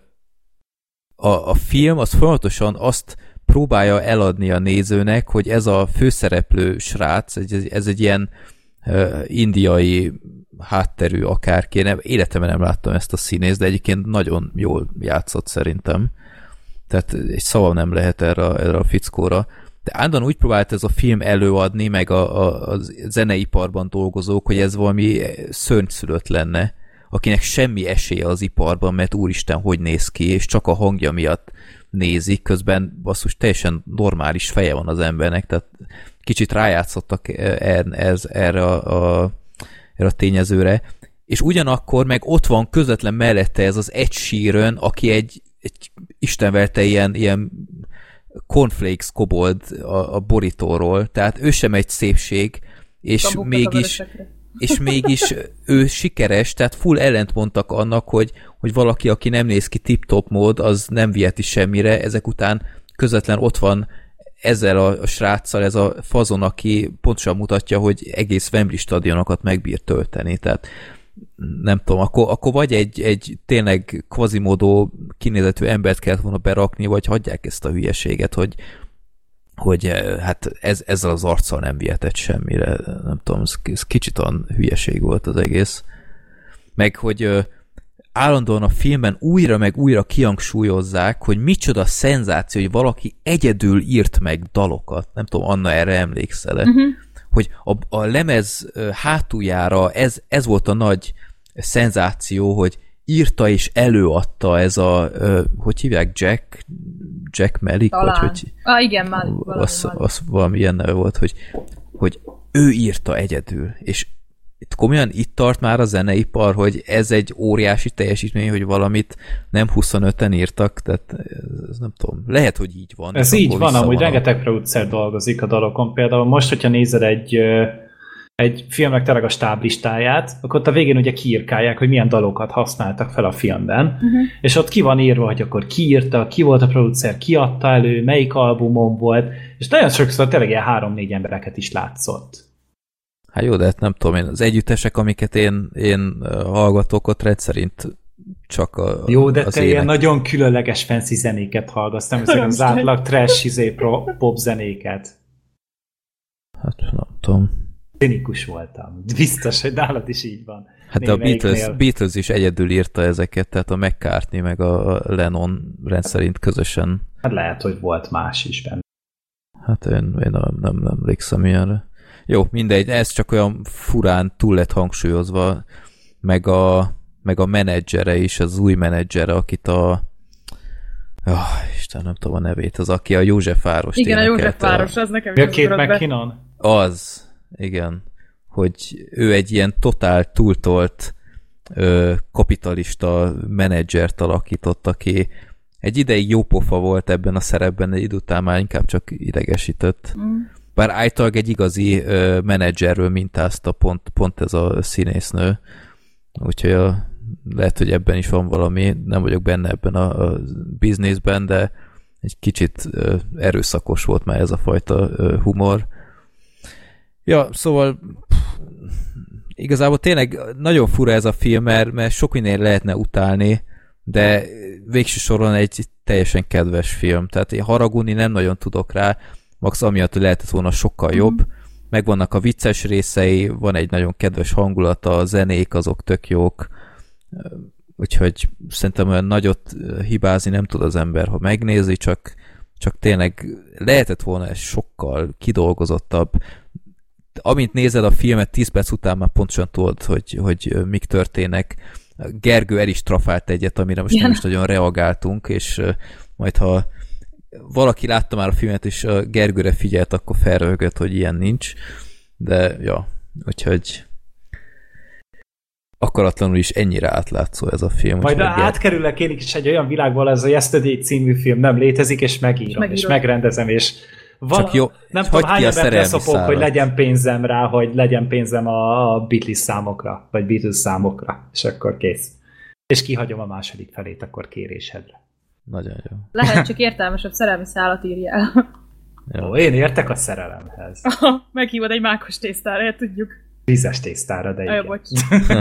a, a film az folyamatosan azt próbálja eladni a nézőnek, hogy ez a főszereplő srác, ez, ez egy ilyen uh, indiai hátterű akárki, nem, életemben nem láttam ezt a színészt, de egyébként nagyon jól játszott szerintem. Tehát egy szava nem lehet erre, erre a fickóra. De állandóan úgy próbált ez a film előadni, meg a, a, a zeneiparban dolgozók, hogy ez valami szörnyszülött lenne, akinek semmi esélye az iparban, mert úristen, hogy néz ki, és csak a hangja miatt nézik, közben basszus, teljesen normális feje van az embernek, tehát kicsit rájátszottak ez, erre, a, a, erre a tényezőre, és ugyanakkor meg ott van közvetlen mellette ez az Ed Sheeran, aki egy, egy istenvelte ilyen, ilyen cornflakes kobold a, a borítóról, tehát ő sem egy szépség, és mégis, és mégis ő sikeres, tehát full ellent mondtak annak, hogy, hogy valaki, aki nem néz ki tip-top mód, az nem viheti semmire, ezek után közvetlen ott van ezzel a, a sráccal, ez a fazon, aki pontosan mutatja, hogy egész Wembley stadionokat megbír tölteni, tehát nem tudom, akkor, akkor vagy egy, egy tényleg kvazimodó kinézetű embert kellett volna berakni, vagy hagyják ezt a hülyeséget, hogy, hogy hát ez, ezzel az arccal nem vihetett semmire. Nem tudom, ez, ez kicsit olyan hülyeség volt az egész. Meg, hogy állandóan a filmben újra meg újra kihangsúlyozzák, hogy micsoda szenzáció, hogy valaki egyedül írt meg dalokat. Nem tudom, Anna, erre emlékszel-e? Uh-huh. Hogy a, a lemez hátuljára ez, ez volt a nagy szenzáció, hogy írta és előadta ez a, hogy hívják, Jack Jack Malik?
Talán.
Vagy hogy,
ah, igen, Malik.
Az, az valami ilyen neve volt, hogy, hogy ő írta egyedül, és itt komolyan itt tart már a zeneipar, hogy ez egy óriási teljesítmény, hogy valamit nem huszonöten írtak, tehát ez nem tudom, lehet, hogy így van.
Ez így van, amúgy rengeteg producer dolgozik a dalokon, például most, hogyha nézed egy, egy filmnek tényleg a stáblistáját, akkor ott a végén ugye kiírkálják, hogy milyen dalokat használtak fel a filmben, uh-huh. és ott ki van írva, hogy akkor ki írta, ki volt a producer, ki adta elő, melyik albumon volt, és nagyon sokszor tényleg ilyen három-négy embereket is látszott.
Hát jó, de hát nem tudom én, az együttesek, amiket én, én hallgatok, ott rendszerint csak a,
jó, de
az
te ilyen nagyon különleges fancy zenéket hallgatsz, nem hiszem az átlag trash izé pop zenéket.
Hát nem tudom.
Cinikus voltam. Biztos, hogy nálad is így van.
Hát de a Beatles, Beatles is egyedül írta ezeket, tehát a McCartney meg a Lennon rendszerint közösen.
Hát lehet, hogy volt más is benne.
Hát én, én nem, nem, nem emlékszem ilyenre. Jó, mindegy, ez csak olyan furán túl lett hangsúlyozva, meg a, meg a menedzsere is, az új menedzsere, akit a oh, Isten, nem tudom a nevét, az, aki a József Város
igen, a József Város, az nekem
is Kate McKinnon?
Az, igen, hogy ő egy ilyen totál túltolt ö, kapitalista menedzsert alakított, aki egy ideig jó pofa volt ebben a szerepben, de idő után már inkább csak idegesített. Mm. Bár állítólag egy igazi uh, menedzserről mintázta pont, pont ez a színésznő. Úgyhogy a, lehet, hogy ebben is van valami, nem vagyok benne ebben a, a bizniszben, de egy kicsit uh, erőszakos volt már ez a fajta uh, humor. Ja, szóval pff, igazából tényleg nagyon fura ez a film, mert, mert sok minden lehetne utálni, de végső soron egy teljesen kedves film. Tehát én haragudni nem nagyon tudok rá, max amiatt, hogy lehetett volna sokkal jobb. Mm. Megvannak a vicces részei, van egy nagyon kedves hangulata, a zenék azok tök jók, úgyhogy szerintem olyan nagyot hibázni nem tud az ember, ha megnézi, csak, csak tényleg lehetett volna ez sokkal kidolgozottabb. Amint nézed a filmet, tíz perc után már pontosan tudod, hogy, hogy mik történnek. Gergő el is trafált egyet, amire most nem is nagyon reagáltunk, és majd ha valaki látta már a filmet, és a Gergőre figyelt, akkor felröhögött, hogy ilyen nincs. De, ja, úgyhogy akaratlanul is ennyire átlátszó ez a film.
Majd átkerülek én is egy olyan világban, ez a Yesterday című film nem létezik, és megírom, és, és megrendezem, és van,
Csak jó,
nem tudom, hány embert leszopok, hogy legyen pénzem rá, hogy legyen pénzem a, a Beatles számokra, vagy Beatles számokra, és akkor kész. És kihagyom a második felét, akkor kérésedre.
Nagyon jó.
Lehet, csak értelmesebb szerelmi szálat írjál.
Ó, én értek a szerelemhez.
Meghívod egy mákos tésztára, tudjuk.
Vízes tésztára, de igen.
Aj, bocs.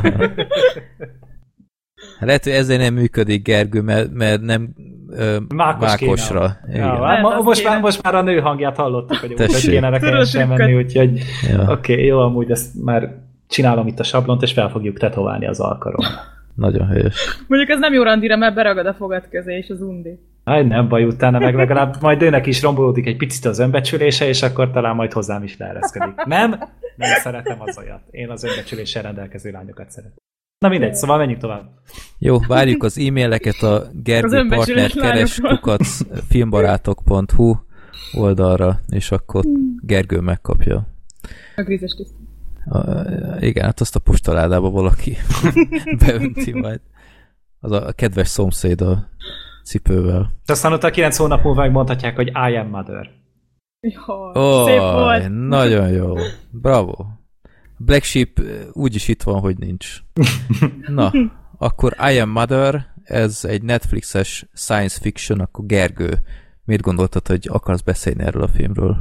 Lehet, hogy ezzel nem működik, Gergő, mert, mert nem ö,
Mákos
mákosra.
Ja, ma, most, már, most már a nő hangját hallottuk, hogy úgy kéne nekem sem menni, úgyhogy ja. Oké, okay, jó, amúgy ezt már csinálom itt a sablont, és fel fogjuk tetoválni az alkarom.
Nagyon helyes.
Mondjuk ez nem jó randira, mert beragad a fogad közé és az undi.
Aj, nem baj, utána meg legalább majd őnek is rombolódik egy picit az önbecsülése, és akkor talán majd hozzám is leereszkedik. Nem? Nem szeretem az olyat. Én az önbecsüléssel rendelkező lányokat szeretem. Na mindegy, szóval menjünk tovább.
Jó, várjuk az e-maileket a Gergő Partner keres kukac filmbarátok pont hu oldalra, és akkor Gergő megkapja.
A grízes tiszt.
Igen, hát azt a postaládába valaki beönti majd. Az a kedves szomszéd a cipővel.
De aztán ott a kilenc hónap múlva megmondhatják, hogy I am mother.
Jó,
oh,
szép volt.
Nagyon jó. Bravo. Black Sheep úgyis itt van, hogy nincs. Na, akkor I am mother, ez egy Netflixes science fiction, akkor Gergő, miért gondoltad, hogy akarsz beszélni erről a filmről?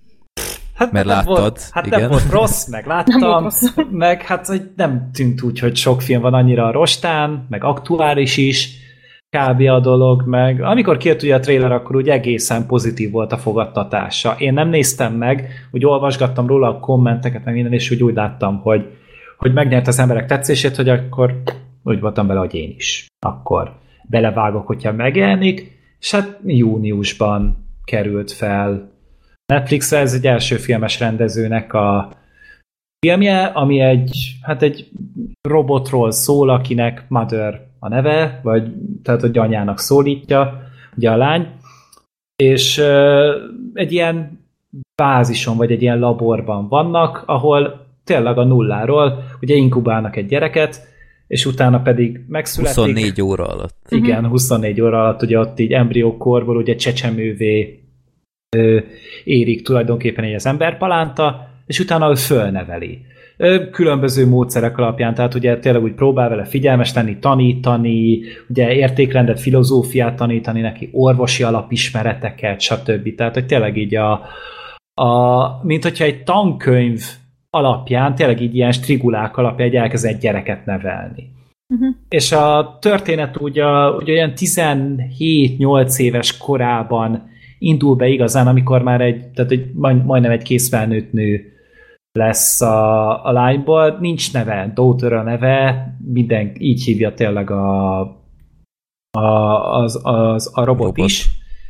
Hát
mert
nem
láttad,
volt, hát
igen.
nem volt rossz, meg láttam, meg hát hogy nem tűnt úgy, hogy sok film van annyira a rostán, meg aktuális is, kb. A dolog, meg amikor kijött ugye a trailer, akkor úgy egészen pozitív volt a fogadtatása. Én nem néztem meg, úgy olvasgattam róla a kommenteket, meg minden, és úgy, úgy láttam, hogy, hogy megnyert az emberek tetszését, hogy akkor úgy voltam vele, hogy én is. Akkor belevágok, hogyha megjelenik, és hát júniusban került fel Netflixre, ez egy első filmes rendezőnek a filmje, ami egy, hát egy robotról szól, akinek Mother a neve, vagy tehát, hogy anyának szólítja, ugye a lány, és uh, egy ilyen bázison, vagy egy ilyen laborban vannak, ahol tényleg a nulláról ugye inkubálnak egy gyereket, és utána pedig megszületik.
huszonnégy óra alatt.
Igen, huszonnégy óra alatt, ugye ott így embriókorból ugye csecsemővé ö, érik tulajdonképpen egy az emberpalánta, és utána ő fölneveli. Ö, különböző módszerek alapján, tehát ugye tényleg úgy próbál vele figyelmes lenni, tanítani, ugye értékrendet, filozófiát tanítani neki, orvosi alapismereteket, stb. Tehát, hogy tényleg így a, a mint hogyha egy tankönyv alapján, tényleg így ilyen strigulák alapján egy elkezdett gyereket nevelni. Uh-huh. És a történet ugye, ugye olyan tizenhét-nyolc éves korában indul be igazán, amikor már egy, tehát egy, majdnem egy készfelnőtt nő lesz a, a lányból. Nincs neve, daughter a neve, minden így hívja tényleg a, a, az, az, a robot, robot is.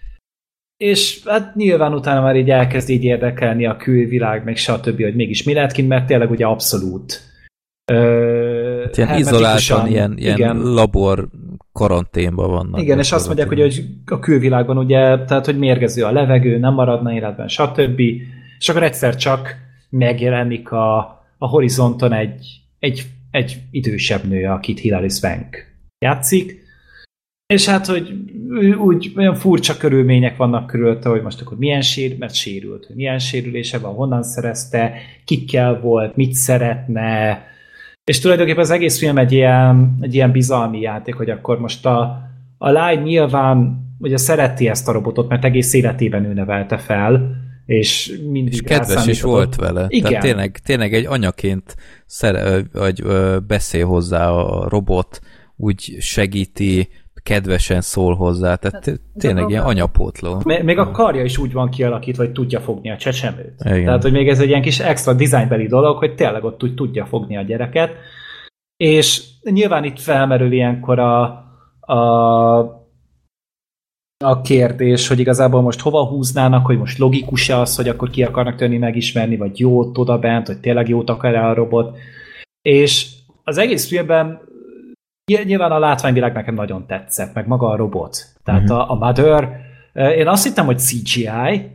És hát nyilván utána már így elkezd így érdekelni a külvilág, meg stb., hogy mégis mi lehet kint, mert tényleg ugye abszolút
ö, hát ilyen izoláltan, ilyen, ilyen labor karanténban vannak.
Igen, és azt mondják, hogy a külvilágban ugye, tehát hogy mérgező a levegő, nem maradna életben, stb. És akkor egyszer csak megjelenik a, a horizonton egy, egy, egy idősebb nő, akit Hilary Swank játszik, És hát, hogy úgy olyan furcsa körülmények vannak körülötte, hogy most akkor milyen sérült, mert sérült, hogy milyen sérülése van, honnan szerezte, kikkel volt, mit szeretne, és tulajdonképpen az egész film egy ilyen, egy ilyen bizalmi játék, hogy akkor most a, a lány nyilván ugye szereti ezt a robotot, mert egész életében ő nevelte fel, és mindig
és kedves is volt vele.
Igen.
Tehát tényleg, tényleg egy anyaként szere, vagy, ö, beszél hozzá a robot, úgy segíti, kedvesen szól hozzá, tehát hát, tényleg ilyen anyapótló.
Még a karja is úgy van kialakítva, hogy tudja fogni a csecsemőt.
Igen.
Tehát, hogy még ez egy ilyen kis extra designbeli dolog, hogy tényleg ott úgy tudja fogni a gyereket. És nyilván itt felmerül ilyenkor a, a, a kérdés, hogy igazából most hova húznának, hogy most logikus-e az, hogy akkor ki akarnak törni megismerni, vagy jót odabent, hogy tényleg jót akar el a robot. És az egész filmben nyilván a látványvilág nekem nagyon tetszett, meg maga a robot. Tehát uh-huh. a, a Mother, én azt hittem, hogy cé gé í,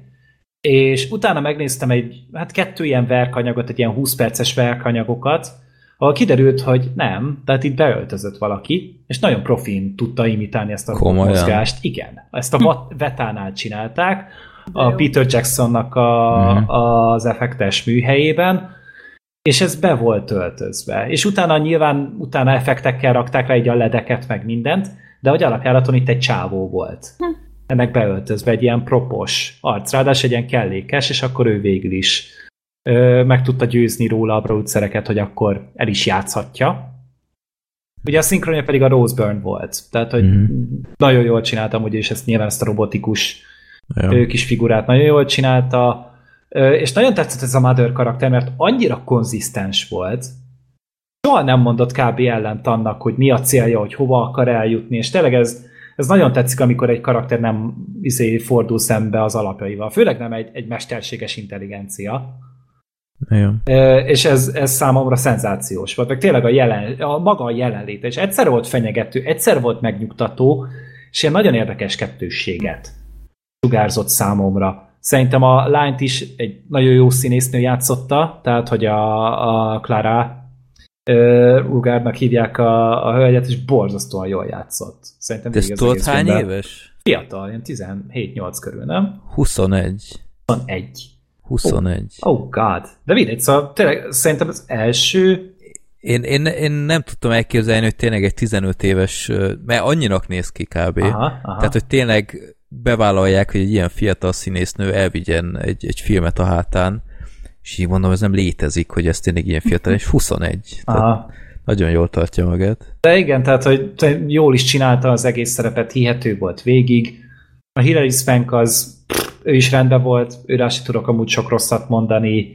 és utána megnéztem egy, hát kettő ilyen verkanyagot, egy ilyen húsz perces verkanyagokat, ahol kiderült, hogy nem, tehát itt beöltözött valaki, és nagyon profin tudta imitálni ezt a
Komolyan.
mozgást. Igen, ezt a Vetánál csinálták, a Peter Jacksonnak a, uh-huh. az effektes műhelyében, és ez be volt töltözve. És utána nyilván utána effektekkel rakták rá így a ledeket, meg mindent, de hogy alapjáraton itt egy csávó volt. Hm. Ennek beöltözve egy ilyen propos arc, ráadásul egy ilyen kellékes, és akkor ő végül is ö, meg tudta győzni róla a producereket, hogy akkor el is játszhatja. Ugye a szinkronja pedig a Rose Byrne volt. Tehát, hogy mm. nagyon jól csináltam, ugye, és ezt nyilván ezt a robotikus ja. kis figurát nagyon jól csinálta. És nagyon tetszett ez a Mother karakter, mert annyira konzisztens volt, soha nem mondott kb. Ellent annak, hogy mi a célja, hogy hova akar eljutni, és tényleg ez, ez nagyon tetszik, amikor egy karakter nem izé, fordul szembe az alapjaival. Főleg nem egy, egy mesterséges intelligencia.
Igen.
És ez, ez számomra szenzációs volt. Meg tényleg a, jelen, a maga a jelenléte, és egyszer volt fenyegető, egyszer volt megnyugtató, és ilyen nagyon érdekes kettősséget sugárzott számomra. Szerintem a lányt is egy nagyon jó színésznő játszotta, tehát, hogy a, a Clara uh, Ugárnak hívják a, a hölgyet, és borzasztóan jól játszott. Szerintem
ez tudod hány éves?
Fiatal, ilyen tizenhét-nyolc körül, nem?
huszonegy.
huszonegy.
huszonegy.
Oh, oh god. De mindegy, szóval tényleg szerintem az első...
Én, én, én nem tudtam elképzelni, hogy tényleg egy tizenöt éves, mert annyinak néz ki kb.
Aha, aha.
Tehát, hogy tényleg bevállalják, hogy egy ilyen fiatal színésznő elvigyen egy, egy filmet a hátán, és így mondom, ez nem létezik, hogy ez tényleg ilyen fiatal, és huszonegy. Tehát nagyon jól tartja magát.
De igen, tehát, hogy jól is csinálta az egész szerepet, hihető volt végig. A Hilary Swank az, ő is rendben volt, őrá sem tudok amúgy sok rosszat mondani.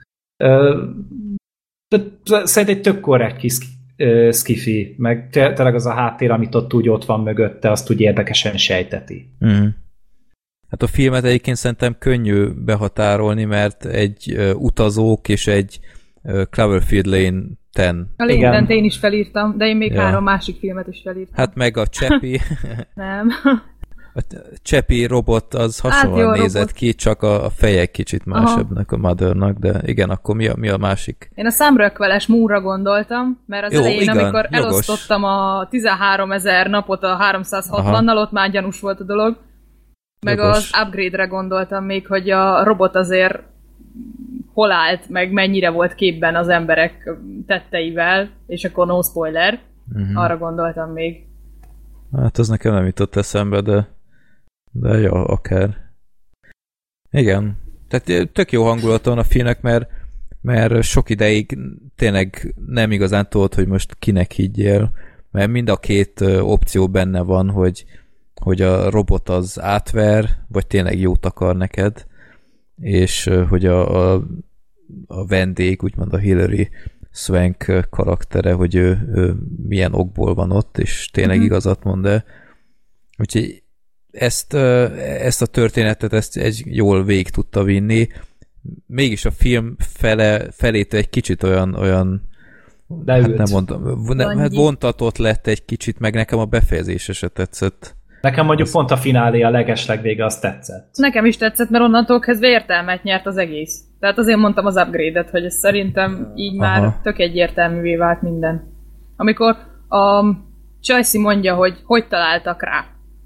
De szerintem egy tök korrekt kis skifi, meg tényleg az a háttér, amit ott úgy ott van mögötte, azt úgy érdekesen sejteti.
Mm. Hát a filmet egyébként szerintem könnyű behatárolni, mert egy uh, utazók és egy uh, Cloverfield Lane tíz.
A Lane tíz én is felírtam, de én még ja. három másik filmet is felírtam.
Hát meg a Chappie.
Nem.
A Chappie robot az hasonlóan hát nézett robot. Ki, csak a feje kicsit másabbnak a Mothernak, de igen, akkor mi a, mi a másik?
Én a Sam Rockwell-es Moore-ra gondoltam, mert az Jó, elején, igen, amikor jogos. Elosztottam a tizenháromezer napot a háromszázhatvannal, ott már gyanús volt a dolog. Meg jogos. Az Upgrade-re gondoltam még, hogy a robot azért hol állt, meg mennyire volt képben az emberek tetteivel, és akkor no spoiler. Uh-huh. Arra gondoltam még.
Hát az nekem nem jutott eszembe, de de jó, akár. Igen. Tehát tök jó hangulat van a filmnek, mert, mert sok ideig tényleg nem igazán tudod, hogy most kinek higgyél, mert mind a két opció benne van, hogy, hogy a robot az átver, vagy tényleg jót akar neked, és hogy a, a, a vendég, úgymond a Hilary Swank karaktere, hogy ő, ő milyen okból van ott, és tényleg mm-hmm. igazat mond, de úgyhogy ezt, ezt a történetet ezt egy jól végig tudta vinni. Mégis a film fele, felétől egy kicsit olyan, olyan hát nem mondom, ne, hát vontatott lett egy kicsit, meg nekem a befejezése se tetszett.
Nekem mondjuk az... pont a finálé, a legesleg vége, az tetszett.
Nekem is tetszett, mert onnantól kezdve értelmet nyert az egész. Tehát azért mondtam az Upgrade-et, hogy szerintem így Aha. már tök egyértelművé vált minden. Amikor a Csajci mondja, hogy hogy találtak rá.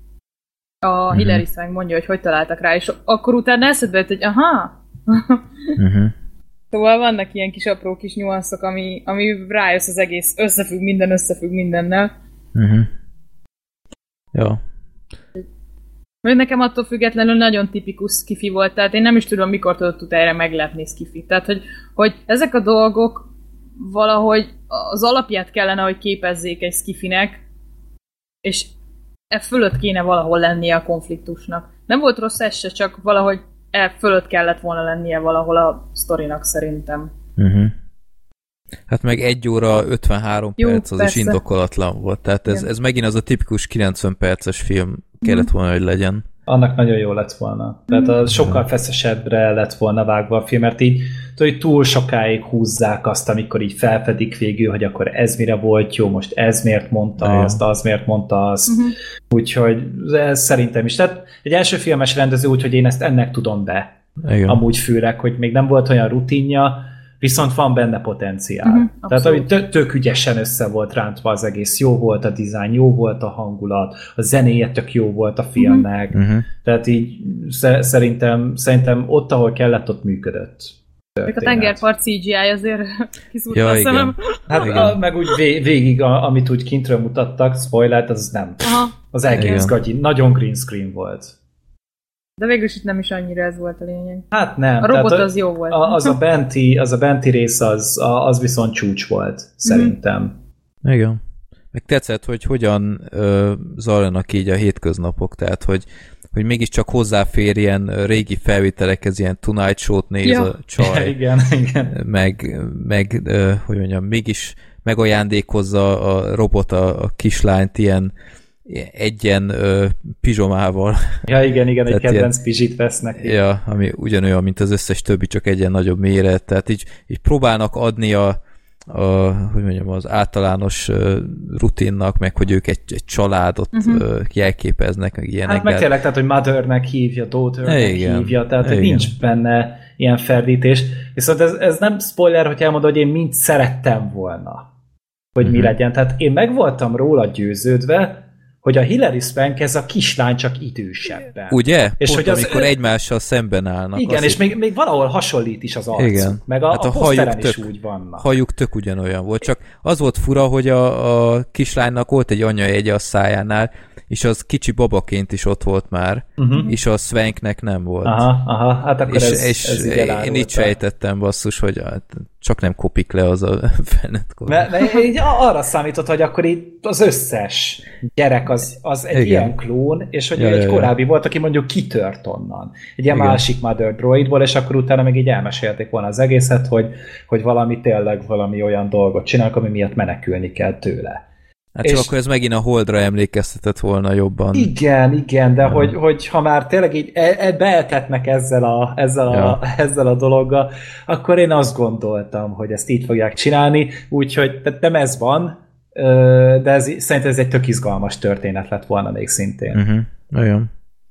A uh-huh. Hilary Swank mondja, hogy hogy találtak rá, és akkor utána eszedbe jött, hogy aha.
uh-huh.
Szóval vannak ilyen kis apró kis nyuanszok, ami, ami rájössz az egész, összefügg minden, összefügg mindennel.
Uh-huh. Jó.
Mert nekem attól függetlenül nagyon tipikus skifi volt, tehát én nem is tudom, mikor tudott utána meglepni skifi. Tehát, hogy, hogy ezek a dolgok valahogy az alapját kellene, hogy képezzék egy skifinek, és e fölött kéne valahol lennie a konfliktusnak. Nem volt rossz ez se, csak valahogy e fölött kellett volna lennie valahol a sztorinak szerintem.
Uh-huh. Hát meg egy óra ötvenhárom
Jó,
perc, az
persze.
is indokolatlan volt. Tehát ez, ez megint az a tipikus kilencven perces film kellett volna, hogy legyen.
Annak nagyon jó lett volna. Tehát az sokkal feszesebbre lett volna vágva a film, mert így hogy túl sokáig húzzák azt, amikor így felfedik végül, hogy akkor ez mire volt jó, most ez miért mondta
ja.
azt, az miért mondta azt.
Uh-huh.
Úgyhogy ez szerintem is. Tehát egy első filmes rendező úgy, hogy én ezt ennek tudom be.
Igen.
Amúgy főleg, hogy még nem volt olyan rutinja, viszont van benne potenciál.
Uh-huh,
Tehát ami tök, tök ügyesen össze volt rántva az egész. Jó volt a dizájn, jó volt a hangulat, a zenéje tök jó volt a filmnek.
Uh-huh.
Tehát így szerintem, szerintem ott, ahol kellett, ott működött.
Még a tengerpart cé gé í azért kiszúrta
ja,
a szemem.
Hát a, meg úgy végig, a, amit úgy kintről mutattak, spoilert, az nem.
Aha.
Az egész gagyi. Nagyon green screen volt.
De végül is itt nem is annyira ez volt a lényeg.
Hát nem.
A robot
tehát
az jó volt.
A, az, a benti, az a benti rész, az, az viszont csúcs volt, szerintem.
Igen. Meg tetszett, hogy hogyan ö, zajlanak így a hétköznapok, tehát hogy, hogy mégiscsak hozzáférjen régi felvételekhez, ilyen Tonight Show-t néz ja. a csaj.
igen, igen.
Meg, meg ö, hogy mondjam, mégis megajándékozza a robot a, a kislányt ilyen egyen ö, pizsomával.
Ja, igen, igen, egy kedvenc
ilyen,
pizsit vesznek.
Ja, ami ugyanolyan, mint az összes többi, csak egyen nagyobb méret. Tehát így, így próbálnak adni a, a, hogy mondjam, az általános uh, rutinnak, meg hogy ők egy, egy családot uh-huh. uh, jelképeznek, meg ilyenek.
Hát meg tényleg, tehát, hogy mothernek hívja, daughternek
igen,
hívja, tehát
igen.
nincs benne ilyen ferdítés. Viszont ez, ez nem spoiler, hogy elmondod, hogy én mind szerettem volna, hogy uh-huh. mi legyen. Tehát én meg voltam róla győződve, hogy a Hilary Swank ez a kislány csak idősebben.
Ugye?
És
Pont
hogy az
amikor egymással szemben állnak.
Igen, és még, még valahol hasonlít is az arcuk. Igen. Meg a, hát a, a poszteren is úgy vannak.
Hajuk tök ugyanolyan volt. Csak az volt fura, hogy a, a kislánynak volt egy anyajegye a szájánál, és az kicsi babaként is ott volt már, uh-huh. és a Swanknek nem volt.
Aha, aha, hát akkor
és,
ez,
és
ez
én így sejtettem, basszus, hogy csak nem kopik le az a felnőtt kor.
Mert, mert így arra számított, hogy akkor itt az összes gyerek az, az egy igen. ilyen klón, és hogy ja, egy ja, korábbi ja. volt, aki mondjuk kitört onnan. Egy ilyen igen. másik Mother droidból, és akkor utána még így elmesélték volna az egészet, hogy, hogy valami tényleg valami olyan dolgot csinálnak, ami miatt menekülni kell tőle.
Hát csak akkor ez megint a Holdra emlékeztetett volna jobban.
Igen, igen, de ja. hogy, hogy ha már tényleg így e, e, beeltetnek ezzel a, ezzel, ja. a, ezzel a dologgal, akkor én azt gondoltam, hogy ezt így fogják csinálni, úgyhogy nem ez van, de ez, szerintem ez egy tök izgalmas történet lett volna még szintén.
Uh-huh. Olyan.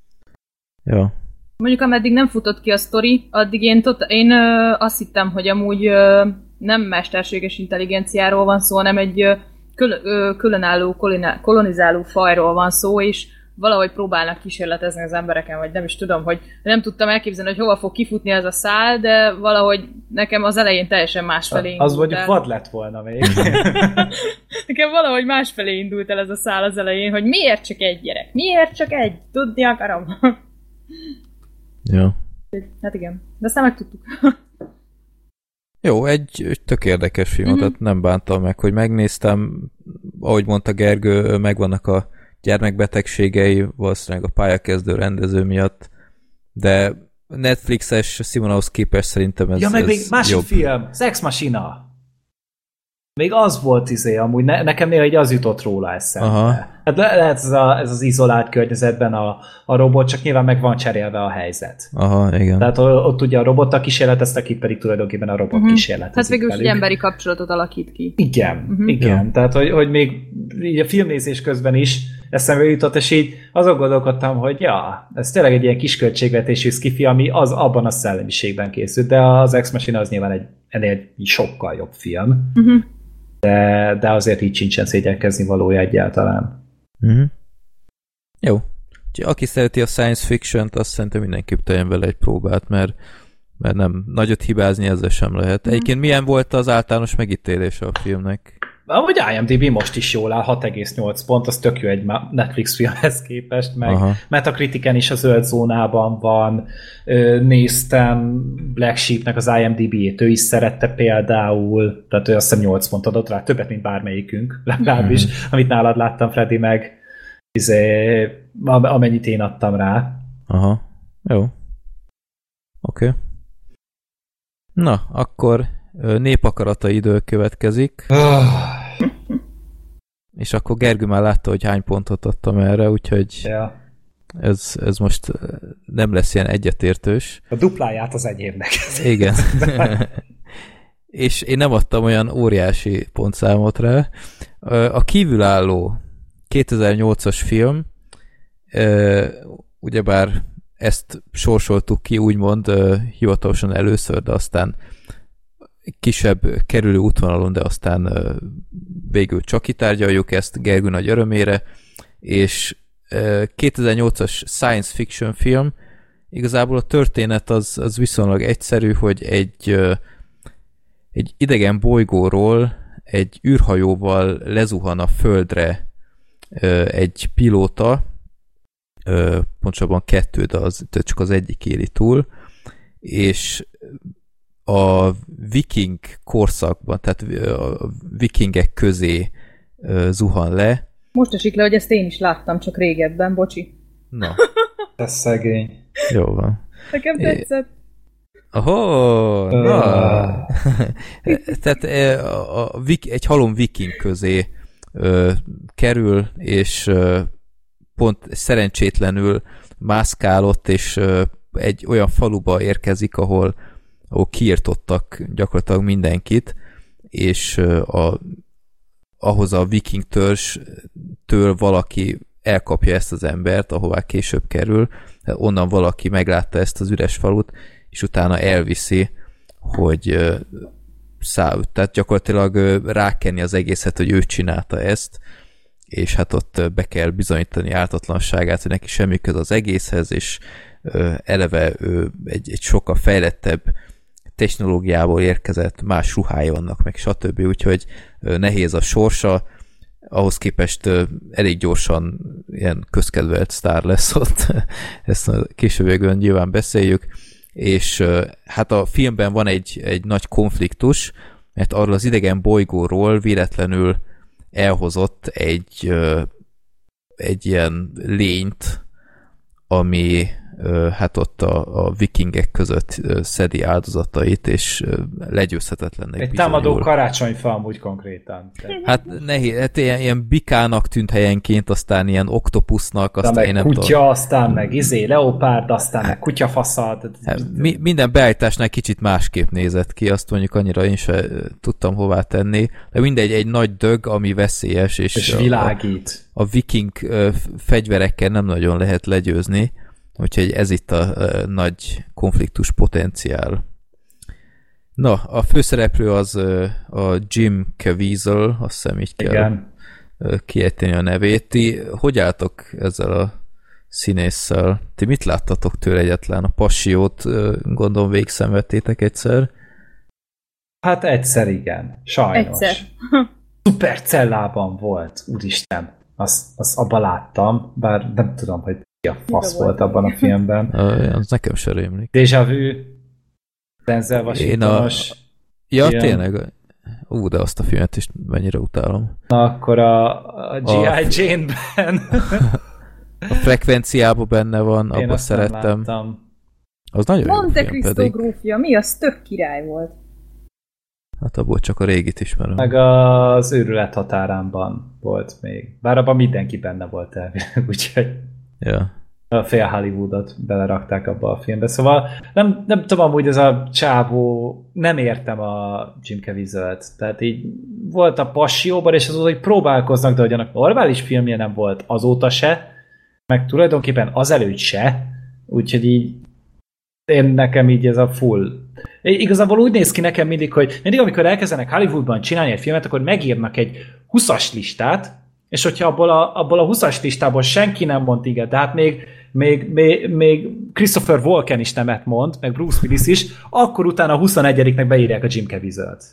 Ja.
Mondjuk ameddig nem futott ki a sztori, addig én, tot- én ö, azt hittem, hogy amúgy ö, nem mesterséges intelligenciáról van szó, hanem egy ö, kül- ö, különálló kolonizáló fajról van szó, és valahogy próbálnak kísérletezni az embereken, vagy nem is tudom, hogy nem tudtam elképzelni, hogy hova fog kifutni ez a szál, de valahogy nekem az elején teljesen másfelé indult.
Az mondjuk vad lett volna még.
Nekem valahogy másfelé indult el ez a szál az elején, hogy miért csak egy gyerek? Miért csak egy? Tudni akarom.
Ja.
Hát igen, de aztán megtudtuk.
Jó, egy, egy tök érdekes film, mm-hmm. tehát nem bántam meg, hogy megnéztem, ahogy mondta Gergő, megvannak a gyermekbetegségei, valószínűleg a pályakezdő rendező miatt, de Netflixes Simonahoz képest szerintem ez
Ja, meg
ez
még másik
jobb.
film, Sex Machina. Még az volt izé, amúgy ne, nekem néha így az jutott róla eszembe. Aha. Hát le, lehet ez, a, ez az izolált környezetben a, a robot, csak nyilván meg van cserélve a helyzet.
Aha, igen.
Tehát ott ugye a robottal kísérleteztek, itt pedig tulajdonképpen a robot uh-huh. kísérletezik.
Hát végül is egy emberi kapcsolatot alakít ki.
Igen, uh-huh. igen. Ja. Tehát, hogy, hogy még így a filmnézés közben is eszembe jutott, és így azon gondolkodtam, hogy ja, ez tényleg egy ilyen kisköltségvetésű skifi, ami az abban a szellemiségben készült, de az Ex Machina az nyilván egy ennél egy sokkal jobb film. Uh-huh. de, de azért így sincsen szégyenkezni valója egyáltalán.
Uh-huh. Jó. Aki szereti a science fiction-t, azt szerintem mindenképp tegyen vele egy próbát, mert, mert nem nagyot hibázni ezzel sem lehet. Egyébként milyen volt az általános megítélése a filmnek?
Ahogy IMDb most is jól áll, hat egész nyolc pont, az tök jó egy Netflix filmhez képest, meg Aha. Metacritiken is a zöld zónában van, néztem Black Sheepnek az IMDb-ét, ő is szerette például, tehát ő azt hiszem nyolc pont adott rá, többet, mint bármelyikünk, legalábbis, mm-hmm. amit nálad láttam, Freddy, meg izé, amennyit én adtam rá.
Aha, jó. Oké. Okay. Na, akkor Népakarata idő következik. És akkor Gergő már látta, hogy hány pontot adtam erre, úgyhogy ja. ez, ez most nem lesz ilyen egyetértős.
A dupláját az enyémnek.
Igen. És én nem adtam olyan óriási pontszámot rá. A kívülálló kétezer-nyolcas film, ugyebár ezt sorsoltuk ki, úgymond hivatalosan először, de aztán kisebb kerülő útvonalon, de aztán végül csak kitárgyaljuk ezt Gergő nagy örömére, és kétezer-nyolcas science fiction film, igazából a történet az, az viszonylag egyszerű, hogy egy, egy idegen bolygóról egy űrhajóval lezuhan a Földre egy pilóta, pontosabban kettő, de az, csak az egyik éli túl, és a viking korszakban, tehát a vikingek közé zuhan le.
Most esik le, hogy ezt én is láttam, csak régebben, bocsi.
Na.
Ez szegény.
Jó van.
Nekem tetszett.
Ahó, na. Tehát a, a, egy halom viking közé ö, kerül, és ö, pont szerencsétlenül mászkálott, és ö, egy olyan faluba érkezik, ahol ahol kiirtottak gyakorlatilag mindenkit, és a, ahhoz a viking törzstől valaki elkapja ezt az embert, ahová később kerül, onnan valaki meglátta ezt az üres falut, és utána elviszi, hogy száll, tehát gyakorlatilag rákenni az egészet, hogy ő csinálta ezt, és hát ott be kell bizonyítani ártatlanságát, hogy neki semmi köz az egészhez, és eleve egy, egy sokkal fejlettebb technológiából érkezett, más ruhája vannak, meg stb. Úgyhogy nehéz a sorsa, ahhoz képest elég gyorsan ilyen közkedvelt sztár lesz ott, ezt a későbbiekben nyilván beszéljük, és hát a filmben van egy, egy nagy konfliktus, mert arról az idegen bolygóról véletlenül elhozott egy, egy ilyen lényt, ami hát ott a, a vikingek között szedi áldozatait, és legyőzhetetlennek
egy támadó karácsonyfa amúgy konkrétan.
Hát nehéz, hát ilyen, ilyen bikának tűnt helyenként, aztán ilyen oktopusznak, aztán
meg
én nem
kutya,
tudom.
Aztán meg izé, leopárd, aztán meg kutyafaszad.
Hát, mi, minden beállításnál kicsit másképp nézett ki, azt mondjuk annyira én sem tudtam hová tenni, de mindegy, egy nagy dög, ami veszélyes, és,
és világít.
A, a viking fegyverekkel nem nagyon lehet legyőzni. Úgyhogy ez itt a, a nagy konfliktus potenciál. Na, a főszereplő az a Jim Caviezel, azt hiszem így kell Igen. kiejteni a nevét. Ti hogy álltok ezzel a színésszel? Ti mit láttatok tőle egyetlen? A Passiót gondolom végigszenvedtétek egyszer?
Hát egyszer igen, sajnos.
Egyszer.
Szupercellában volt, úristen. Azt, azt abba láttam, bár nem tudom, hogy a fasz volt abban a filmben.
Az nekem sem rémlik.
Déjà vu, Denzel Washingtonos.
A... Ja, film. Tényleg. Ú, de azt a filmet is mennyire utálom.
Na, akkor a, a G I. A... Jane-ben.
A Frekvenciában benne van, abban szerettem. Az nagyon
Monte jó film Cristo grófja, mi az tök király volt.
Hát abból csak a régit ismerem.
Meg az Őrület határánban volt még. Bár abban mindenki benne volt elvileg, úgyhogy
ja.
A fél Hollywoodot belerakták abba a filmbe. Szóval nem, nem tudom, hogy ez a csávó, nem értem a Jim Caviezel-t. Tehát így volt a Passióban, és azóta, hogy próbálkoznak, de hogy annak normális filmje nem volt azóta se, meg tulajdonképpen azelőtt se, úgyhogy így én nekem így ez a full Igazából úgy néz ki nekem mindig, hogy mindig, amikor elkezdenek Hollywoodban csinálni egy filmet, akkor megírnak egy huszas listát, és hogyha abból a, abból a huszas listából senki nem mond igen, de hát még, még, még, még Christopher Walken is nemet mond, meg Bruce Willis is, akkor utána a huszonegyediknek beírják a Jim Caviezel-t.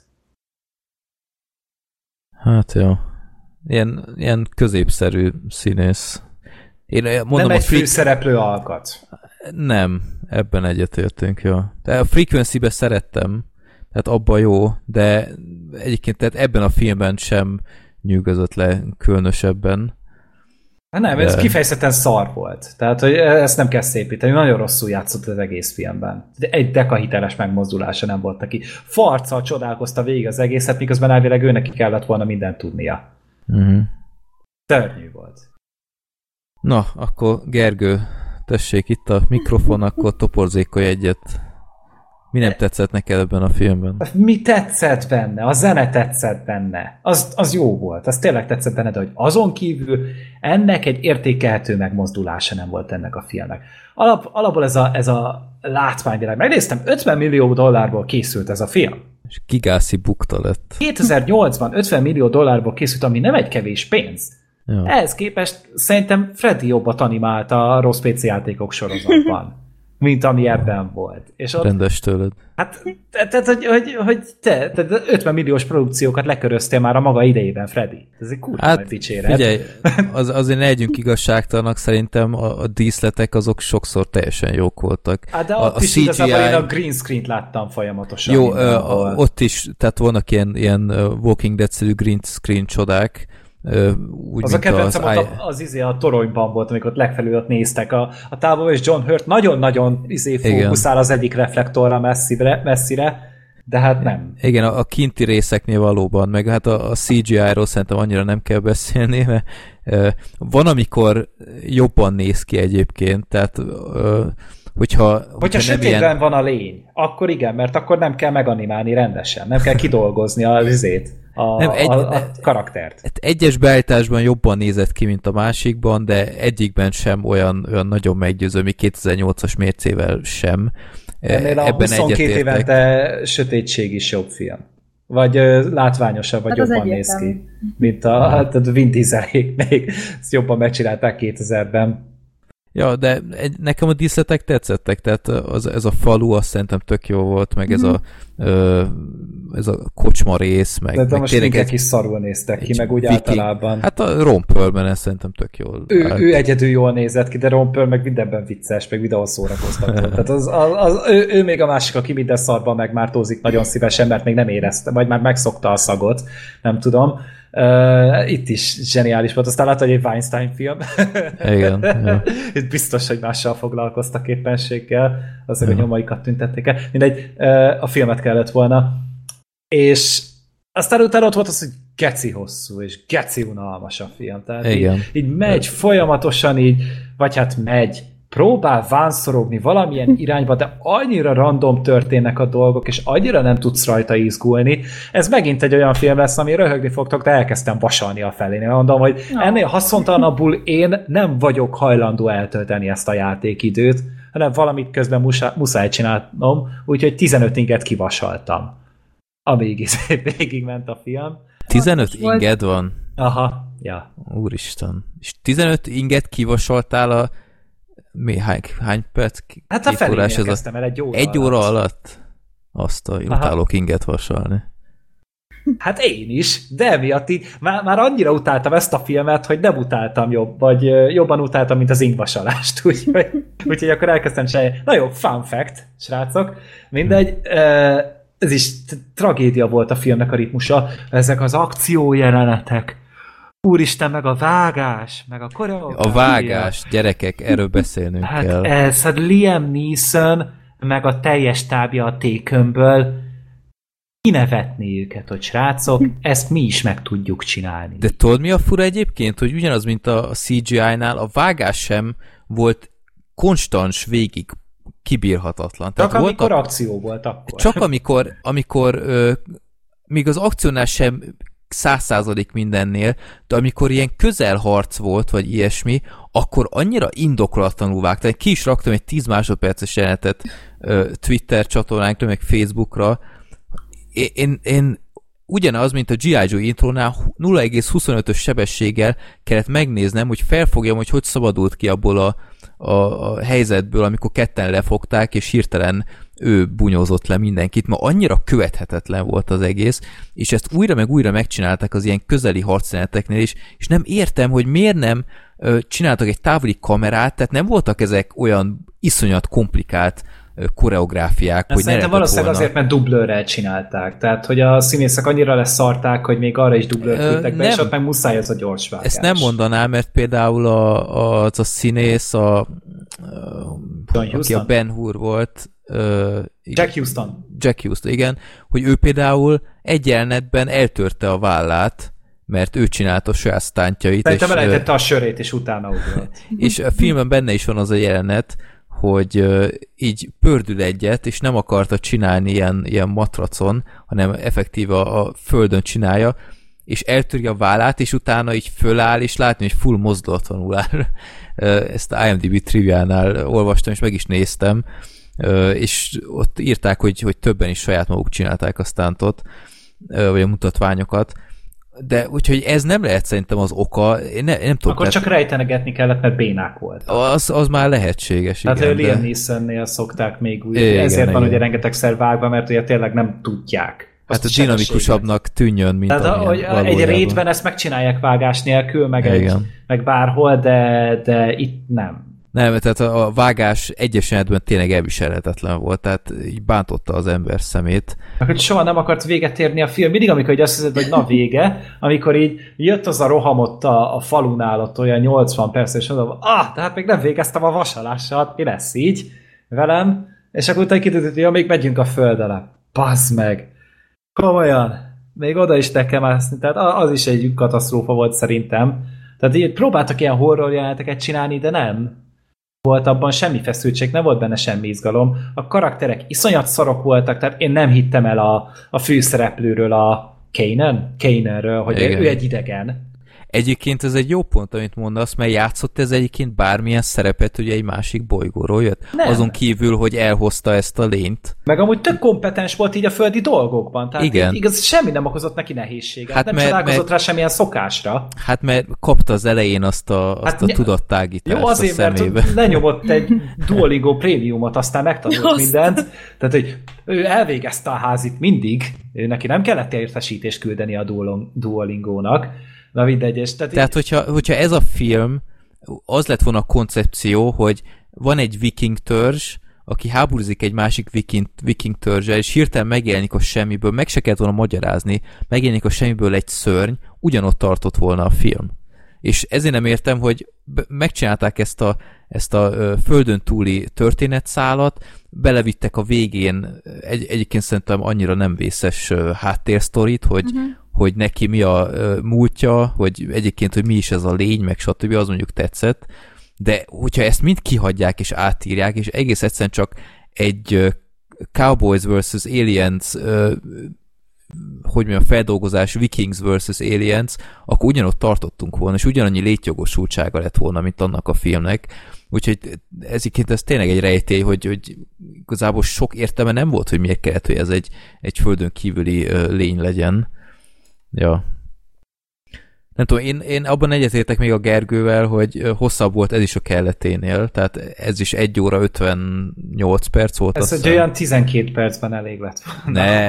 Hát jó. Ilyen, ilyen középszerű színész. Én mondom,
nem egy
a freak...
főszereplő alkat.
Nem, ebben egyetértünk, jó. De a Frequency-be szerettem, tehát abban jó, de egyébként tehát ebben a filmben sem nyűgözött le különösebben.
Hát nem, de... ez kifejezetten szar volt. Tehát, hogy ezt nem kell szépíteni. Nagyon rosszul játszott az egész filmben. De egy deka hiteles megmozdulása nem volt neki. Farccal csodálkozta végig az egészet, miközben elvileg ő neki kellett volna mindent tudnia.
Uh-huh.
Szörnyű volt.
Na, akkor Gergő, tessék itt a mikrofon, akkor toporzékolj egyet. Mi nem tetszett neked ebben a filmben?
Mi tetszett benne? A zene tetszett benne. Az, az jó volt. Az tényleg tetszett benne, de hogy azon kívül ennek egy értékelhető megmozdulása nem volt ennek a filmnek. Alap, alapból ez a, ez a látványvilág. Megnéztem, ötven millió dollárból készült ez a film.
És Gigászi bukta lett.
kétezer-nyolcban ötven millió dollárból készült, ami nem egy kevés pénz.
Ja.
Ehhez képest szerintem Freddy jobbat animálta a rossz pé cé játékok sorozatban, mint ami ebben volt. És ott,
rendes tőled.
Hát, tehát, hogy, hogy, hogy te, te ötven milliós produkciókat leköröztél már a maga idejében, Freddy. Ez egy kurva
hát,
nagy dicséret.
Figyelj, az, azért ne legyünk igazságtalanak, szerintem a, a díszletek azok sokszor teljesen jók voltak.
Hát, de
a,
ott
a
is
cé gé í...
igazából én a green screen-t láttam folyamatosan.
Jó, a, ott is, tehát vannak ilyen, ilyen Walking Dead-szerű green screen csodák, úgy,
az a kedvencem az,
I...
az izé a toronyban volt, amikor ott legfelül ott néztek a, a távolban, és John Hurt nagyon-nagyon izé fókuszál az egyik reflektorra messzire, messzire, de hát nem.
Igen, a, a kinti részeknél valóban, meg hát a, a cé gé í-ról szerintem annyira nem kell beszélni, mert uh, van, amikor jobban néz ki egyébként, tehát uh, hogyha...
Hogyha, hogyha sötétben ilyen... van a lény, akkor igen, mert akkor nem kell meganimálni rendesen, nem kell kidolgozni az izét. A, nem, egy, a, a karaktert.
Egyes beállításban jobban nézett ki, mint a másikban, de egyikben sem olyan, olyan nagyon meggyőző, mi kétezer-nyolcas mércével sem.
Ennél a
ebben
huszonkét évente Sötétség is jobb film. Vagy uh, látványosabb, vagy hát jobban néz ki. Mint a, hát a Vin Dieselék még. Ezt jobban megcsinálták kétezerben. Ja,
de egy, nekem a díszletek tetszettek, tehát az, ez a falu azt szerintem tök jó volt, meg ez a, ö, ez a kocsma rész, meg,
de, de
meg
most mindek is szarul néztek ki, meg úgy viking. Általában.
Hát a Ron Perlman ez szerintem tök jól.
Ő, hát... ő egyedül jól nézett ki, de Ron Perl meg mindenben vicces, meg videó szórakoztató. Tehát az, az, az, ő, ő még a másik, aki minden szarban megmártózik nagyon szívesen, mert még nem érezte, vagy már megszokta a szagot, nem tudom. Uh, itt is zseniális volt. Aztán látta, hogy egy Weinstein film.
Igen. Ja.
Itt biztos, hogy mással foglalkoztak éppenséggel, azért, ja. a nyomaikat tüntették el. Mindegy, uh, a filmet kellett volna. És aztán utána ott volt az, hogy geci hosszú, és geci unalmas a film. Tehát
Igen.
Így, így megy folyamatosan így, vagy hát megy, próbál vánszorogni valamilyen irányba, de annyira random történnek a dolgok, és annyira nem tudsz rajta izgulni. Ez megint egy olyan film lesz, ami röhögni fogtok, de elkezdtem vasalni a felé. Mondom, hogy no. ennél haszontalanabbul én nem vagyok hajlandó eltölteni ezt a játékidőt, hanem valamit közben musa, muszáj csinálnom, úgyhogy tizenöt inget kivasaltam. Amíg végigment a film.
tizenöt inged van?
Aha, ja.
Úristen. És tizenöt inget kivasaltál a Mi, hány, hány perc?
Hát a felén kezdtem el egy óra
Egy óra alatt. alatt? Azt a utálok inget vasalni.
Hát én is, de emiatt így, már, már annyira utáltam ezt a filmet, hogy nem utáltam jobb, vagy jobban utáltam, mint az ingvasalást. Úgyhogy, úgyhogy akkor elkezdtem csinálni. Na jó, fun fact, srácok. Mindegy, ez is tragédia volt a filmnek a ritmusa. Ezek az akciójelenetek. Úristen, meg a vágás, meg a koreográfia.
A vágás, gyerekek, erről beszélnünk
hát
kell.
Ez, hát Liam Neeson, meg a teljes tábja a Takenből kinevetni őket, hogy srácok, ezt mi is meg tudjuk csinálni.
De tudod, mi a fura egyébként, hogy ugyanaz, mint a cé gé í-nál, a vágás sem volt konstans végig kibírhatatlan.
Csak Tehát amikor voltak, akció volt akkor.
Csak amikor, amikor ö, még az akciónál sem száz százalék mindennél, de amikor ilyen közelharc volt, vagy ilyesmi, akkor annyira indokolatlanul vágtam. Ki is raktam egy tíz másodperces jelenetet Twitter csatornánkra, meg Facebookra. Én, én, én ugyanaz, mint a G I. Joe intrónál nulla egész huszonötös sebességgel kellett megnéznem, hogy felfogjam, hogy hogy szabadult ki abból a, a, a helyzetből, amikor ketten lefogták, és hirtelen ő bunyózott le mindenkit, ma annyira követhetetlen volt az egész, és ezt újra meg újra megcsinálták az ilyen közeli harcjeleneteknél is, és nem értem, hogy miért nem ö, csináltak egy távoli kamerát, tehát nem voltak ezek olyan iszonyat komplikált ö, koreográfiák,
Na,
hogy
szerintem
ne
valószínűleg
volna.
azért, mert dublőrrel csinálták, tehát hogy a színészek annyira leszarták, hogy még arra is dublőrt küldtek be, és ott meg muszáj az a gyors vágás.
Ezt nem mondanám, mert például a, a, az a színész, a, a, aki a Ben Hur volt, Uh,
Jack Houston.
Jack Houston, igen, hogy ő például egy jelenetben eltörte a vállát, mert ő csinálta a saját sztántjait.
Szerintem elejtette a sörét, és utána ugrott.
És a filmben benne is van az a jelenet, hogy uh, így pördül egyet, és nem akarta csinálni ilyen, ilyen matracon, hanem effektíve a, a földön csinálja, és eltöri a vállát, és utána így föláll, és látni, hogy full mozdulatlanul áll. Ezt a I M D B triviánál olvastam, és meg is néztem, és ott írták, hogy, hogy többen is saját maguk csinálták a stuntot, vagy a mutatványokat, de úgyhogy ez nem lehet szerintem az oka, én, ne, én nem tudom.
Akkor csak rejtenegetni kellett, mert bénák volt.
Az, az már lehetséges,
tehát,
igen.
Tehát Liam
de...
Neesonnél szokták még úgy,
igen,
ezért
igen,
van
igen.
ugye rengetegszer vágva, mert ugye tényleg nem tudják.
Hát a dinamikusabbnak tűnjön, mint
tehát, hogy egy rétben ezt megcsinálják vágás nélkül, meg, egy, meg bárhol, de, de itt nem.
Nem, tehát a vágás egyes esetben tényleg elviselhetetlen volt, tehát így bántotta az ember szemét.
Akkor soha nem akart véget érni a film, mindig amikor így azt hiszed, hogy na vége, amikor így jött az a roham ott a, a falunál, ott olyan nyolcvan perc, és mondom, ah, tehát még nem végeztem a vasalással, mi lesz így velem, és akkor utána kitűnt, hogy ja, még megyünk a föld alá. Bazd meg! Komolyan! Még oda is te kell mászni, tehát az is egy katasztrófa volt szerintem. Tehát így próbáltak ilyen horror jeleneteket csinálni, de nem volt abban semmi feszültség, nem volt benne semmi izgalom. A karakterek iszonyat szarok voltak, tehát én nem hittem el a, a főszereplőről, a Kanan, Kananről, hogy igen. Ő egy idegen.
Egyébként ez egy jó pont, amit mondasz, mert játszott ez egyébként bármilyen szerepet, ugye egy másik bolygóról jött? Nem. Azon kívül, hogy elhozta ezt a lényt.
Meg amúgy tök kompetens volt így a földi dolgokban. Tehát
igen.
Igaz, semmi nem okozott neki nehézséget. Hát nem
mert,
csodálkozott
mert,
rá semmilyen szokásra.
Hát mert kapta az elején azt a, azt hát, a tudattágítást
jó, azért,
a szemébe.
Mert lenyomott egy Duolingo prémiumot, aztán megtanult mindent. Tehát, hogy ő elvégezte a házit mindig. Ő neki nem kellett értesítést küldeni a Duolingónak. Na mindegy. Tehát,
Tehát hogyha, hogyha ez a film, az lett volna a koncepció, hogy van egy viking törzs, aki háborúzik egy másik viking, viking törzsel, és hirtelen megjelenik a semmiből, meg se kellett volna magyarázni, megjelenik a semmiből egy szörny, ugyanott tartott volna a film. És ezért nem értem, hogy megcsinálták ezt a, ezt a földön túli történetszálat, belevittek a végén egy, egyébként szerintem annyira nem vészes háttérsztorit, hogy uh-huh. hogy neki mi a uh, múltja, hogy egyébként, hogy mi is ez a lény, meg stb. Az mondjuk tetszett, de hogyha ezt mind kihagyják és átírják, és egész egyszerűen csak egy uh, Cowboys versus. Aliens uh, hogy mondjam, feldolgozás Vikings versus. Aliens, akkor ugyanott tartottunk volna, és ugyanannyi létjogosultsága lett volna, mint annak a filmnek. Úgyhogy ezért ez tényleg egy rejtély, hogy, hogy igazából sok értelme nem volt, hogy miért kellett, hogy ez egy, egy földön kívüli uh, lény legyen. Ja. Nem tudom, én, én abban egyetértek még a Gergővel, hogy hosszabb volt ez is a kelleténél, tehát ez is egy óra ötvennyolc perc volt.
Ez egy olyan tizenkét percben elég lett.
Ne.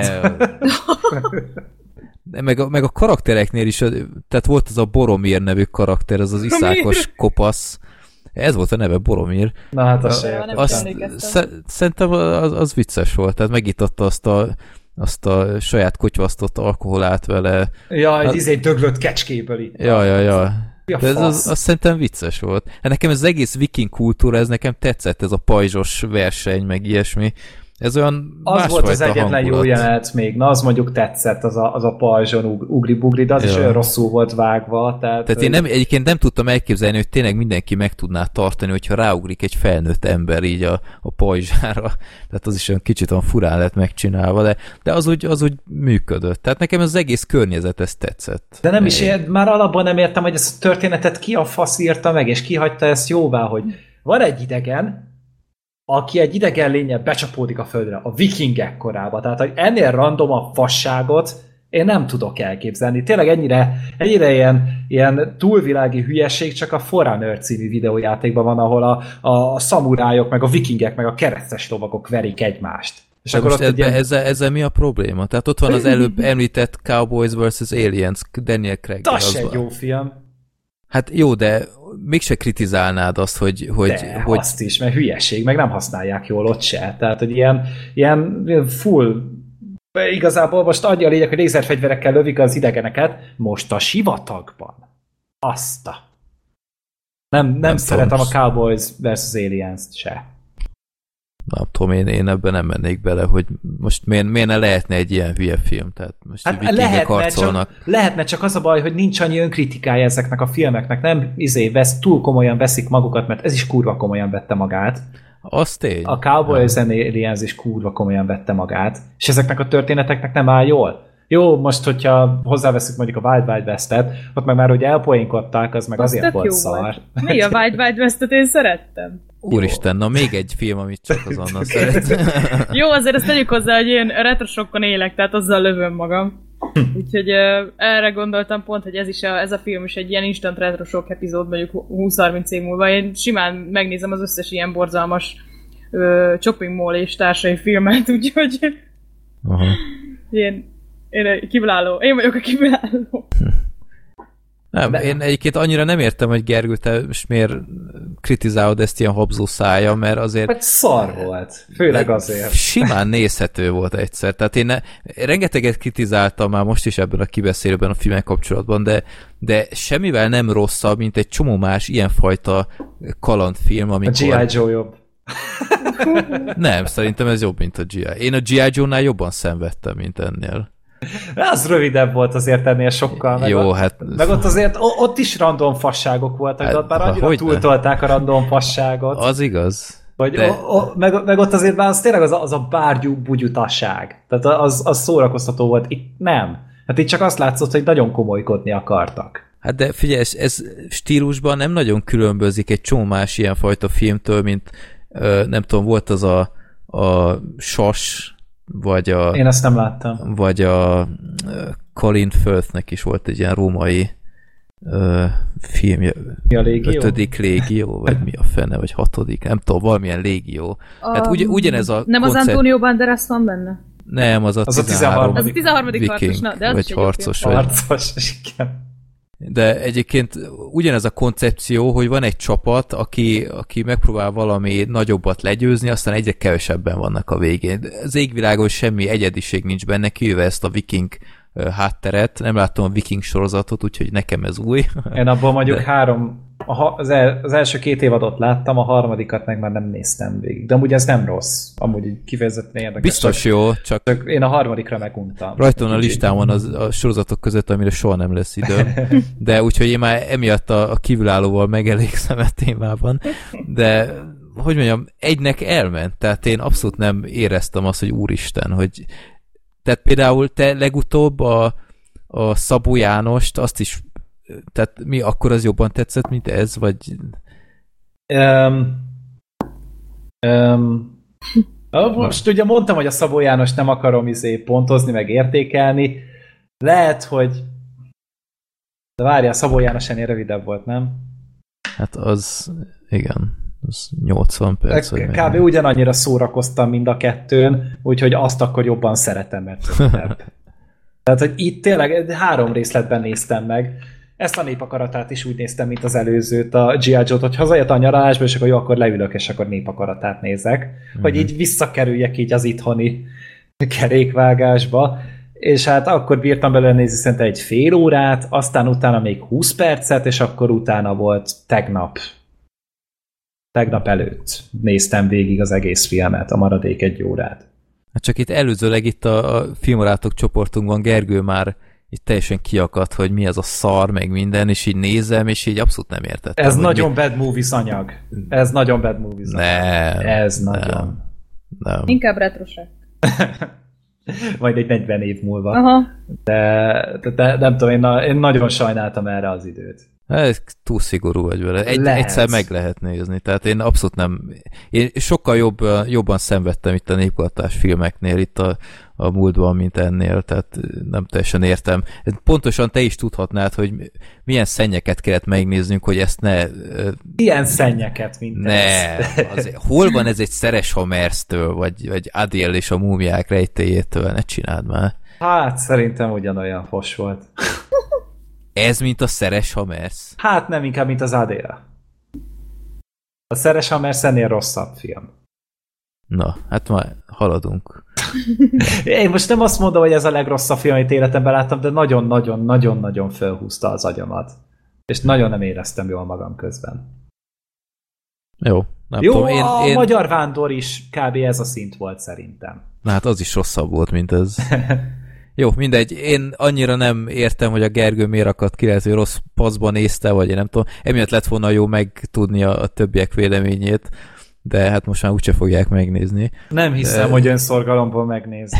meg, a, meg a karaktereknél is, tehát volt az a Boromir nevű karakter, az az iszákos kopasz. Ez volt a neve, Boromir.
Na hát az
se Szerintem az, az vicces volt, tehát megitatta azt a azt a saját kotyvasztott alkoholát vele.
Ja, egy izé döglött kecskéből itt.
Ja, ja, ja. De ez az, az szerintem vicces volt. Hát nekem ez az egész viking kultúra, ez nekem tetszett, ez a pajzsos verseny, meg ilyesmi. Ez olyan
az volt az egyetlen hangulat. Jó jelenet még, na az mondjuk tetszett, az a, az a pajzson ugri-bugri, de az ja. is olyan rosszul volt vágva. Tehát,
tehát én nem, egyébként nem tudtam elképzelni, hogy tényleg mindenki meg tudná tartani, hogyha ráugrik egy felnőtt ember így a, a pajzsára. Tehát az is olyan kicsit olyan furán lett megcsinálva, de, de az, úgy, az úgy működött. Tehát nekem ez az egész környezet ez tetszett.
De nem is ér, már alapban nem értem, hogy ezt a történetet ki a fasz írta meg, és ki hagyta ezt jóvá, hogy van egy idegen, aki egy idegen lényel becsapódik a földre, a vikingek korába. Tehát, hogy ennél random a fasságot én nem tudok elképzelni. Tényleg ennyire, ennyire ilyen, ilyen túlvilági hülyeség csak a Forerunner című videójátékban van, ahol a, a szamurájok, meg a vikingek, meg a keresztes lovagok verik egymást.
És akkor most ebbe, ilyen... ezzel, ezzel mi a probléma? Tehát ott van az előbb említett Cowboys versus. Aliens, Daniel Craig.
Az egy jó film.
Hát jó, de mégse kritizálnád azt, hogy... hogy,
de,
hogy...
azt is, mert hülyeség, meg nem használják jól ott se. Tehát, hogy ilyen, ilyen full... Igazából most annyi a lényeg, hogy lézerfegyverekkel lövik az idegeneket, most a sivatagban. Azt a... Nem, nem, nem szeretem tudom. A Cowboys versus. Aliens-t se.
Nem tudom, én, én ebben nem mennék bele, hogy most miért, miért ne lehetne egy ilyen hülye film? Tehát most
hát lehetne csak, lehetne, csak az a baj, hogy nincs annyi önkritikája ezeknek a filmeknek, nem izé, vesz, túl komolyan veszik magukat, mert ez is kurva komolyan vette magát.
Az tény.
A Cowboys and Aliens is kurva komolyan vette magát, és ezeknek a történeteknek nem áll jól. Jó, most, hogyha hozzáveszünk mondjuk a Wild Wild West-et, ott meg már, hogy elpoénkodták, az meg az azért volt szar.
Mi a Wild Wild West-et én szerettem.
Úristen, na még egy film, amit csak azonnal szeret.
Jó, azért ezt tegyük hozzá, hogy én retrosokkon élek, tehát azzal lövöm magam. Úgyhogy uh, erre gondoltam pont, hogy ez is a, ez a film is egy ilyen instant retrosok epizód, mondjuk húsz-harminc év múlva. Én simán megnézem az összes ilyen borzalmas uh, Chopping Mall és társai filmet, úgyhogy
Aha.
én, én kívülálló. Én vagyok a kívülálló.
Nem, de... én egyébként annyira nem értem, hogy Gergő, te most miért kritizálod ezt ilyen habzó szája, mert azért...
Hát szar volt, főleg azért.
Simán nézhető volt egyszer. Tehát én ne, rengeteget kritizáltam már most is ebben a kibeszélőben a filmek kapcsolatban, de, de semmivel nem rosszabb, mint egy csomó más ilyenfajta kalandfilm, amikor...
A G I. Joe jobb.
Nem, szerintem ez jobb, mint a G I. Én a G I. Joe-nál jobban szenvedtem, mint ennél.
Az rövidebb volt azért ennél sokkal. Meg
Jó,
ott,
hát...
Meg ott azért, ott is random fasságok voltak, hát, de ott már annyira túltolták a random fasságot.
Az igaz.
Hogy de... o, o, meg, meg ott azért már az tényleg az a, az a bárgyú bugyutasság. Tehát az, az szórakoztató volt. Itt nem. Hát itt csak azt látszott, hogy nagyon komolykodni akartak.
Hát de figyelj, ez, ez stílusban nem nagyon különbözik egy csomó más ilyenfajta filmtől, mint nem tudom, volt az a, a Sas, vagy a...
Én ezt nem láttam.
Vagy a Colin Firthnek is volt egy ilyen római uh, filmje.
Mi a légió?
Ötödik légió, vagy mi a fene, vagy hatodik, nem tudom, valamilyen légió. Um, hát ugy, ugyanez a
Nem koncept... az Antonio Banderas van benne?
Nem, az a,
az tizenharmadik
Az a tizenharmadik harcos, na, de az
vagy harcos.
Vagy... Harcos, igen.
De egyébként ugyanez a koncepció, hogy van egy csapat, aki, aki megpróbál valami nagyobbat legyőzni, aztán egyre kevesebben vannak a végén. Az égvilágon semmi egyediség nincs benne, kivéve ezt a viking hátteret. Nem láttam a viking sorozatot, úgyhogy nekem ez új.
Én abból mondjuk De... három, az, el, az első két évadot láttam, a harmadikat meg már nem néztem végig. De amúgy ez nem rossz. Amúgy kifejezetten érdekes.
Biztos csak, jó, csak...
csak... Én a harmadikra meguntam.
Rajta van a listámon az, a sorozatok között, amire soha nem lesz időm. De úgyhogy én már emiatt a, a kívülállóval megelégszem a témában. De hogy mondjam, egynek elment. Tehát én abszolút nem éreztem azt, hogy úristen, hogy tehát például te legutóbb a, a Szabó Jánost, azt is, tehát mi akkor az jobban tetszett, mint ez, vagy...
Um, um, most ugye mondtam, hogy a Szabó Jánost nem akarom izé pontozni, meg értékelni. Lehet, hogy de várjál, a Szabó János ennél rövidebb volt, nem?
Hát az, igen, az nyolcvan perc.
Kb. Ugyanannyira szórakoztam mind a kettőn, úgyhogy azt akkor jobban szeretem, mert rövidebb. Tehát, hogy itt tényleg három részletben néztem meg. Ezt a Népakaratát is úgy néztem, mint az előzőt, a G I. Joe-t, hogy hazajött a nyaralásba, és akkor jó, akkor leülök, és akkor Népakaratát nézek. Mm-hmm. Hogy így visszakerüljek így az itthoni kerékvágásba. És hát akkor bírtam belőle nézni szerintem egy fél órát, aztán utána még húsz percet, és akkor utána volt tegnap. Tegnap előtt néztem végig az egész filmet, a maradék egy órát.
Hát csak itt előzőleg itt a, a filmbarátok csoportunkban Gergő már itt teljesen kiakadt, hogy mi ez a szar, meg minden, és így nézem, és így abszolút nem értettem.
Ez nagyon
mi...
bad movies anyag. Ez nagyon bad movies anyag.
Nem.
Ez
nem,
nagyon.
Nem.
Inkább retrosak.
Majd egy negyven év múlva.
Aha.
De, de, de nem tudom, én, na, én nagyon sajnáltam erre az időt.
Ez túl szigorú vagy vele. Egy, egyszer meg lehet nézni. Tehát én abszolút nem... Én sokkal jobb, jobban szenvedtem itt a népkartás filmeknél, itt a, a múltban, mint ennél. Tehát nem teljesen értem. Pontosan te is tudhatnád, hogy milyen szennyeket kellett megnéznünk, hogy ezt ne...
Ilyen szennyeket, mint
ne, azért, hol van ez egy Szeres Hamerstől, vagy, vagy Adél és a múmiák rejtélyétől? Ne csináld már.
Hát szerintem ugyanolyan fos volt.
Ez, mint a Szeres Hamers?
Hát nem, inkább, mint az Adél. A Szeres Hamers ennél rosszabb film.
Na, hát már haladunk.
Én most nem azt mondom, hogy ez a legrosszabb film, amit életemben láttam, de nagyon-nagyon-nagyon-nagyon felhúzta az agyamat. És nagyon nem éreztem jól magam közben.
Jó, nem
Jó,
tudom. Én,
a
én...
Magyar Vándor is kb. Ez a szint volt szerintem.
Na hát az is rosszabb volt, mint ez. Jó, mindegy. Én annyira nem értem, hogy a Gergő miért akadt ki, lehet, hogy rossz paszban nézte, vagy én nem tudom. Emiatt lett volna jó megtudni a, a többiek véleményét, de hát most már úgyse fogják megnézni.
Nem hiszem, de... hogy önszorgalomból megnézni.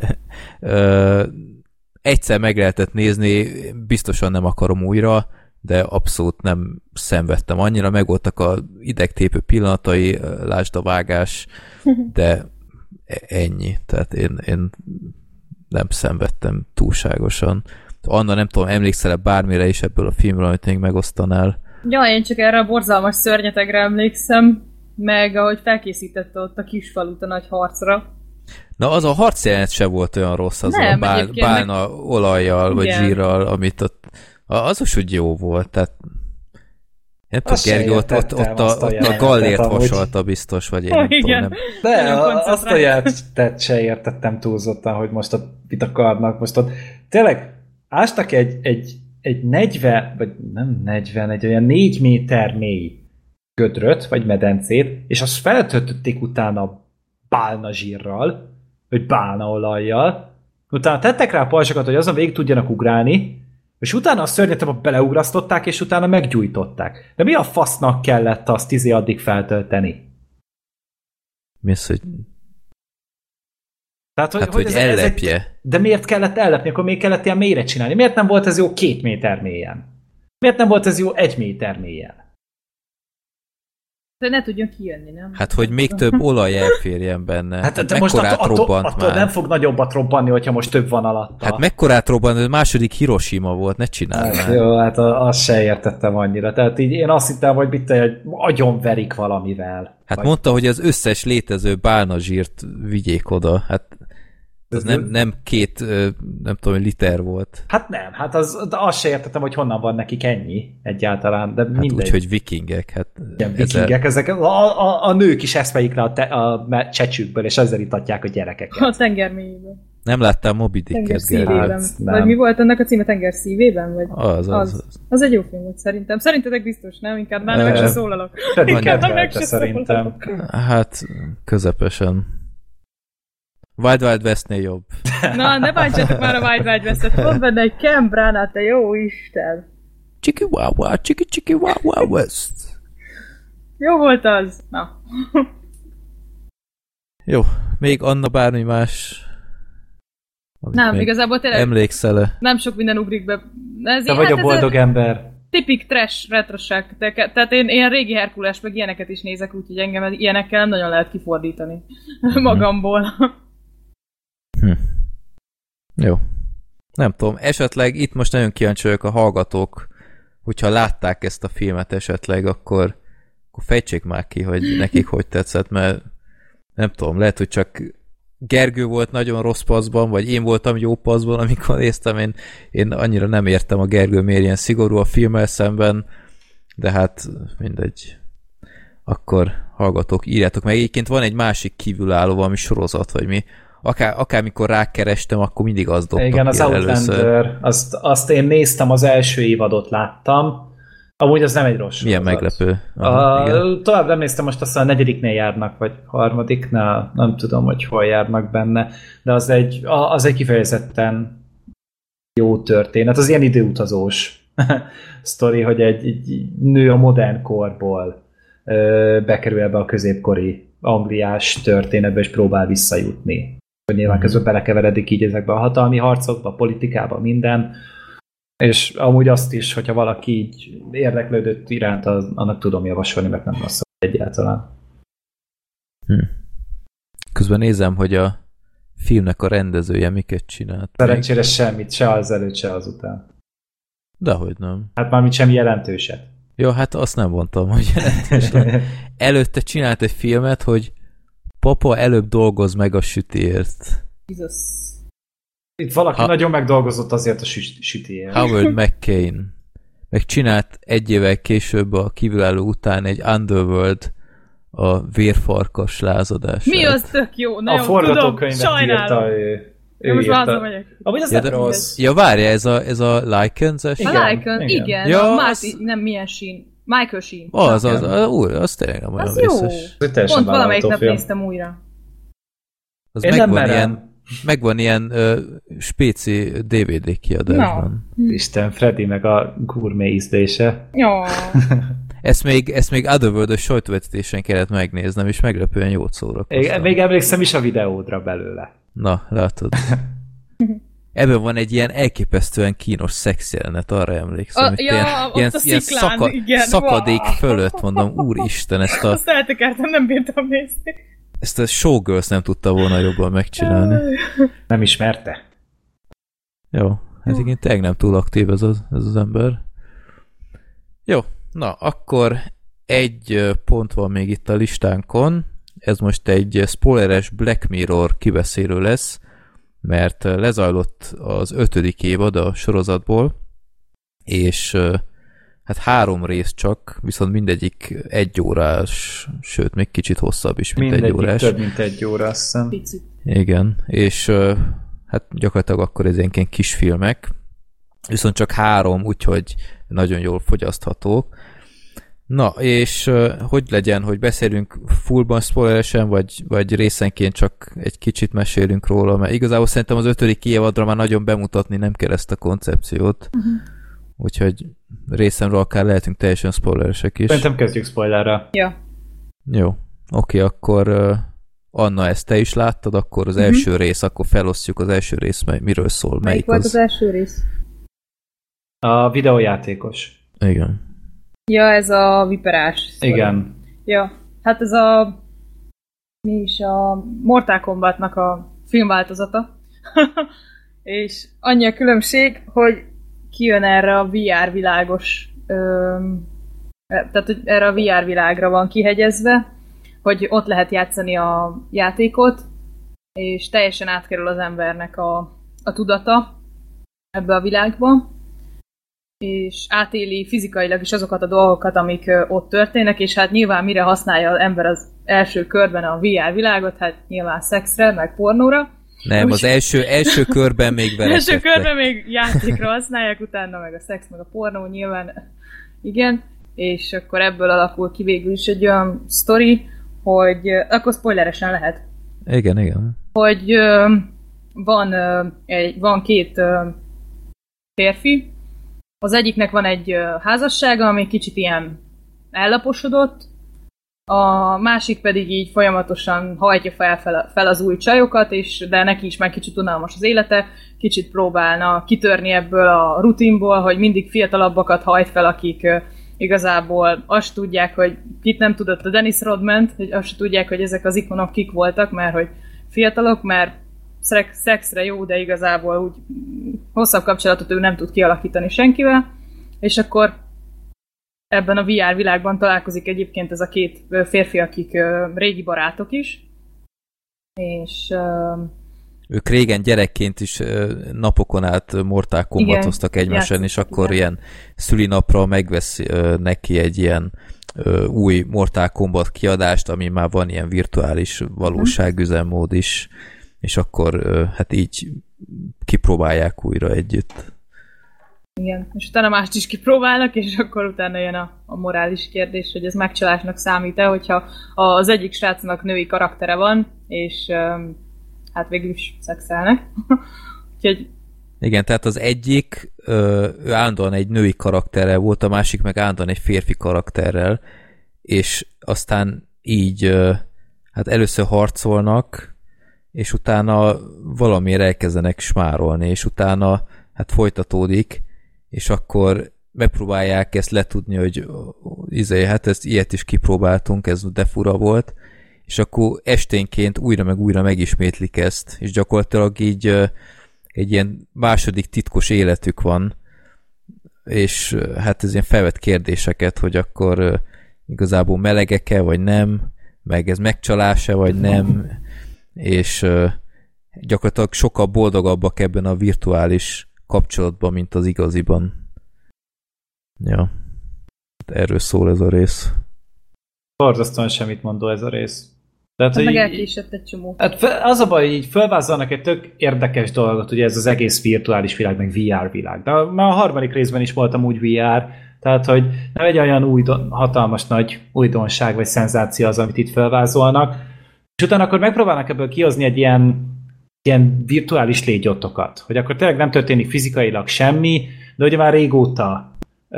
Egyszer meg lehetett nézni, biztosan nem akarom újra, de abszolút nem szenvedtem annyira. Megvoltak a idegtépő pillanatai, lásd a vágás, de ennyi. Tehát én, én nem szenvedtem túlságosan. Anna, nem tudom, emlékszel-e bármire is ebből a filmről, amit még megosztanál?
Ja, én csak erre a borzalmas szörnyetegre emlékszem, meg ahogy felkészítette ott a kisfalut a nagy harcra.
Na, az a harcjelenet sem volt olyan rossz, az
nem,
a bál, bálna meg... olajjal, vagy igen. zsírral, amit ott... Az is úgy jó volt, tehát... Nem tudom, Gergő, ott, ott, ott, a, ott a gallért vasalta biztos, vagy én nem
oh,
tudom. Nem.
De a, azt a jelentet se értettem túlzottan, hogy most ott mit akarnak. Most ott tényleg ástak egy, egy, egy negyven, vagy nem negyven, egy olyan négy méter mély gödröt, vagy medencét, és azt feltöltötték utána bálna zsírral, vagy bálna olajjal. Utána tettek rá pajzsokat, hogy azon végig tudjanak ugrálni, és utána a szörnyetembe beleugrasztották, és utána meggyújtották. De mi a fasznak kellett azt izé addig feltölteni?
Mi az, hogy...
Tehát, hogy,
hát,
hogy,
hogy
ez,
ellepje.
Ez egy... De miért kellett ellepni? Akkor még kellett ilyen mélyre csinálni? Miért nem volt ez jó két méter mélyen? Miért nem volt ez jó egy méter mélyen?
De ne tudjon kijönni, nem?
Hát, hogy még több olaj elférjen benne.
Hát,
hát
de most attól, attól, attól nem fog nagyobbat robbanni, hogyha most több van alatta.
Hát mekkorát robbant, a második Hiroshima volt, ne csinálj
hát,
már.
Jó, hát azt se értettem annyira. Tehát így én azt hittem, hogy mit egy agyonverik valamivel.
Hát
vagy...
mondta, hogy az összes létező bálnazsírt vigyék oda. Hát az nem, nem két, nem tudom, liter volt.
Hát nem, hát az, azt se értettem, hogy honnan van nekik ennyi egyáltalán, de
hát
mindegy.
úgy, hogy vikingek. Hát
igen, vikingek, ezek, a, a, a nők is eszmeik le a, te, a csecsükből, és ezzel itatják a gyerekeket.
A tenger mélyében.
Nem láttál Moby Dicket?
Tenger szívében.
Hát,
vagy mi volt ennek a címe, Tenger szívében? Vagy
az, az, az,
az. Az egy jó film volt szerintem. Szerintetek biztos, nem? Inkább már meg se szólalok.
Inkább meg se szerintem.
Hát közepesen. Wild Wild Westnél jobb.
Na, ne bántsátok már a Wild Wild Westet. Van benne egy Ken Branagh, te jó Isten.
Csiki wawa, csiki csiki wawa West.
Jó volt az. Na.
Jó, még Anna bármi más?
Nem, igazából tényleg
emlékszel-e?
Nem sok minden ugrik be. Ez
te vagy hát a boldog ember.
Tipik trash retroság. Tehát én ilyen régi Herkules, meg ilyeneket is nézek, úgyhogy engem ilyenekkel nem nagyon lehet kifordítani magamból.
Hm. Jó. Nem tudom, esetleg itt most nagyon kíváncsi vagyok a hallgatók, hogyha látták ezt a filmet esetleg, akkor, akkor fejtsék már ki, hogy nekik hogy tetszett, mert nem tudom, lehet, hogy csak Gergő volt nagyon rossz paszban, vagy én voltam jó paszban, amikor néztem, én, én annyira nem értem a Gergő miért ilyen szigorú a filmmel szemben, de hát mindegy. Akkor hallgatók, írjátok meg. Egyébként van egy másik kívülálló, valami sorozat, vagy mi. Akár, akármikor rákerestem, akkor mindig azt dobtam.
Igen, az Outlander, azt, azt én néztem, az első évadot láttam, Amúgy az nem egy rossz
Milyen
sorozat.
meglepő.
Aha, a, tovább nem néztem, most azt a negyediknél járnak, vagy harmadiknál, nem tudom, hogy hol járnak benne, de az egy, az egy kifejezetten jó történet. Az ilyen időutazós sztori, hogy egy, egy nő a modern korból ö, bekerül ebbe a középkori angliás történetbe, és próbál visszajutni. Hogy nyilván közben belekeveredik így ezekbe a hatalmi harcokba, a politikába, minden. És amúgy azt is, hogyha valaki így érdeklődött iránt, az, annak tudom javasolni, mert nem rossz egyáltalán.
Hm. Közben nézem, hogy a filmnek a rendezője miket csinált.
Szerencsére semmit, se az előtt, se azután.
Dehogy nem.
Hát mármint semmi jelentőset.
Jó, hát azt nem mondtam, hogy jelentőset. Előtte csinált egy filmet, hogy papa előbb dolgoz meg a sütiért.
Jesus.
Itt valaki ha... nagyon megdolgozott azért a sü- sütiért.
Howard McCain. Meg csinált egy évvel később a kívülálló után egy Underworld a vérfarkas lázadását.
Mi az tök jó? Na
a
jó,
forgatókönyvet
tudom,
írta ő.
Ő most már megyek.
Amúgy az
ja,
nem rossz.
Ja, várja, ez a, ez a Lycans-es?
A Lycans, igen. igen.
Ja,
a Marty,
az...
nem milyen Sheen. Michael Sheen.
Az, az, az, úr, az tényleg nem olyan
vészes. Pont valamelyik nap néztem újra.
Az megvan ilyen, megvan ilyen uh, spéci dé vé dé kiadásban.
No. Isten, Freddy meg a gourmet ízlése.
Jó.
Ezt még, ezt még Otherworld-ös sajtóvetítésen kellett megnéznem, és meglepően jót szórakoztam.
Még emlékszem is a videódra belőle.
Na, látod. Ebben van egy ilyen elképesztően kínos szexjelenet, arra emlékszem.
A, ja,
ilyen, ilyen, ilyen szaka,
igen,
szakadék
wow.
fölött, mondom, úristen, ezt a...
Azt eltekertem, nem bírtam nézni.
Ezt a Showgirls nem tudta volna jobban megcsinálni.
Nem ismerte.
Jó, hát igen, tényleg nem túl aktív ez az, ez az ember. Jó, na, akkor egy pont van még itt a listánkon. Ez most egy spoileres Black Mirror kibeszélő lesz, mert lezajlott az ötödik évad a sorozatból, és hát három rész csak, viszont mindegyik egy órás, sőt, még kicsit hosszabb is, mint
mindegyik
egy órás.
Több, mint egy óra, azt hiszem.
Picit.
Igen, és hát gyakorlatilag akkor ez ilyen kisfilmek, viszont csak három, úgyhogy nagyon jól fogyasztható. Na, és uh, hogy legyen, hogy beszélünk fullban spoileresen, vagy, vagy részenként csak egy kicsit mesélünk róla, mert igazából szerintem az ötödik évadra már nagyon bemutatni nem kell ezt a koncepciót, uh-huh. úgyhogy részemről akár lehetünk teljesen spoileresek is.
Szerintem kezdjük spoilerra.
Ja.
Jó, oké, akkor uh, Anna, ezt te is láttad, akkor az uh-huh. első rész, akkor felosztjuk az első rész, mely, miről szól, melyik,
melyik volt az? az első rész?
A videójátékos.
Igen.
Ja, ez a viperás.
Szóval. Igen.
Ja, hát ez a mi is a Mortal Kombatnak a filmváltozata. És annyi a különbség, hogy kijön erre a vé er világos öm, tehát hogy erre a vé er világra van kihegyezve, hogy ott lehet játszani a játékot, és teljesen átkerül az embernek a, a tudata ebbe a világba, és átéli fizikailag is azokat a dolgokat, amik ott történnek, és hát nyilván mire használja az ember az első körben a vé er világot, hát nyilván szexre, meg pornóra.
Nem, úgy... az első, első körben még verekedtek.
első körben még játékra használják, utána meg a szex, meg a pornó nyilván, igen, és akkor ebből alakul ki végül is egy olyan sztori, hogy akkor spoileresen lehet.
Igen, igen.
Hogy van, egy, van két férfi, az egyiknek van egy házassága, ami kicsit ilyen ellaposodott, a másik pedig így folyamatosan hajtja fel, fel, fel az új csajokat, és, de neki is már kicsit unalmas az élete, kicsit próbálna kitörni ebből a rutinból, hogy mindig fiatalabbakat hajt fel, akik uh, igazából azt tudják, hogy kit nem tudott a Dennis Rodman, hogy azt tudják, hogy ezek az ikonok kik voltak, mert hogy fiatalok, mert szexre jó, de igazából úgy hosszabb kapcsolatot ő nem tud kialakítani senkivel, és akkor ebben a vé er világban találkozik egyébként ez a két férfi, akik régi barátok is, és...
Ők régen gyerekként is napokon át Mortal Kombatoztak egymáson, és akkor igen. Ilyen szülinapra megvesz neki egy ilyen új Mortal Kombat kiadást, ami már van ilyen virtuális valóságüzemmód is, és akkor hát így kipróbálják újra együtt.
Igen, és utána mást is kipróbálnak, és akkor utána jön a, a morális kérdés, hogy ez megcsalásnak számít-e, hogyha az egyik srácnak női karaktere van, és um, hát végül is szexelnek. Úgyhogy...
Igen, tehát az egyik ö, ő állandóan egy női karakterrel volt, a másik meg állandóan egy férfi karakterrel, és aztán így ö, hát először harcolnak, és utána valamiért elkezdenek smárolni, és utána hát folytatódik, és akkor megpróbálják ezt letudni, hogy izé, hát ezt ilyet is kipróbáltunk, ez de fura volt, és akkor esténként újra meg újra megismétlik ezt, és gyakorlatilag így egy ilyen második titkos életük van, és hát ez ilyen felvett kérdéseket, hogy akkor igazából melegek-e, vagy nem, meg ez megcsalás-e, vagy nem, és gyakorlatilag sokkal boldogabbak ebben a virtuális kapcsolatban, mint az igaziban. Ja. Erről szól ez a rész.
Borzasztóan semmit mondó ez a rész. Tehát,
hát meg elkésett egy csomó.
Hát az a baj, hogy így felvázolnak egy tök érdekes dolgot, ugye ez az egész virtuális világ, meg vé er világ. De már a harmadik részben is voltam úgy vé er, tehát, hogy nem egy olyan új, hatalmas nagy újdonság vagy szenzáció az, amit itt felvázolnak. És utána akkor megpróbálnak ebből kihozni egy ilyen, ilyen virtuális légyottokat, hogy akkor tényleg nem történik fizikailag semmi, de ugye már régóta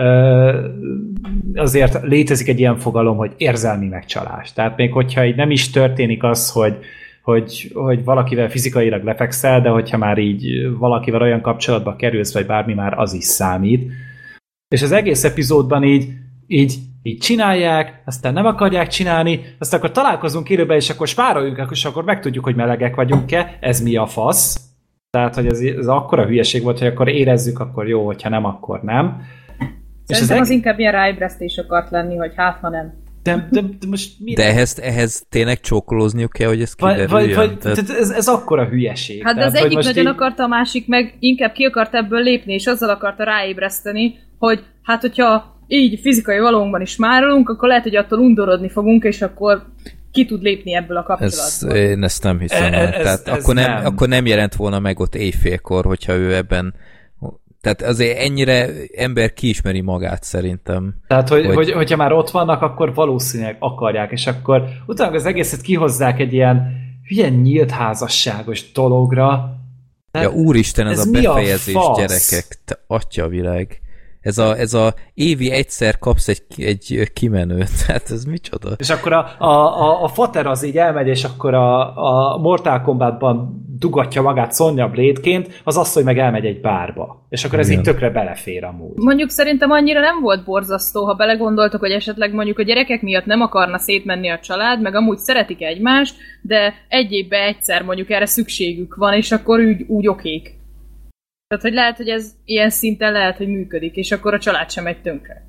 azért létezik egy ilyen fogalom, hogy érzelmi megcsalás. Tehát még hogyha így nem is történik az, hogy, hogy, hogy valakivel fizikailag lefekszel, de hogyha már így valakivel olyan kapcsolatba kerülsz, vagy bármi, már az is számít. És az egész epizódban így, így, így csinálják, aztán nem akarják csinálni, aztán akkor találkozunk élőben, és akkor spároljunk, és akkor megtudjuk, hogy melegek vagyunk-e, ez mi a fasz. Tehát, hogy ez, ez akkora hülyeség volt, hogy akkor érezzük, akkor jó, hogyha nem, akkor nem.
Szerintem az, az inkább ilyen ráébresztés akart lenni, hogy hát, ha nem.
De, de, de, most
de ehhez, ehhez tényleg csókolózniuk kell, hogy ez kiderüljön?
Vagy, vagy, tehát... ez, ez akkora hülyeség.
Hát de
tehát,
az egyik nagyon így... akarta, a másik meg inkább ki akart ebből lépni, és azzal akarta ráébreszteni, hogy hát hogyha így fizikai valónkban is márolunk, akkor lehet, hogy attól undorodni fogunk, és akkor ki tud lépni ebből a kapcsolatból.
Ez, én ezt nem hiszem. E, ez, tehát ez akkor, nem, nem. akkor nem jelent volna meg ott éjfélkor, hogyha ő ebben... Tehát azért ennyire ember kiismeri magát szerintem.
Tehát, hogy, hogy... Hogy, hogyha már ott vannak, akkor valószínűleg akarják, és akkor utána az egészet kihozzák egy ilyen ilyen nyílt házasságos dologra.
Ja, úristen, ez, ez a befejezés, a gyerekek, te atyavilág. Ez a, ez a évi egyszer kapsz egy, egy kimenőt, tehát ez micsoda?
És akkor a, a, a, a fater az így elmegy, és akkor a, a Mortal Kombatban dugatja magát Sonya Blade-ként, az asszony meg elmegy egy bárba. És akkor ez igen. Így tökre belefér amúgy.
Mondjuk szerintem annyira nem volt borzasztó, ha belegondoltok, hogy esetleg mondjuk a gyerekek miatt nem akarna szétmenni a család, meg amúgy szeretik egymást, de egy évben egyszer mondjuk erre szükségük van, és akkor úgy, úgy okék. Tehát, hogy lehet, hogy ez ilyen szinten lehet, hogy működik, és akkor a család sem megy tönkre.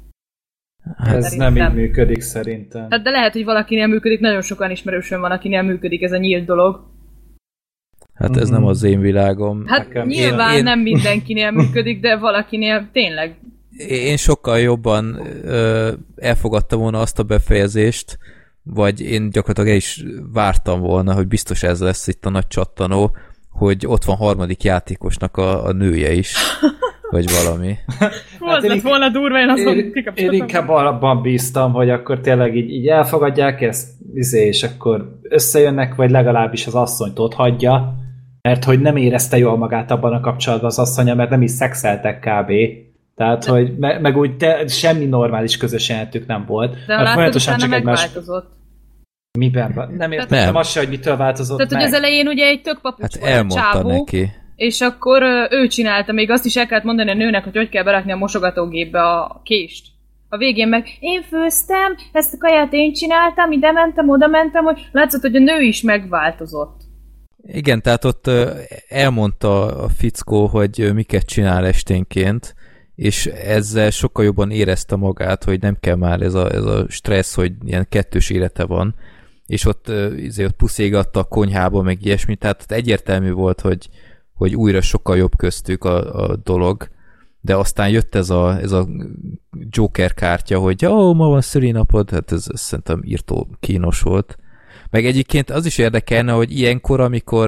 Ez szerintem. Nem így működik szerintem.
Hát de lehet, hogy valakinél működik, nagyon sokan ismerősön van, akinél működik ez a nyílt dolog.
Hát ez mm. nem az én világom.
Hát nekem nyilván én... nem mindenkinél működik, de valakinél tényleg.
Én sokkal jobban ö, elfogadtam volna azt a befejezést, vagy én gyakorlatilag el is vártam volna, hogy biztos ez lesz itt a nagy csattanó, hogy ott van harmadik játékosnak a, a nője is, vagy valami.
Hát lett volna durva, én azt
én, én inkább abban bíztam, hogy akkor tényleg így, így elfogadják ezt, és akkor összejönnek, vagy legalábbis az asszonyt ott hagyja, mert hogy nem érezte jól magát abban a kapcsolatban az asszonya, mert nem is szexeltek kb. Tehát, de, hogy me, meg úgy te, semmi normális közös jelentük nem volt.
De a látod, utána megváltozott.
Miben? Nem értettem nem. azt se, hogy mitől változott
Tehát,
meg.
hogy az elején ugye egy tök papucs
hát volt a csávó, neki.
És akkor ő csinálta, még azt is el kellett mondani a nőnek, hogy hogy kell berakni a mosogatógépbe a kést. A végén meg én főztem, ezt a kaját én csináltam, ide mentem, oda mentem, hogy látszott, hogy a nő is megváltozott.
Igen, tehát ott elmondta a fickó, hogy miket csinál esténként, és ezzel sokkal jobban érezte magát, hogy nem kell már ez a, ez a stressz, hogy ilyen kettős élete van, és ott, azért ott puszégatta a konyhába, meg ilyesmi, tehát egyértelmű volt, hogy, hogy újra sokkal jobb köztük a, a dolog, de aztán jött ez a, ez a Joker kártya, hogy ó, oh, ma van szülinapod, hát ez, ez szerintem írtó kínos volt. Meg egyébként az is érdekelne, hogy ilyenkor, amikor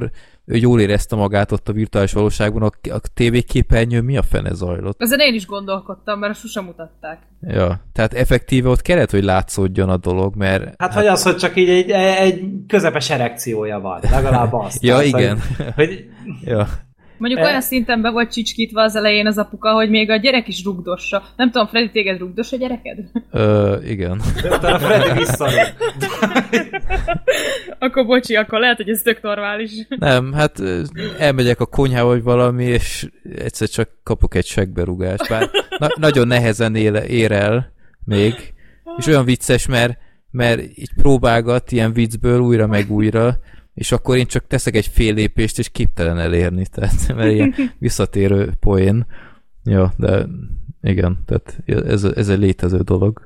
ő jól érezte magát ott a virtuális valóságban, a, a tévéképernyőn mi a fene zajlott?
Ezen én is gondolkodtam, mert sosem mutatták.
Ja, tehát effektíve ott kellett, hogy látszódjon a dolog, mert... Hát,
hát vagy az, hogy csak így egy, egy közepes erekciója van, legalább azt.
Ja,
tehát,
igen.
Hogy, hogy...
Ja.
Mondjuk e... olyan szinten be volt csicskítva az elején az apuka, hogy még a gyerek is rugdossa. Nem tudom, Freddy, téged rugdos a gyereked?
Ö, igen.
De utána Freddy visszarúg.
Akkor bocsi, akkor lehet, hogy ez tök normális.
Nem, hát elmegyek a konyhába, vagy valami, és egyszer csak kapok egy seggberúgást. Bár na- nagyon nehezen él, ér el még, és olyan vicces, mert, mert így próbálgat ilyen viccből újra meg újra, és akkor én csak teszek egy fél lépést, és képtelen elérni, tehát mert ilyen visszatérő poén. Ja, de igen, tehát ez, ez egy létező dolog.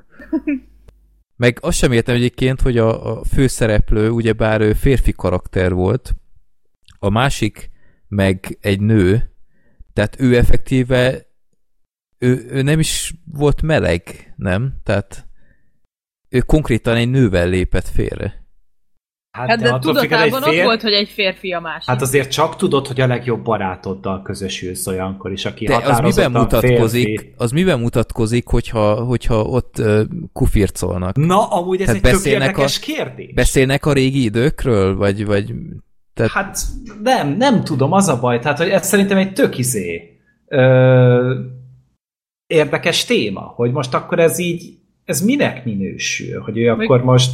Meg azt sem értem egyébként, hogy a, a főszereplő, ugyebár ő férfi karakter volt, a másik meg egy nő, tehát ő effektíve ő, ő nem is volt meleg, nem? Tehát ő konkrétan egy nővel lépett félre.
Hát, hát de, de tudatában fér... ott volt, hogy egy férfi a másik.
Hát azért csak tudod, hogy a legjobb barátoddal közösülsz olyankor is, aki
de
határozottan
az miben mutatkozik,
férfi.
Az miben mutatkozik, hogyha, hogyha ott uh, kufircolnak?
Na, amúgy ez tehát egy tök érdekes a, kérdés.
Beszélnek a régi időkről? Vagy, vagy,
tehát... Hát nem, nem tudom, az a baj. Tehát, hogy ez szerintem egy tök izé ö, érdekes téma, hogy most akkor ez így, ez minek minősül? Hogy ő akkor most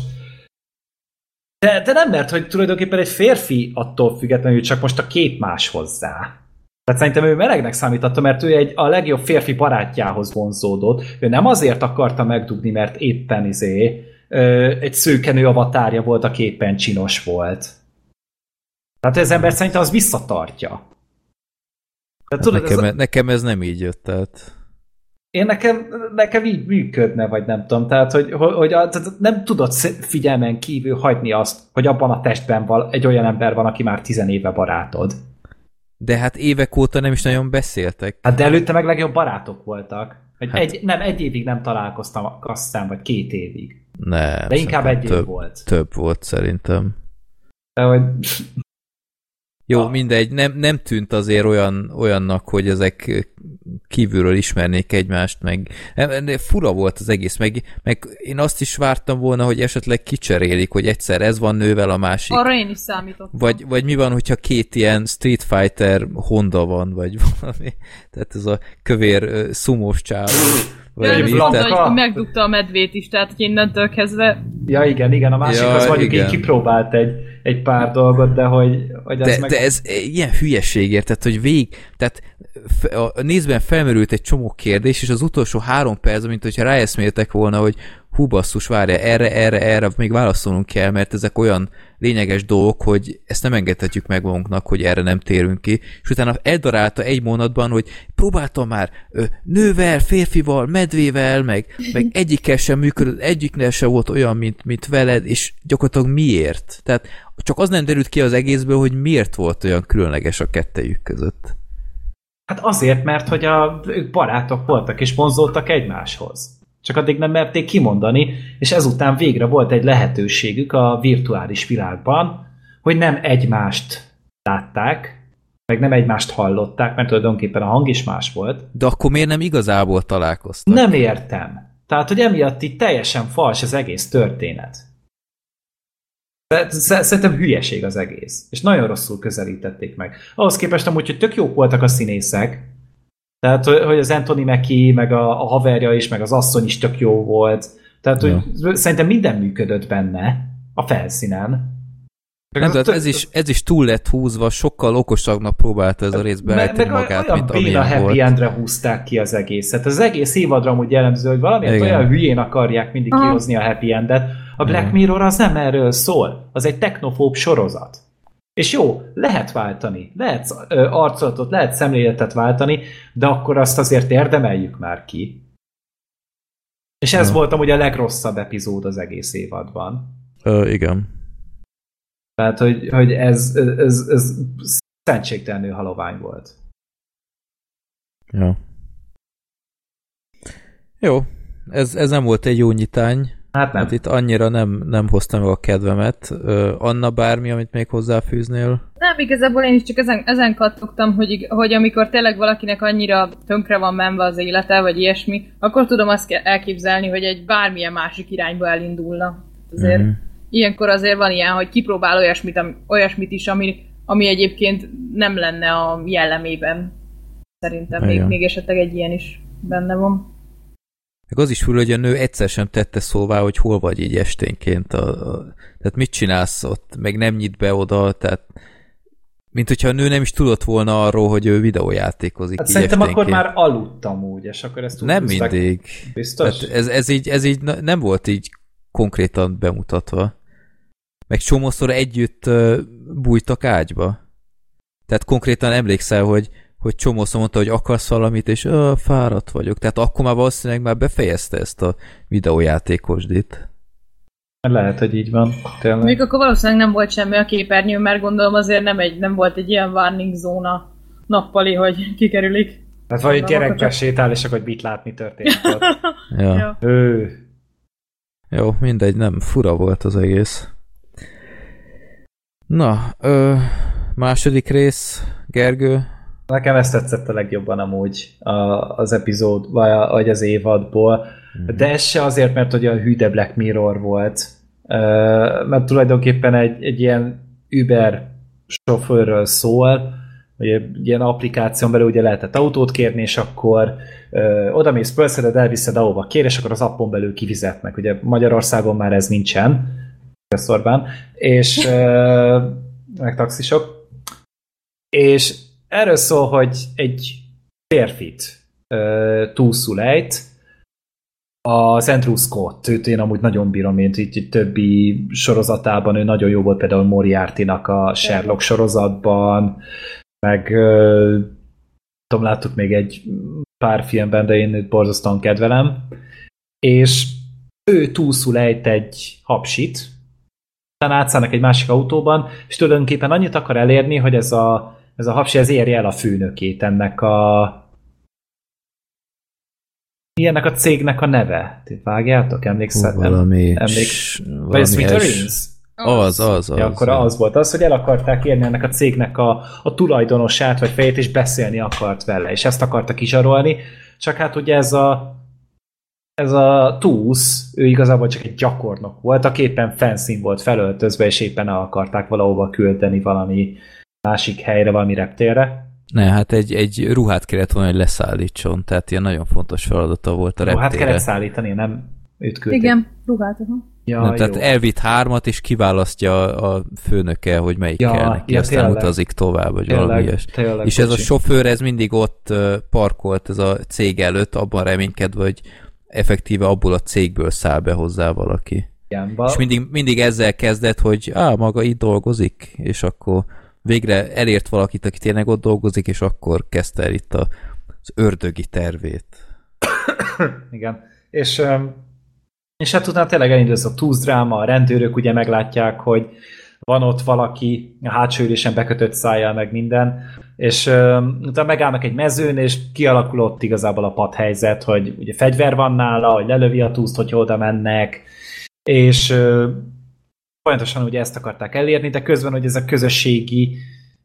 De, de nem, mert hogy tulajdonképpen egy férfi attól függetlenül csak most a kép más hozzá. Tehát szerintem ő melegnek számította, mert ő egy, a legjobb férfi barátjához vonzódott. Ő nem azért akarta megdugni, mert éppen izé, ö, egy szőkenő avatárja volt, a képen csinos volt. Tehát ez ember szerintem az visszatartja. Tehát,
hát
tudod,
nekem,
ez a...
nekem ez nem így jött, tehát...
Én nekem, nekem így működne, vagy nem tudom. Tehát, hogy, hogy a, tehát nem tudod figyelmen kívül hagyni azt, hogy abban a testben val, egy olyan ember van, aki már tizen éve barátod.
De hát évek óta nem is nagyon beszéltek.
Hát de előtte meg legjobb barátok voltak.
Hát...
Egy, nem, egy évig nem találkoztam, azt hiszem, vagy két évig.
Nem.
De inkább egy
több,
év volt.
Több volt szerintem.
De, hogy...
Jó,
ah.
mindegy, nem, nem tűnt azért olyan, olyannak, hogy ezek kívülről ismernék egymást, meg fura volt az egész, meg, meg én azt is vártam volna, hogy esetleg kicserélik, hogy egyszer ez van nővel, a másik.
Arra én is számítottam.
Vagy, vagy mi van, hogyha két ilyen Street Fighter Honda van, vagy valami. Tehát ez a kövér szumós csávó.
Vagy mi, tehát, hogy megdugta a medvét is, tehát hogy innentől kezdve...
Ja, igen, igen, a másik ja, az mondjuk így kipróbált egy, egy pár dolgot, de hogy... hogy
de,
meg...
de ez ilyen hülyeségért, tehát hogy vég... Tehát a nézben felmerült egy csomó kérdés, és az utolsó három perc, mint hogyha ráeszméltek volna, hogy hú basszus, várja, erre, erre, erre még válaszolnunk kell, mert ezek olyan lényeges dolgok, hogy ezt nem engedhetjük meg magunknak, hogy erre nem térünk ki. És utána eldarálta egy mondatban, hogy próbáltam már ö, nővel, férfival, medvével, meg, meg egyikkel sem működött, egyiknél sem volt olyan, mint, mint veled, és gyakorlatilag miért? Tehát csak az nem derült ki az egészből, hogy miért volt olyan különleges a kettejük között.
Hát azért, mert hogy a, ők barátok voltak, és vonzódtak egymáshoz. Csak addig nem merték kimondani, és ezután végre volt egy lehetőségük a virtuális világban, hogy nem egymást látták, meg nem egymást hallották, mert tulajdonképpen a hang is más volt.
De akkor miért nem igazából találkoztak?
Nem értem. Tehát, hogy emiatt itt teljesen fals az egész történet. Szerintem hülyeség az egész. És nagyon rosszul közelítették meg. Ahhoz képest amúgy, hogy tök jók voltak a színészek, tehát, hogy az Anthony Mackie, meg a, a haverja is, meg az asszony is tök jó volt. Tehát, ja. hogy szerintem minden működött benne a felszínen.
Nem, tehát ez is, ez is túl lett húzva, sokkal okosabbnak próbálta ez a rész beletenni magát,
olyan
mint amilyen
happy
volt.
Endre húzták ki az egészet. Az egész évadra amúgy jellemző, hogy valamilyen olyan hülyén akarják mindig Aha. kihozni a happy endet. A Black Mirror az nem erről szól. Az egy technofób sorozat. És jó, lehet váltani, lehet ö, arcolatot, lehet szemléletet váltani, de akkor azt azért érdemeljük már ki. És ez ja. volt amúgy a legrosszabb epizód az egész évadban.
Ö, igen.
Tehát, hogy, hogy ez, ez, ez szentségtelenül halovány volt.
Ja. Jó, ez, ez nem volt egy jó nyitány.
Hát nem.
Hát itt annyira nem, nem hoztam meg a kedvemet. Ö, Anna, bármi, amit még hozzáfűznél?
Nem, igazából én is csak ezen, ezen kattogtam, hogy, hogy amikor tényleg valakinek annyira tönkre van menve az élete, vagy ilyesmi, akkor tudom azt elképzelni, hogy egy bármilyen másik irányba elindulna. Azért mm-hmm. ilyenkor azért van ilyen, hogy kipróbál olyasmit, olyasmit is, ami, ami egyébként nem lenne a jellemében. Szerintem még, még esetleg egy ilyen is benne van.
Meg az is fül, hogy a nő egyszer sem tette szóvá, hogy hol vagy így esténként. A, a, tehát mit csinálsz ott, meg nem nyit be oda, tehát mint hogyha a nő nem is tudott volna arról, hogy ő videójátékozik.
Hát szerintem esténként. Akkor már aludtam úgy, és akkor ezt úgy
nem húzták. Mindig.
Biztos?
Ez, ez, így, ez így nem volt így konkrétan bemutatva. Meg csomószor együtt uh, bújtak ágyba. Tehát konkrétan emlékszel, hogy hogy csomószor mondta, hogy akarsz valamit, és uh, fáradt vagyok. Tehát akkor már valószínűleg már befejezte ezt a videójátékosdit.
Lehet, hogy így van. Tényleg.
Még akkor valószínűleg nem volt semmi a képernyő, mert gondolom azért nem, egy, nem volt egy ilyen warning zóna nappali, hogy kikerülik.
Hát vagy egy gyerekkel sétál, és akkor mit látni történik ott.
Ja.
Ő.
Jó, mindegy, nem, fura volt az egész. Na, ö, második rész, Gergő.
Nekem ezt tetszett a legjobban amúgy a, az epizód, vagy az évadból. Mm. De ez se azért, mert olyan hű de Black Mirror volt. Mert tulajdonképpen egy, egy ilyen Uber sofőrről szól, hogy egy ilyen applikáción belül ugye lehetett autót kérni, és akkor ö, odamész, fölszeded, elviszed ahova kér, és akkor az appon belül kifizetnek. Ugye Magyarországon már ez nincsen, Orbán, és ö, meg taxisok. És erről szól, hogy egy férfit uh, túlszul ejt, az Andrew Scott, őt én amúgy nagyon bírom, mint így többi sorozatában, ő nagyon jó volt például Moriarty-nak a Sherlock sorozatban, meg uh, tudom, láttuk még egy pár filmben, de én borzasztóan kedvelem, és ő túlszul ejt egy hapsit, utána átszállnak egy másik autóban, és tulajdonképpen annyit akar elérni, hogy ez a ez a hapsi, ez érje el a főnökét ennek a mi ennek a cégnek a neve? Ti vágjátok? Emlékszel?
Valami...
Emlék... Vagy Smithereens?
Az, az, az.
Ja, akkor az, az volt az, hogy el akarták érni ennek a cégnek a, a tulajdonosát, vagy fejét, és beszélni akart vele, és ezt akarta kizsarolni, csak hát ugye ez a ez a túsz, ő igazából csak egy gyakornok volt, aki éppen fanszín volt felöltözve, és éppen el akarták valahova küldeni valami másik helyre, valami reptérre.
Ne, hát egy, egy ruhát kellett volna, hogy leszállítson, tehát ilyen nagyon fontos feladata volt a reptére.
Ruhát kellett szállítani, nem őt küldték.
Igen, ruhát.
Ja, nem, tehát elvitt hármat, és kiválasztja a főnöke, hogy melyik ja, kell neki, ja, aztán tényleg. Utazik tovább, vagy tényleg, valami ilyes. Tényleg, és ez bocsi. A sofőr, ez mindig ott parkolt, ez a cég előtt, abban reménykedve, hogy effektíve abból a cégből száll be hozzá valaki. Igen, és mindig, mindig ezzel kezdett, hogy á, maga itt dolgozik, és akkor végre elért valakit, aki tényleg ott dolgozik, és akkor kezdte el itt a, az ördögi tervét.
Igen. És, és hát utána tényleg elindul ez a túzdráma, a rendőrök ugye meglátják, hogy van ott valaki a hátsó ülésen bekötött szájjal, meg minden, és utána megállnak egy mezőn, és kialakul ott igazából a padhelyzet, hogy ugye fegyver van nála, hogy lelövi a túszt, hogy oda mennek, és folyamatosan ugye ezt akarták elérni, de közben, hogy ez a közösségi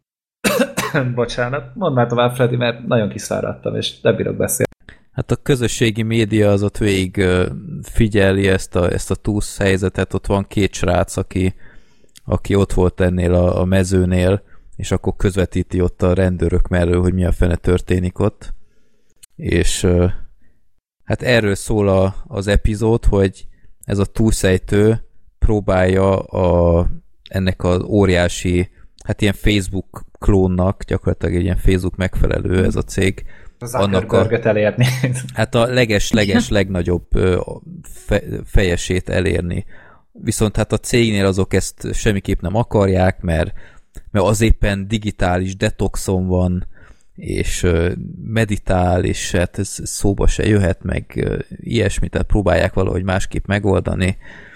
bocsánat, mondd már tovább, Freddy, mert nagyon kiszáradtam, és nem bírok beszélni.
Hát a közösségi média az ott végig figyeli ezt a, ezt a túsz helyzetet, ott van két srác, aki, aki ott volt ennél a, a mezőnél, és akkor közvetíti ott a rendőrök mellől, hogy mi a fene történik ott. És hát erről szól a, az epizód, hogy ez a túszejtő próbálja a, ennek az óriási, hát ilyen Facebook klónnak, gyakorlatilag egy ilyen Facebook megfelelő ez a cég.
Az annak a, elérni.
Hát a leges-leges legnagyobb fe, fejesét elérni. Viszont hát a cégnél azok ezt semmiképp nem akarják, mert, mert az éppen digitális detoxon van, és meditál, és hát ez szóba se jöhet, meg ilyesmit, tehát próbálják valahogy másképp megoldani.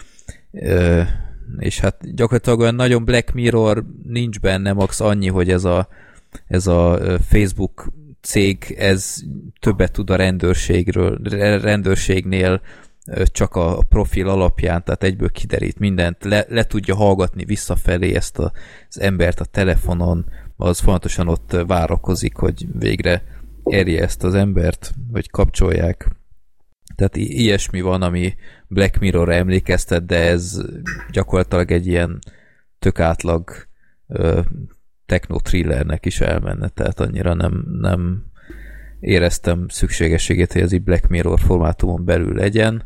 És hát gyakorlatilag olyan nagyon Black Mirror nincs benne, max annyi, hogy ez a, ez a Facebook cég, ez többet tud a rendőrségről, rendőrségnél csak a profil alapján, tehát egyből kiderít mindent, le, le tudja hallgatni visszafelé ezt a, az embert a telefonon, az folyamatosan ott várakozik, hogy végre érje ezt az embert, vagy kapcsolják. Tehát i- ilyesmi van, ami Black Mirrorra emlékeztet, de ez gyakorlatilag egy ilyen tök átlag ö, techno-thrillernek is elmenne, tehát annyira nem, nem éreztem szükségességét, hogy ez így Black Mirror formátumon belül legyen.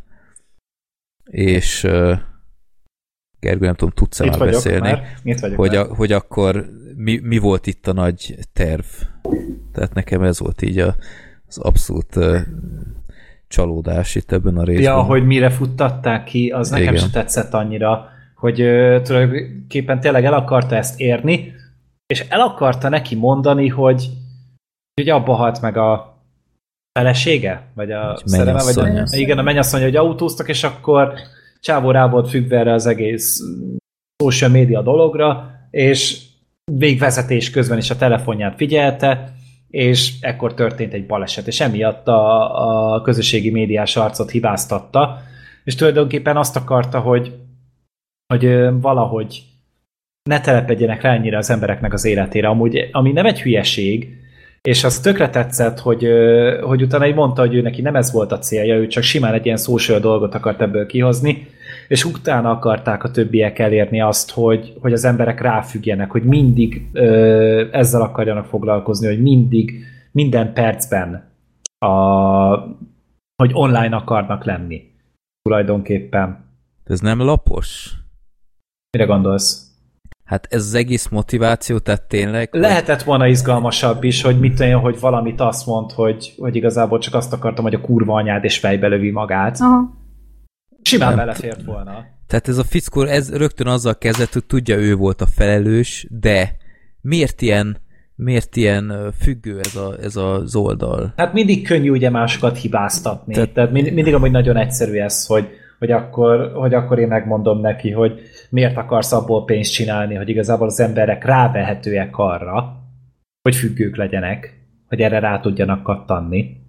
És uh, Gergő, nem tudom, tudsz-e már beszélni, hogy, a, hogy akkor mi, mi volt itt a nagy terv? Tehát nekem ez volt így a, az abszolút uh, csalódás itt ebben a részben.
Ja, hogy mire futtatták ki, az nekem sem tetszett annyira, hogy uh, tulajdonképpen tényleg el akarta ezt érni, és el akarta neki mondani, hogy, hogy abba halt meg a felesége? Vagy a szerelme? Vagy a, igen, a mennyasszonya, hogy autóztak, és akkor csávó rá volt függve erre az egész social media dologra, és végvezetés közben is a telefonját figyelte, és ekkor történt egy baleset, és emiatt a, a közösségi médiás arcot hibáztatta, és tulajdonképpen azt akarta, hogy, hogy valahogy ne telepedjenek rá ennyire az embereknek az életére, amúgy, ami nem egy hülyeség, és az tökre tetszett, hogy, hogy utána így mondta, hogy ő neki nem ez volt a célja, ő csak simán egy ilyen social dolgot akart ebből kihozni, és utána akarták a többiek elérni azt, hogy, hogy az emberek ráfüggjenek, hogy mindig ö, ezzel akarjanak foglalkozni, hogy mindig, minden percben a, hogy online akarnak lenni. Tulajdonképpen.
Ez nem lapos?
Mire gondolsz?
Hát ez az egész motiváció, tehát tényleg...
Lehetett volna izgalmasabb is, hogy mit olyan, hogy valamit azt mond, hogy, hogy igazából csak azt akartam, hogy a kurva anyád és fejbe lövi magát. Aha. Simán nem belefért volna.
Tehát ez a fickó, ez rögtön azzal kezdett, hogy tudja, ő volt a felelős, de miért ilyen, miért ilyen függő ez, a, ez az oldal?
Hát mindig könnyű ugye másokat hibáztatni. Tehát, Tehát mindig, mindig amúgy nagyon egyszerű ez, hogy Hogy akkor, hogy akkor én megmondom neki, hogy miért akarsz abból pénzt csinálni, hogy igazából az emberek rávehetőek arra, hogy függők legyenek, hogy erre rá tudjanak kattanni.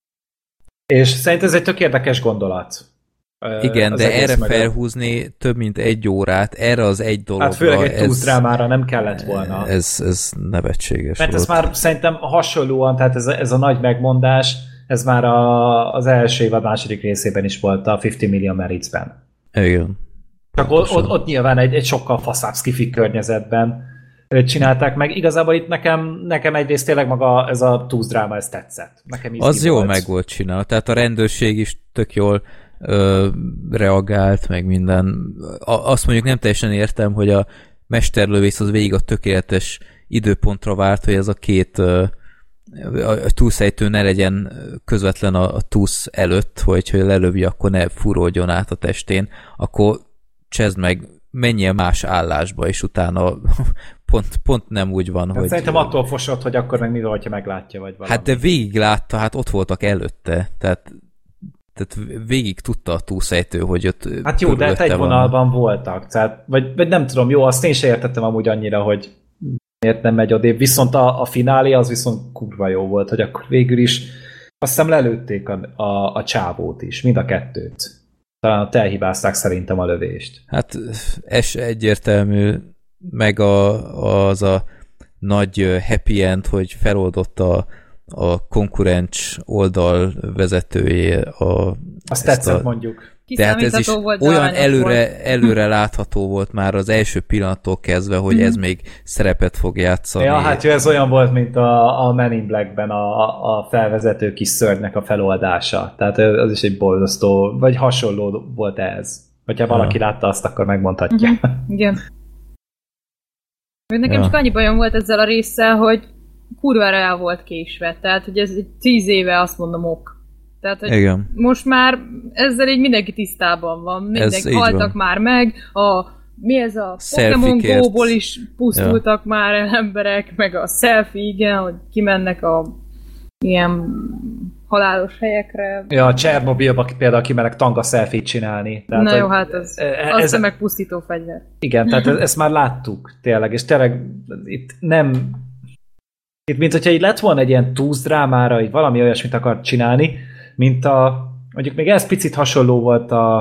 És szerintem ez egy tök érdekes gondolat.
Igen, de erre meg felhúzni több mint egy órát, erre az egy dologra.
Hát főleg egy túldrámára nem kellett volna.
Ez, ez nevetséges
Mert
volt.
ez már szerintem hasonlóan, tehát ez a, ez a nagy megmondás, ez már a, az első évad második részében is volt a ötven millió Merritzben.
Igen.
Csak ott, ott, ott nyilván egy, egy sokkal faszább skifi környezetben csinálták meg. Igazából itt nekem, nekem egyrészt tényleg maga ez a túzdráma, ez tetszett. Nekem
az jól meg volt csinálva. Tehát a rendőrség is tök jól ö, reagált, meg minden. A, azt mondjuk nem teljesen értem, hogy a mesterlövész az végig a tökéletes időpontra várt, hogy ez a két ö, a túszejtő ne legyen közvetlen a, a túsz előtt, hogy, hogy lelövi, akkor ne furódjon át a testén, akkor csezd meg, menjél más állásba, és utána pont, pont nem úgy van,
hát
hogy...
Szerintem attól fosott, hogy akkor meg mi van, hogyha meglátja, vagy valami.
Hát de végig látta, hát ott voltak előtte, tehát, tehát végig tudta a túszejtő, hogy ott...
Hát jó, de hát egy vonalban van. voltak, tehát, vagy, vagy nem tudom, jó, azt én sem értettem amúgy annyira, hogy miért nem megy odébb, viszont a, a finálé az viszont kurva jó volt, hogy akkor végül is azt hiszem lelőtték a, a, a csávót is, mind a kettőt. Talán ott elhibázták szerintem a lövést.
Hát ez egyértelmű, meg a, az a nagy happy end, hogy feloldotta a konkurencs oldal vezetője a...
Azt tetszett a, mondjuk.
Tehát ez is olyan előre, előre látható volt már az első pillanattól kezdve, hogy mm. ez még szerepet fog játszani.
Ja, hát ez olyan volt, mint a, a Men in Blackben a, a felvezető kis szörnynek a feloldása. Tehát az is egy borzasztó, vagy hasonló volt ez. Hogyha valaki ja. látta azt, akkor megmondhatja.
Uh-huh. Igen. Nekem ja. csak annyi bajom volt ezzel a résszel, hogy kurvára el volt késve. Tehát, hogy ez egy tíz éve azt mondom ok. Tehát, hogy igen. most már ezzel így mindenki tisztában van. Mindenki haltak már meg. A, mi ez a Pokémon Go-ból is pusztultak ja. már el emberek, meg a selfie, igen, hogy kimennek a ilyen halálos helyekre.
Ja, a Csernobilba például kimennek tanga selfie-t csinálni.
Tehát, na jó, hát ez, ez, ez a megpusztító fegyver.
Igen, tehát ezt már láttuk tényleg, és tényleg itt nem... Itt, mint hogyha így lett volna egy ilyen túsz drámára, így valami olyasmit akart csinálni, mint a, mondjuk még ez picit hasonló volt a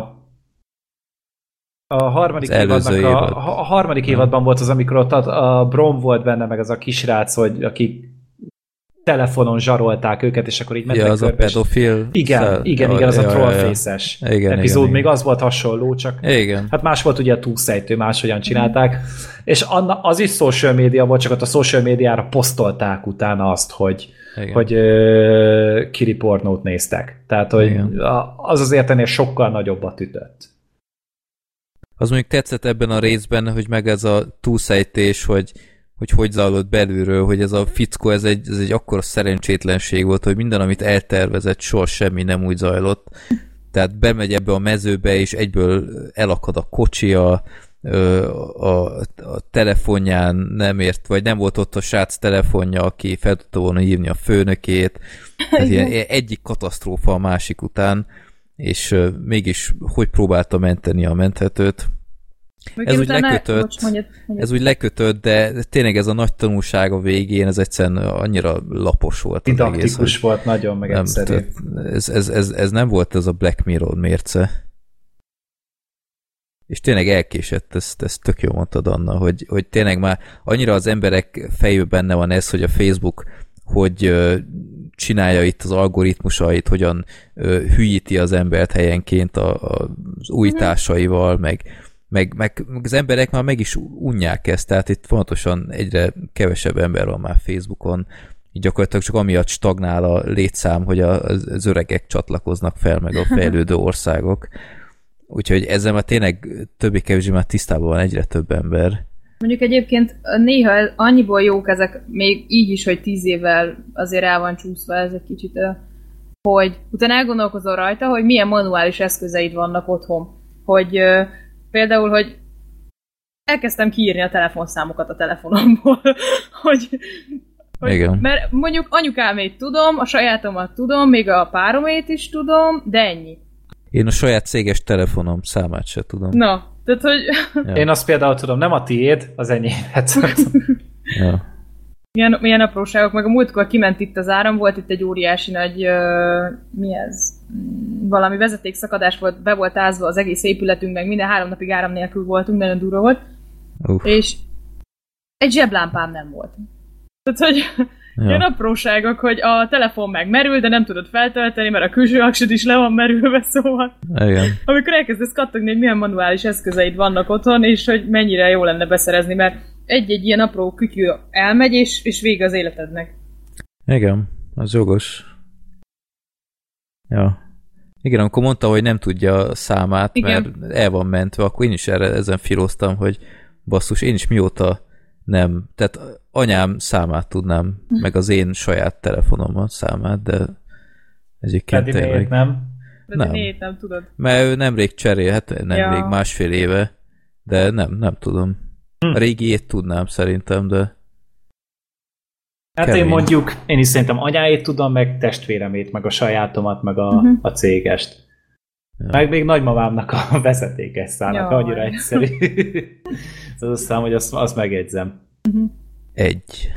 a harmadik évadnak évad. a, a harmadik ja. évadban volt az, amikor ott a, a Brom volt benne, meg az a kisrác, hogy akik telefonon zsarolták őket, és akkor így mentek
ja, az
körbe,
a pedofil.
Igen,
szel...
igen, igen, az ja, a trollface-es ja, ja. epizód, igen, még igen. az volt hasonló, csak
igen.
hát más volt ugye a túlszejtő, máshogyan csinálták, mm. és anna, az is social media volt, csak ott a social médiára posztolták utána azt, hogy, hogy uh, kiri pornót néztek. Tehát, hogy igen. az azért ennél sokkal nagyobbat ütött.
Az mondjuk tetszett ebben a részben, hogy meg ez a túlszejtés, hogy hogy hogy zajlott belülről, hogy ez a fickó, ez egy, ez egy akkora szerencsétlenség volt, hogy minden, amit eltervezett, soha semmi nem úgy zajlott. Tehát bemegy ebbe a mezőbe, és egyből elakad a kocsia, a, a, a telefonján nem ért, vagy nem volt ott a srác telefonja, aki fel tudta volna hívni a főnökét. Tehát ilyen egyik katasztrófa a másik után, és uh, mégis hogy próbálta menteni a menthetőt. Ez úgy, lekötött, bocs, mondjad, mondjad. ez úgy lekötött, de tényleg ez a nagy tanulság a végén, ez egyszerűen annyira lapos volt.
Didaktikus egész, volt nagyon, meg
nem,
egyszerű.
Ez, ez, ez, ez nem volt ez a Black Mirror mérce. És tényleg elkésett, ezt, ezt tök jól mondtad, Anna, hogy, hogy tényleg már annyira az emberek fejében benne van ez, hogy a Facebook hogy csinálja itt az algoritmusait, hogyan hülyíti az embert helyenként a, a, az újításaival, meg Meg, meg az emberek már meg is unják ezt, tehát itt fontosan egyre kevesebb ember van már Facebookon, így gyakorlatilag csak amiatt stagnál a létszám, hogy az öregek csatlakoznak fel, meg a fejlődő országok. Úgyhogy ezzel már tényleg többé-kevésbé már tisztában van egyre több ember.
Mondjuk egyébként néha annyiból jók ezek, még így is, hogy tíz évvel azért el van csúszva ez egy kicsit, hogy utána elgondolkozol rajta, hogy milyen manuális eszközeid vannak otthon. Hogy például, hogy elkezdtem kiírni a telefonszámokat a telefonomból, hogy, hogy
igen.
Mert mondjuk anyukámét tudom, a sajátomat tudom, még a páromét is tudom, de ennyi.
Én a saját céges telefonom számát se tudom.
Na, tehát, hogy...
Ja. Én azt például tudom, nem a tiéd, az enyémet.
Ja.
Milyen, milyen apróságok, meg a múltkor kiment itt az áram, volt itt egy óriási nagy, uh, mi ez? Valami vezetékszakadás volt, be volt ázva az egész épületünk, meg minden három napig áram nélkül voltunk, nagyon durva volt. Uf. És egy zseblámpám nem volt. Tehát, hogy ja. Ilyen apróságok, hogy a telefon megmerül, de nem tudod feltölteni, mert a külső aksid is le van merülve, szóval.
Igen.
Amikor elkezdesz kattogni, hogy milyen manuális eszközeid vannak otthon, és hogy mennyire jó lenne beszerezni, mert egy-egy ilyen apró kütyű elmegy, és, és vége az életednek.
Igen, az jogos. Ja. Igen, amikor mondta, hogy nem tudja a számát, igen. Mert el van mentve, akkor én is erre ezen filóztam, hogy basszus, én is mióta nem. Tehát anyám számát tudnám, meg az én saját telefonom számát, de egyébként
Pedig tényleg... nem.
Nem. Miért nem tudod?
Mert ő nemrég cserél, hát nemrég, ja. másfél éve, de nem, nem tudom. Hm. A régiét tudnám szerintem, de...
Hát kemény. Én mondjuk, én is szerintem anyáét tudom, meg testvéremét, meg a sajátomat, meg a, uh-huh. a cégest. Ja. Meg még nagymamámnak a vezetékes számnak, annyira egyszerű. Az azt szám, hogy azt, azt megjegyzem.
Uh-huh.
Egy.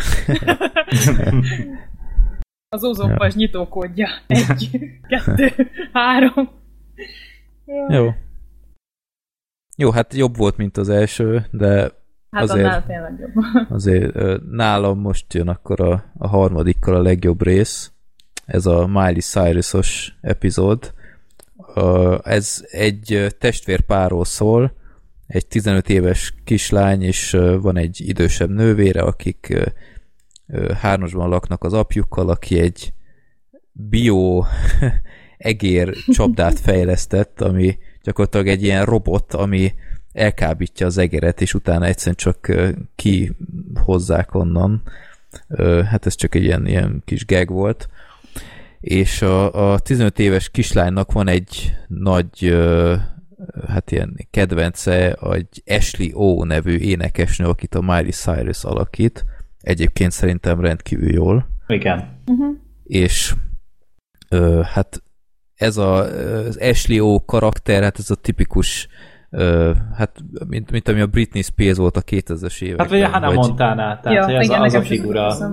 Az ózonpas ja. nyitókódja. Egy, kettő, három.
Jó. Jó, hát jobb volt, mint az első, de
hát
azért,
tényleg jobb.
azért nálam most jön akkor a, a harmadikkal a legjobb rész. Ez a Miley Cyrus-os epizód. Ez egy testvérpárról szól, egy tizenöt éves kislány, és van egy idősebb nővére, akik hármasban laknak az apjukkal, aki egy bio egér csapdát fejlesztett, ami gyakorlatilag egy ilyen robot, ami elkábítja az egeret, és utána egyszerűen csak kihozzák onnan. Hát ez csak egy ilyen, ilyen kis gag volt. És a, a tizenöt éves kislánynak van egy nagy hát ilyen kedvence, egy Ashley O nevű énekesnő, akit a Miley Cyrus alakít. Egyébként szerintem rendkívül jól.
Igen.
Uh-huh.
És ö, hát ez a, az Ashley O karakter, hát ez a tipikus ö, hát mint, mint ami a Britney Spears volt a kétezres években.
Hát vagy a Hannah Montana, tehát ja, az, igen, az a figura.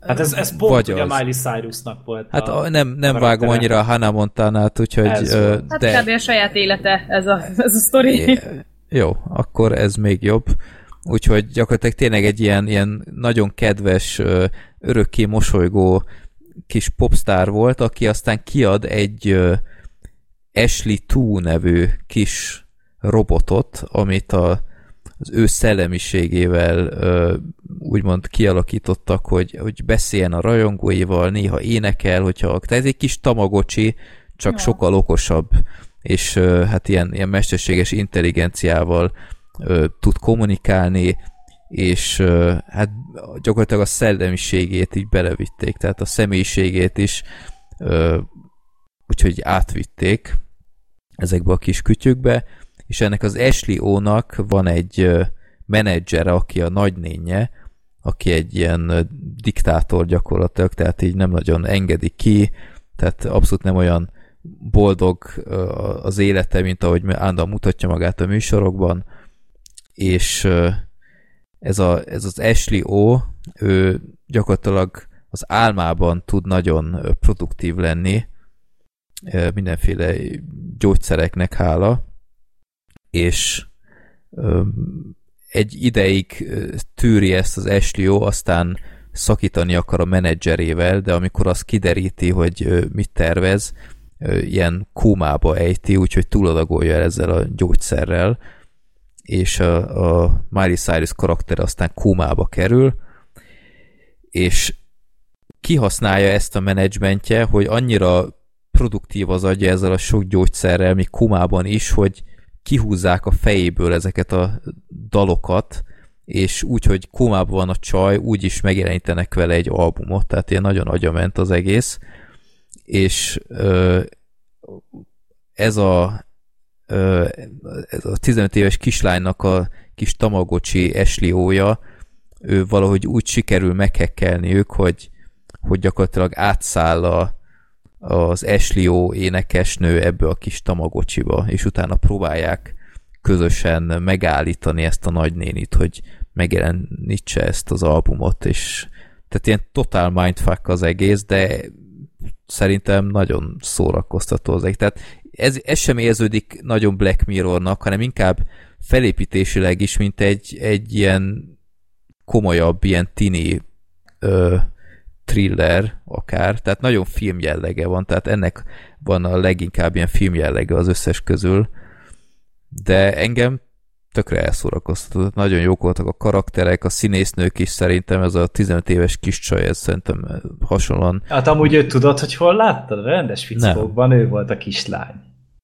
Hát ez, ez pont ugye a Miley Cyrusnak volt.
Hát a, nem, nem vágom annyira a Hannah Montanát, úgyhogy...
Uh, de... Hát kb. A saját élete ez a, ez a sztori.
Jó, akkor ez még jobb. Úgyhogy gyakorlatilag tényleg egy ilyen, ilyen nagyon kedves, örökké mosolygó kis popstar volt, aki aztán kiad egy Ashley Two nevű kis robotot, amit a, az ő szellemiségével úgymond kialakítottak, hogy, hogy beszéljen a rajongóival, néha énekel, hogyha... Tehát ez egy kis tamagocsi, csak ja. sokkal okosabb, és hát ilyen, ilyen mesterséges intelligenciával tud kommunikálni, és hát gyakorlatilag a szellemiségét így belevitték, tehát a személyiségét is úgyhogy átvitték ezekbe a kis kütyükbe, és ennek az Ashley O-nak van egy menedzsere, aki a nagynénje, aki egy ilyen diktátor gyakorlatilag, tehát így nem nagyon engedi ki, tehát abszolút nem olyan boldog az élete, mint ahogy állandóan mutatja magát a műsorokban, és ez, a, ez az Ashley O, ő gyakorlatilag az álmában tud nagyon produktív lenni, mindenféle gyógyszereknek hála, és egy ideig tűri ezt az Ashley O, aztán szakítani akar a menedzserével, de amikor az kideríti, hogy mit tervez, ilyen kómába ejti, úgyhogy túladagolja ezzel a gyógyszerrel, és a, a Miley Cyrus karakter aztán kómába kerül, és kihasználja ezt a menedzsmentje, hogy annyira produktív az agya ezzel a sok gyógyszerrel, még kómában is, hogy kihúzzák a fejéből ezeket a dalokat, és úgy, hogy kómában van a csaj, úgy is megjelenítenek vele egy albumot, tehát ilyen nagyon agyament az egész, és ez a ez a tizenöt éves kislánynak a kis tamagocsi Ashley O-ja, ő valahogy úgy sikerül meghekkelni ők, hogy, hogy gyakorlatilag átszáll a, az Ashley O énekesnő ebbe a kis tamagocsiba, és utána próbálják közösen megállítani ezt a nagynénit, hogy megjelenítse ezt az albumot, és tehát ilyen totál mindfuck az egész, de szerintem nagyon szórakoztató az egész. Tehát ez, ez sem érződik nagyon Black Mirrornak, hanem inkább felépítésileg is, mint egy, egy ilyen komolyabb, ilyen tini ö, thriller akár, tehát nagyon filmjellege van, tehát ennek van a leginkább ilyen filmjellege az összes közül, de engem tökre elszórakoztatott. Nagyon jók voltak a karakterek, a színésznők is szerintem, ez a tizenöt éves kis csaj, ez szerintem hasonlóan...
Hát amúgy őt tudod, hogy hol láttad? Rendes fickókban ő volt a kislány.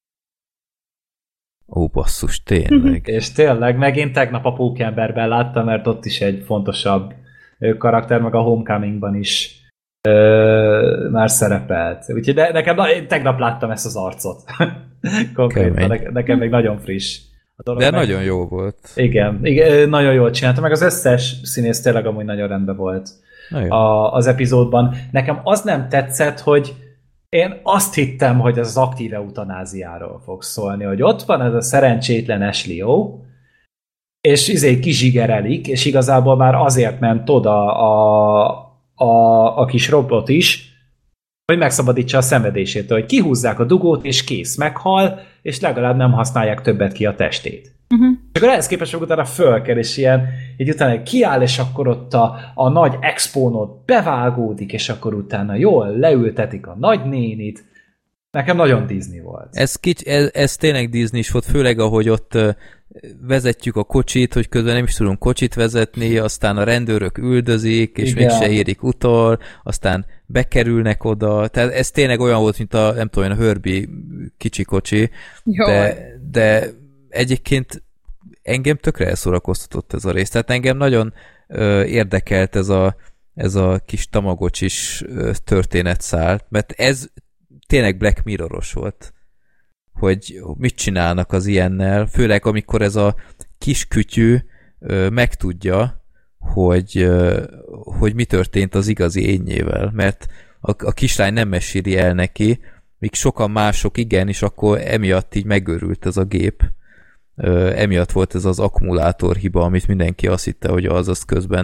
Ó, basszus, tényleg.
És tényleg, meg én tegnap a Pókemberben láttam, mert ott is egy fontosabb karakter, meg a Homecomingban is ö, már szerepelt. Úgyhogy de, nekem, na, én tegnap láttam ezt az arcot. Konkrétan, ne, nekem még nagyon friss.
De meg... nagyon jó volt.
Igen, igen, nagyon jól csinálta, meg az összes színész tényleg amúgy nagyon rendben volt a, az epizódban. Nekem az nem tetszett, hogy én azt hittem, hogy ez az aktív eutanáziáról fog szólni, hogy ott van ez a szerencsétlen Ashley O, és izé kizsigerelik, és igazából már azért ment oda a, a, a kis robot is, hogy megszabadítsa a szenvedésétől, hogy kihúzzák a dugót, és kész, meghal, és legalább nem használják többet ki a testét. Uh-huh. És akkor ehhez képest meg utána fölkel, és ilyen, így utána kiáll, és akkor ott a, a nagy expónot bevágódik, és akkor utána jól leültetik a nagynénit. Nekem nagyon Disney volt.
Ez, kics, ez, ez tényleg Disney is volt, főleg ahogy ott uh, vezetjük a kocsit, hogy közben nem is tudunk kocsit vezetni, aztán a rendőrök üldözik, és igen, mégse érik utol, aztán bekerülnek oda, tehát ez tényleg olyan volt, mint a, nem tudom, a Herbie kicsi kocsi, de, de egyébként engem tökre elszórakoztatott ez a rész, tehát engem nagyon ö, érdekelt ez a, ez a kis tamagocsis ö, történetszál, mert ez tényleg Black Mirror-os volt, hogy mit csinálnak az ilyennel, főleg amikor ez a kis kütyű ö, megtudja, hogy, ö, hogy mi történt az igazi énnyével, mert a, a kislány nem meséli el neki, míg sokan mások igen, és akkor emiatt így megőrült ez a gép. Ö, emiatt volt ez az akkumulátor hiba, amit mindenki azt hitte, hogy az, az közben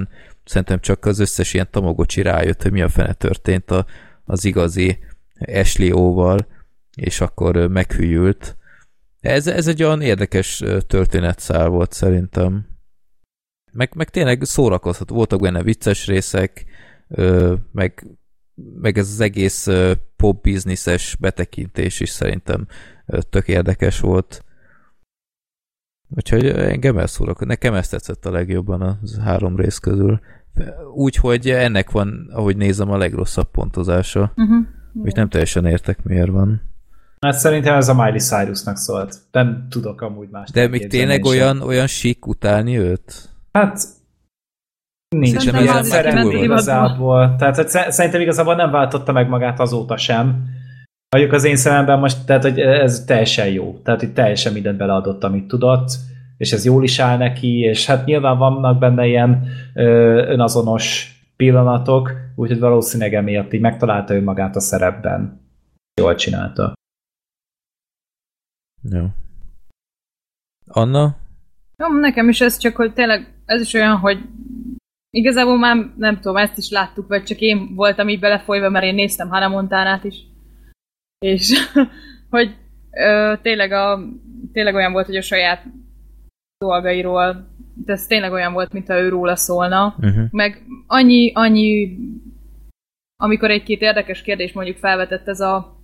szerintem csak az összes ilyen Tamagocsi rájött, hogy mi a fene történt a, az igazi Ashley-óval, és akkor meghűült. Ez, ez egy olyan érdekes történetszál volt szerintem. Meg, meg tényleg szórakozható. Voltak benne vicces részek, meg, meg ez az egész pop-bizniszes betekintés is szerintem tök érdekes volt. Úgyhogy engem elszórakozott. Nekem ezt tetszett a legjobban a három rész közül. Úgyhogy ennek van, ahogy nézem, a legrosszabb pontozása. Uh-huh. Úgy nem teljesen értek, miért van.
Hát szerintem ez a Miley Cyrusnak szólt. Nem tudok amúgy más.
De még tényleg olyan, olyan sík utálni őt?
Hát nincs ilyen szerelem igazából. Tehát hogy szerintem igazából nem váltotta meg magát azóta sem. Mondjuk az én szememben most, tehát hogy ez teljesen jó. Tehát hogy teljesen mindent beleadott, amit tudott, és ez jól is áll neki, és hát nyilván vannak benne ilyen ö, önazonos pillanatok, úgyhogy valószínűleg emiatt így megtalálta önmagát a szerepben. Jól csinálta.
Jó. Anna?
Jó, nekem is ez csak, hogy tényleg ez is olyan, hogy igazából már nem tudom, ezt is láttuk, vagy csak én voltam így belefolyva, mert én néztem Hannah Montanát is. És hogy ö, tényleg, a, tényleg olyan volt, hogy a saját dolgairól, de ez tényleg olyan volt, mintha ő róla szólna. Uh-huh. Meg annyi, annyi, amikor egy-két érdekes kérdés mondjuk felvetett ez a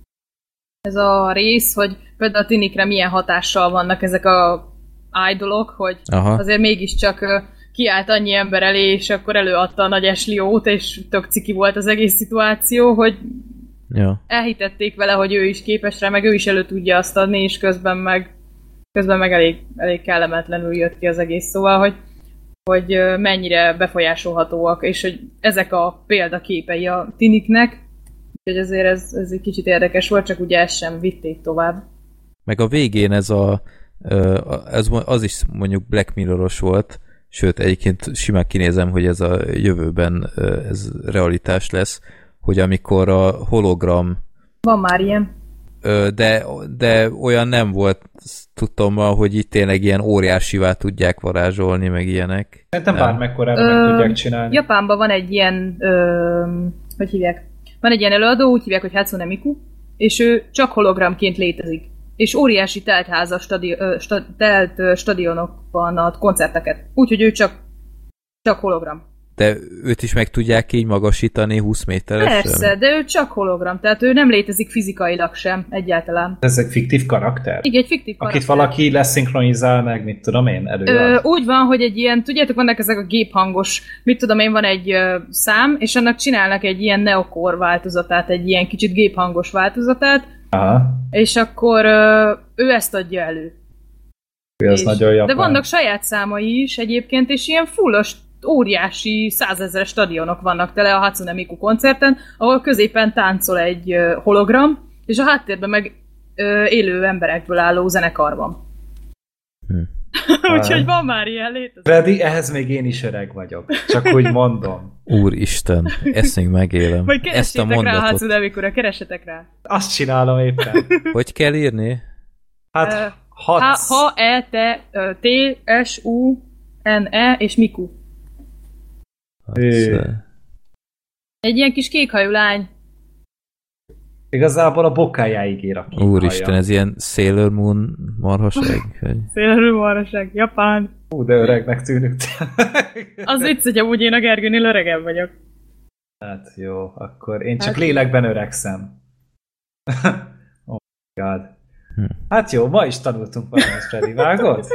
ez a rész, hogy például a tinikre milyen hatással vannak ezek a idolok, hogy aha. Azért mégiscsak kiállt annyi ember elé, és akkor előadta a nagy Ashley-ót, és tök ciki volt az egész szituáció, hogy ja. Elhitették vele, hogy ő is képes rá, meg ő is elő tudja azt adni, és közben meg, közben meg elég, elég kellemetlenül jött ki az egész, szóval, hogy, hogy mennyire befolyásolhatóak, és hogy ezek a példaképei a tiniknek, úgyhogy azért ez, ez egy kicsit érdekes volt, csak ugye ezt sem vitték tovább.
Meg a végén ez a ez az is mondjuk Black Mirror-os volt, sőt egyébként simán kinézem, hogy ez a jövőben ez realitás lesz, hogy amikor a hologram
van már ilyen.
De, de olyan nem volt, tudtam, hogy itt tényleg ilyen óriásivá tudják varázsolni, meg ilyenek.
Szerintem bármekkorára meg tudják csinálni.
Japánban van egy ilyen ö, hogy hívják? Van egy ilyen előadó, úgy hívják, hogy Hatsune Miku, és ő csak hologramként létezik. És óriási teltházas stadi- ö, sta- telt ö, stadionokban ad koncerteket. Úgyhogy ő csak, csak hologram.
De őt is meg tudják így magasítani húsz méteresen?
Persze, de ő csak hologram, tehát ő nem létezik fizikailag sem egyáltalán.
Ez egy fiktív karakter?
Igen, egy fiktív karakter.
Akit valaki leszinkronizál meg, mit tudom én, előad?
Ö, úgy van, hogy egy ilyen, tudjátok, vannak ezek a géphangos, mit tudom én, van egy ö, szám, és annak csinálnak egy ilyen neokor változatát, egy ilyen kicsit géphangos változatát, aha. És akkor ö, ő ezt adja elő.
Ez nagyon japán.
De vannak saját számai is egyébként, és ilyen fullos óriási százezeres stadionok vannak tele a Hatsune Miku koncerten, ahol középen táncol egy uh, hologram, és a háttérben meg uh, élő emberekből álló zenekar van. Hm. Úgyhogy van már ilyen létezik.
Freddy, ehhez még én is öreg vagyok. Csak úgy mondom.
Úristen, ezt még megélem.
Vagy keressétek rá a Hatsune Mikura, keressetek rá.
Azt csinálom éppen.
Hogy kell írni?
Hát, uh,
H-E-T-S-U-N-E és Miku. Egy ilyen kis kékhajú lány.
Igazából a bokájáig ér a kékhaja.
Úristen, ez ilyen Sailor Moon marhaság.
Sailor Moon marhaság, Japán.
Hú, de öregnek tűnünk.
Az vicc, hogy amúgy én a Gergőnél öregem vagyok.
Hát jó, akkor én csak hát... lélekben öregszem. Oh my god. Hm. Hát jó, ma is tanultunk valamit, Freddy, vágod?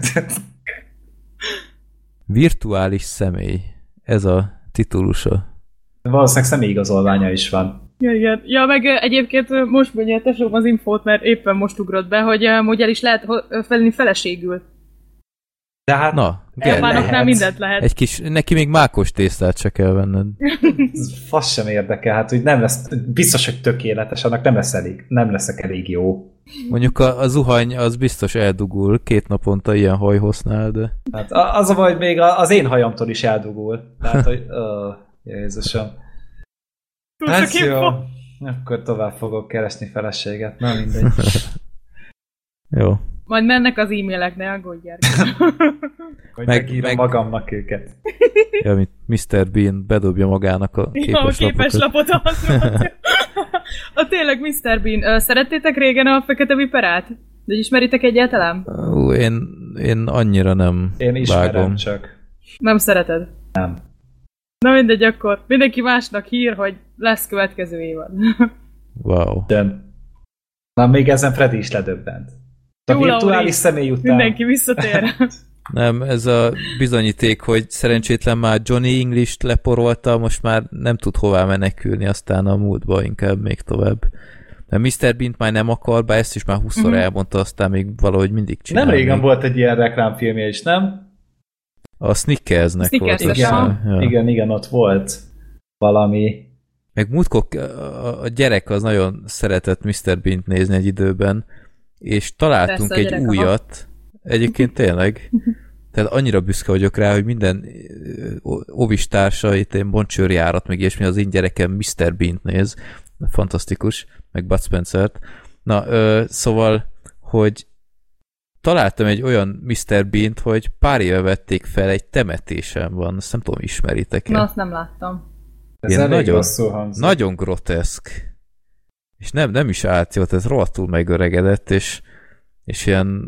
Virtuális személy. Ez a titulusa.
Valószínűleg személyigazolványa is van.
Ja, igen. Ja, meg egyébként most mondja a tesóm az infót, mert éppen most ugrott be, hogy amúgy el is lehet felni feleségül.
De hát
na,
Japánoknál mindent lehet.
Egy kis, neki még mákos tésztát se kell venned.
Fasz sem érdekel, hát hogy nem lesz, biztos, hogy tökéletes, annak nem lesz elég, nem leszek elég jó.
Mondjuk a, a zuhany az biztos eldugul két naponta ilyen hajhosznál, de...
Hát az a baj, hogy még az én hajamtól is eldugul. Tehát, hogy... Oh, Jézusom. Hát jó, akkor tovább fogok keresni feleséget. Na mindegy.
Jó.
Majd mennek az e-mailek, ne aggódjál.
Hogy meg, megírom meg... magamnak őket.
Ja, mint miszter Bean bedobja magának a képes,
ja, a képes lapot. A tényleg miszter Bean. Szerettétek régen a Fekete Viperát? De ismeritek egyáltalán?
Ú, én, én annyira nem
Én ismerem
vágom.
csak.
Nem szereted?
Nem.
Na mindegy, akkor mindenki másnak hír, hogy lesz következő évad.
Wow.
De na, még ezen Freddy is ledöbbent. A
Jó,
virtuális
Lauri,
személy után.
mindenki visszatér.
Nem, ez a bizonyíték, hogy szerencsétlen már Johnny English-t leporolta, most már nem tud hová menekülni, aztán a múltba inkább még tovább. Mert miszter Bean már nem akar, bár ezt is már húszszor mm-hmm. elmondta, aztán még valahogy mindig csinál.
Nem régen
még.
volt egy ilyen reklámfilmje is, nem?
A Snickersnek
Snickers
volt.
Igen, ja. igen, igen, ott volt valami.
Meg múltkor a gyerek az nagyon szeretett miszter Beant nézni egy időben, és találtunk Persze, egy gyerek, újat. Aha. Egyébként tényleg. Tehát annyira büszke vagyok rá, hogy minden ovistársa, itt én Boncsőrjárat, meg ilyesmi, az én gyerekem miszter Beant néz. Fantasztikus. Meg Bud Spencer-t. Na, ö, szóval, hogy találtam egy olyan miszter Beant, hogy pár éve vették fel, egy temetésen van. Azt nem tudom, ismeritek-e?
Na, azt nem láttam.
Ez elég nagyon, rosszul hangzik.
Nagyon groteszk. És nem, nem is állt jó, ez rohadtul megöregedett, és, és ilyen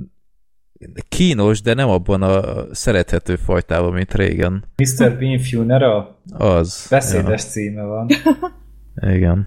kínos, de nem abban a szerethető fajtában, mint régen.
miszter Bean Funeral?
Az.
Beszédes
ja.
címe van.
Igen.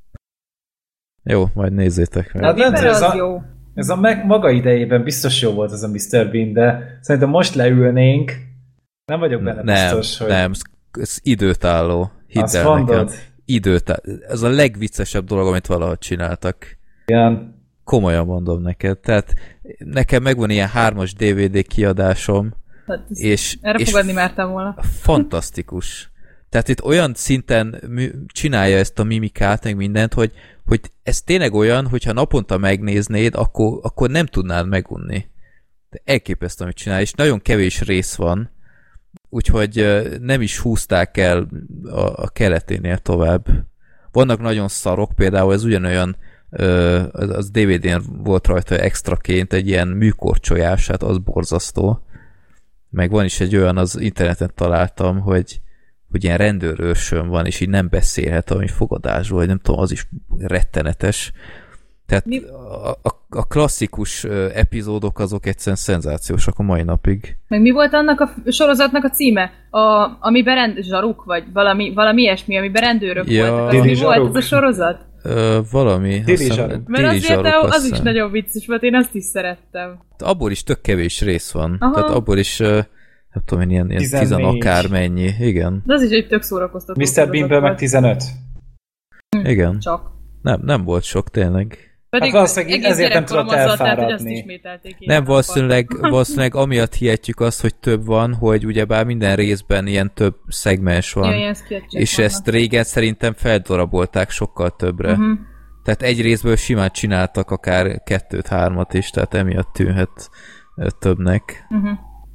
Jó, majd nézzétek meg.
Hát nem, ez a, jó. Ez a meg, maga idejében biztos jó volt ez a miszter Bean, de szerintem most leülnénk, nem vagyok benne
nem,
biztos, hogy...
Nem, ez, ez időtálló. Hidd
Azt
el
mondod?
nekem. Időtálló. Ez a legviccesebb dolog, amit valahogy csináltak.
Igen.
Komolyan mondom neked. Tehát nekem megvan ilyen hármas dé vé dé kiadásom,
hát
és,
erre
és
fogadni mertem volna.
Fantasztikus. Tehát itt olyan szinten csinálja ezt a mimikát, meg mindent, hogy, hogy ez tényleg olyan, hogyha naponta megnéznéd, akkor, akkor nem tudnád megunni. De elképesztő, amit csinál, és nagyon kevés rész van, úgyhogy nem is húzták el a, a keleténél tovább. Vannak nagyon szarok, például ez ugyanolyan, az, az dé vé dén volt rajta extraként egy ilyen műkorcsolyás, hát az borzasztó. Meg van is egy olyan, az interneten találtam, hogy hogy ilyen rendőrőrsön van, és így nem beszélhet, ami fogadásról, vagy nem tudom, az is rettenetes. Tehát a, a, a klasszikus epizódok azok egyszerűen szenzációsak a mai napig.
Meg mi volt annak a sorozatnak a címe? A, amiben rend... Zsaruk, vagy valami, valami ilyesmi, amiben rendőrök
ja,
voltak. Mi volt ez a sorozat?
Ö, valami.
Dili Zsaruk.
Mert azért zsaruk, az is nagyon vicces volt, én azt is szerettem.
Abból is tök kevés rész van.
Aha.
Tehát abból is... nem tudom én, ilyen, ilyen tizen akármennyi, igen.
De az is egy tök szórakoztató.
miszter Beanből meg tizenöt.
Hm,
igen.
Csak.
Nem, nem volt sok, tényleg.
Pedig
hát valószínűleg ezért nem tudott elfáradni.
Nem, valószínűleg, valószínűleg amiatt hihetjük azt, hogy több van, hogy ugyebár minden részben ilyen több szegmens van.
Ja,
és
vannak.
ezt régen szerintem feldarabolták sokkal többre.
Uh-huh.
Tehát egy részből simán csináltak akár kettőt, hármat is, tehát emiatt tűnhet többnek.
Uh-huh.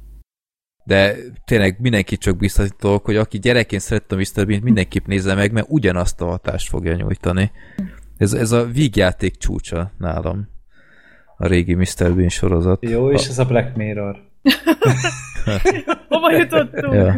De tényleg mindenki csak biztosítok, hogy aki gyerekként szerette a miszter Bean-t, mindenképp nézze meg, mert ugyanazt a hatást fogja nyújtani. Ez, ez a vígjáték csúcsa nálam. A régi miszter Bean sorozat.
Jó, és a... ez a Black Mirror.
Hova jutottunk?
Ja.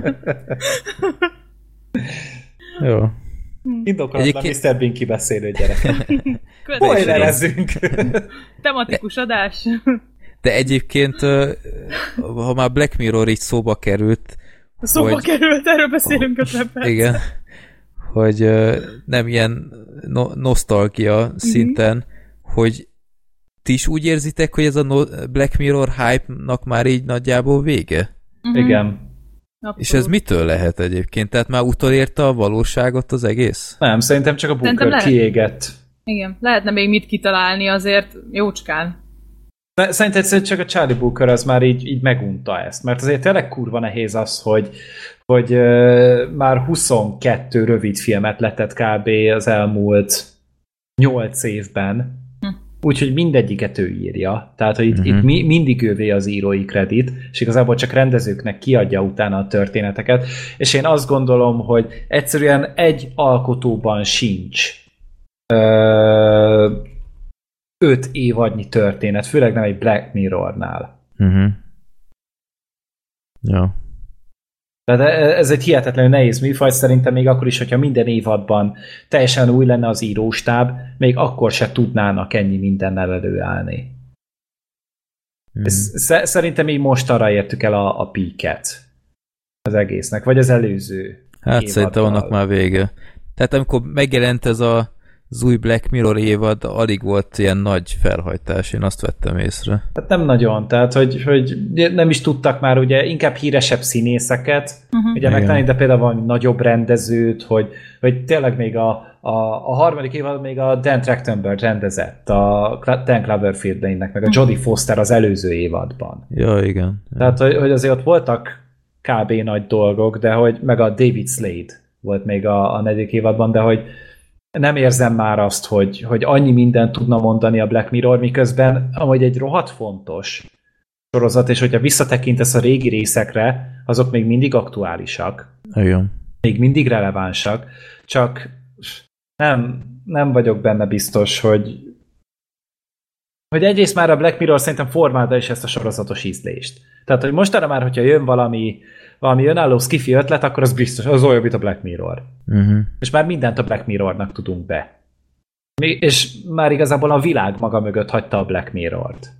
Jó.
Indokolatlan Egyébként... miszter Bean kibeszélő gyerek. Spoilerezzünk!
Tematikus adás.
De egyébként, ha már Black Mirror így szóba került...
Szóba hogy, került, erről beszélünk ötven perc. Igen.
Hogy nem ilyen no- nosztalgia mm-hmm. szinten, hogy ti is úgy érzitek, hogy ez a no- Black Mirror hype-nak már így nagyjából vége?
Mm-hmm. Igen.
Abszolút.
És ez mitől lehet egyébként? Tehát már utolérte a valóságot az egész?
Nem, szerintem csak a Booker lehet... kiégett.
Igen, lehetne még mit kitalálni azért jócskán.
Szerintem egyszerűen csak a Charlie Brooker az már így, így megunta ezt, mert azért tényleg kurva nehéz az, hogy, hogy uh, már huszonkettő rövid filmet letett kb. Az elmúlt nyolc évben, hm. úgyhogy mindegyiket ő írja. Tehát, hogy itt, uh-huh. itt mi, mindig ővé az írói kredit, és igazából csak rendezőknek kiadja utána a történeteket, és én azt gondolom, hogy egyszerűen egy alkotóban sincs uh, öt évadnyi történet, főleg nem egy Black Mirrornál.
Uh-huh. Ja.
Tehát ez egy hihetetlenül nehéz műfaj, szerintem még akkor is, hogyha minden évadban teljesen új lenne az íróstáb, még akkor se tudnának ennyi mindennel előállni. Mm. Ez, szerintem így most arra értük el a, a peaket az egésznek, vagy az előző
Hát évadval. Szerintem annak már vége. Tehát amikor megjelent ez a az új Black Mirror évad, alig volt ilyen nagy felhajtás, én azt vettem észre.
Hát nem nagyon, tehát hogy, hogy nem is tudtak már, ugye inkább híresebb színészeket, uh-huh. ugye megtenni, de például van nagyobb rendezőt, hogy, hogy tényleg még a, a, a harmadik évad még a Dan Trachtenberg rendezett, a Dan Cloverfield-nek, meg a Jodie Foster az előző évadban.
Ja, igen.
Tehát, hogy, hogy azért ott voltak kb. Nagy dolgok, de hogy meg a David Slade volt még a, a negyedik évadban, de hogy nem érzem már azt, hogy, hogy annyi mindent tudna mondani a Black Mirror, miközben amúgy egy rohadt fontos sorozat, és hogyha visszatekintesz a régi részekre, azok még mindig aktuálisak.
Igen.
Még mindig relevánsak, csak nem, nem vagyok benne biztos, hogy hogy egyrészt már a Black Mirror szerintem formálta is ezt a sorozatos ízlést. Tehát, hogy mostanra már, hogyha jön valami valami önálló skifi ötlet, akkor az biztos, az olyan, mint a Black Mirror. Uh-huh. És már mindent a Black Mirrornak tudunk be. És már igazából a világ maga mögött hagyta a Black Mirrort.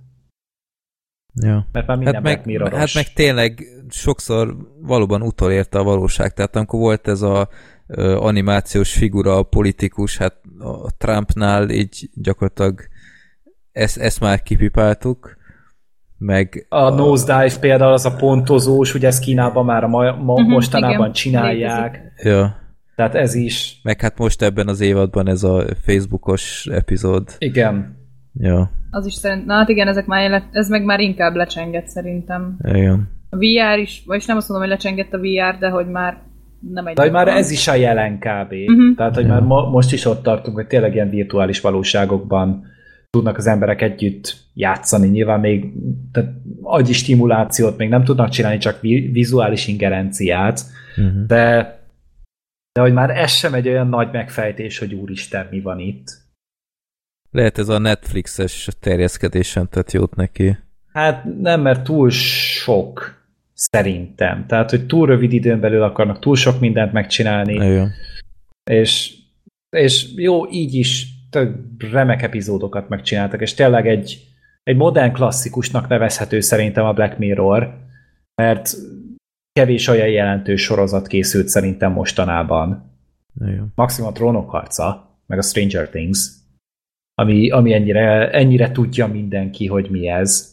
Ja.
Mert már minden
hát
Black
meg,
Mirroros.
Hát meg tényleg sokszor valóban utolérte a valóság. Tehát amikor volt ez a ö, animációs figura, a politikus, hát a Trumpnál így gyakorlatilag ezt, ezt már kipipáltuk. Meg
a, a nosedive például az a pontozós, ugye ezt Kínában már a ma, ma, uh-huh, mostanában igen, csinálják.
Ja.
Tehát ez is.
Meg hát most ebben az évadban ez a Facebookos epizód.
Igen.
Ja.
Az is szerint, na hát igen, ezek már, ez meg már inkább lecsengett szerintem.
Igen.
A vé er is, vagyis nem azt mondom, hogy lecsengett a vé er, de hogy már nem egy...
De hogy már ez is a jelen kb. Uh-huh. Tehát, hogy ja. már mo- most is ott tartunk, hogy tényleg ilyen virtuális valóságokban tudnak az emberek együtt játszani. Nyilván még tehát agyi stimulációt még nem tudnak csinálni, csak vi- vizuális ingerenciát, uh-huh. de, de hogy már ez sem egy olyan nagy megfejtés, hogy úristen, mi van itt.
Lehet ez a Netflixes terjeszkedésen tett jót neki.
Hát nem, mert túl sok szerintem. Tehát, hogy túl rövid időn belül akarnak túl sok mindent megcsinálni.
Igen.
És, és jó, így is tök remek epizódokat megcsináltak, és tényleg egy, egy modern klasszikusnak nevezhető szerintem a Black Mirror, mert kevés olyan jelentős sorozat készült szerintem mostanában.
Igen.
Maximum a Trónok harca, meg a Stranger Things, ami, ami ennyire, ennyire tudja mindenki, hogy mi ez.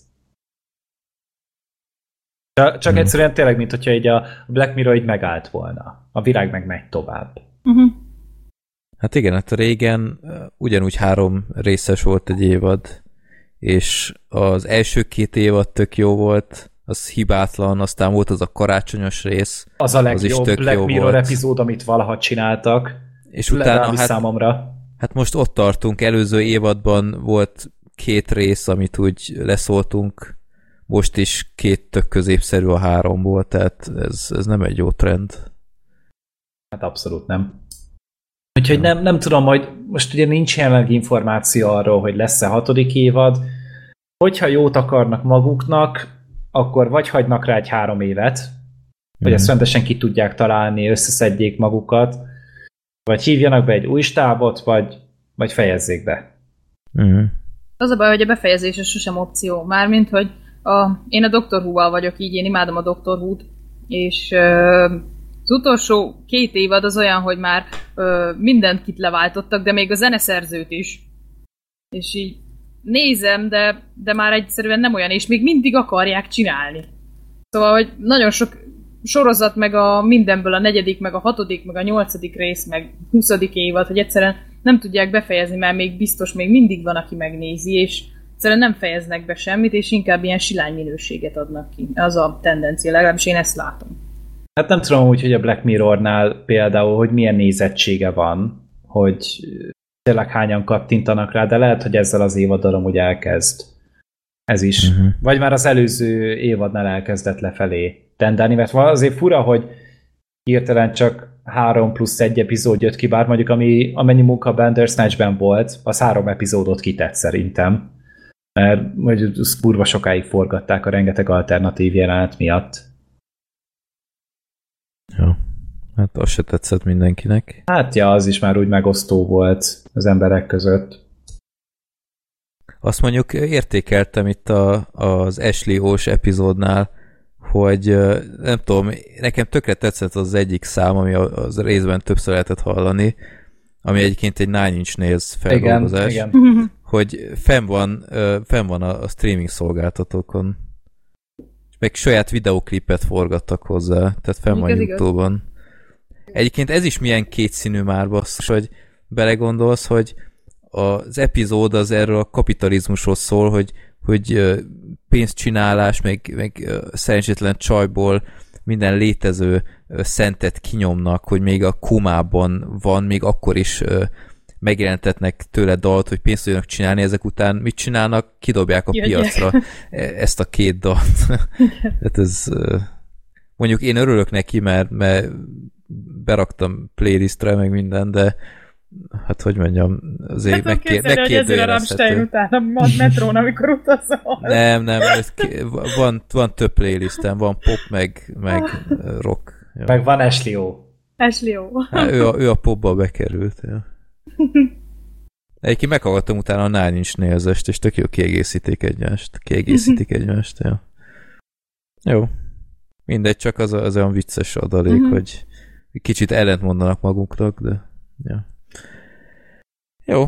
Csak hmm. egyszerűen tényleg, mint hogyha így a Black Mirror így megállt volna. A világ meg megy tovább.
Uh-huh.
Hát igen, hát régen ugyanúgy három részes volt egy évad, és az első két évad tök jó volt, az hibátlan, aztán volt az a karácsonyos rész.
Az a legjobb az Black Mirror volt. Epizód, amit valaha csináltak.
És utána hát,
számomra.
hát most ott tartunk, előző évadban volt két rész, amit úgy leszóltunk, most is két tök középszerű a háromból, tehát ez, ez nem egy jó trend.
Hát abszolút nem. Úgyhogy nem, nem tudom, hogy most ugye nincs jelenleg információ arról, hogy lesz-e hatodik évad. Hogyha jót akarnak maguknak, akkor vagy hagynak rá egy három évet, hogy mm. ezt rendesen ki tudják találni, összeszedjék magukat, vagy hívjanak be egy új stábot, vagy, vagy fejezzék be.
Mm.
Az a baj, hogy a befejezés az sosem opció. Mármint, hogy a, én a Doctor Who-val vagyok így, én imádom a Doctor Who-t, és ö, az utolsó két évad az olyan, hogy már ö, mindent kit leváltottak, de még a zeneszerzőt is. És így nézem, de, de már egyszerűen nem olyan, és még mindig akarják csinálni. Szóval, hogy nagyon sok sorozat, meg a mindenből a negyedik, meg a hatodik, meg a nyolcadik rész, meg huszadik évad, hogy egyszerűen nem tudják befejezni, mert még biztos még mindig van, aki megnézi, és egyszerűen nem fejeznek be semmit, és inkább ilyen silány minőséget adnak ki. Az a tendencia, legalábbis én ezt látom.
Hát nem tudom úgy, hogy a Black Mirrornál például, hogy milyen nézettsége van, hogy tényleg hányan kattintanak rá, de lehet, hogy ezzel az évaddal amúgy elkezd. Ez is. Uh-huh. Vagy már az előző évadnál elkezdett lefelé tendálni, mert azért fura, hogy hirtelen csak három plusz egy epizód jött ki, bár mondjuk ami, amennyi munka Bandersnatch-ben volt, az három epizódot kitett szerintem. Mert mondjuk kurva sokáig forgatták a rengeteg alternatív jelenet miatt.
Jó. Hát az se tetszett mindenkinek.
Hát ja, az is már úgy megosztó volt az emberek között.
Azt mondjuk értékeltem itt a, az Ashley Osh epizódnál, hogy nem tudom, nekem tökre tetszett az egyik szám, ami az részben többször lehetett hallani, ami egyébként egy Nine Inch Nails feldolgozás, igen, igen. hogy fenn van, fenn van a, a streaming szolgáltatókon. Meg saját videóklipet forgattak hozzá, tehát fenn van YouTube-on. Egyébként ez is milyen kétszínű már basszus, hogy belegondolsz, hogy az epizód az erről a kapitalizmusról szól, hogy, hogy pénzcsinálás, meg, meg szerencsétlen csajból minden létező szentet kinyomnak, hogy még a komában van, még akkor is megjelentetnek tőle dalt, hogy pénzt tudjanak csinálni, ezek után mit csinálnak? Kidobják a Jaj, piacra ezt a két dalt. Hát ez, mondjuk én örülök neki, mert, mert beraktam playlistre, meg minden, de hát hogy mondjam, azért
hát megkérdőjelezhető. Hogy után a metrón, amikor utazol.
Nem, nem, ez van, van több playlistem, van pop, meg, meg rock. Ja.
Meg van Ashley O.
Ashley O.
Hát, ő, a, ő a popba bekerült. Ja. Egyébként meghallgattam utána a Nine Inch Nails-est, és tök jó kiegészítik egymást. Kiegészítik egymást, ja. Jó. Mindegy, csak az, az olyan vicces adalék, uh-huh. hogy kicsit ellent mondanak maguknak, de ja. Jó.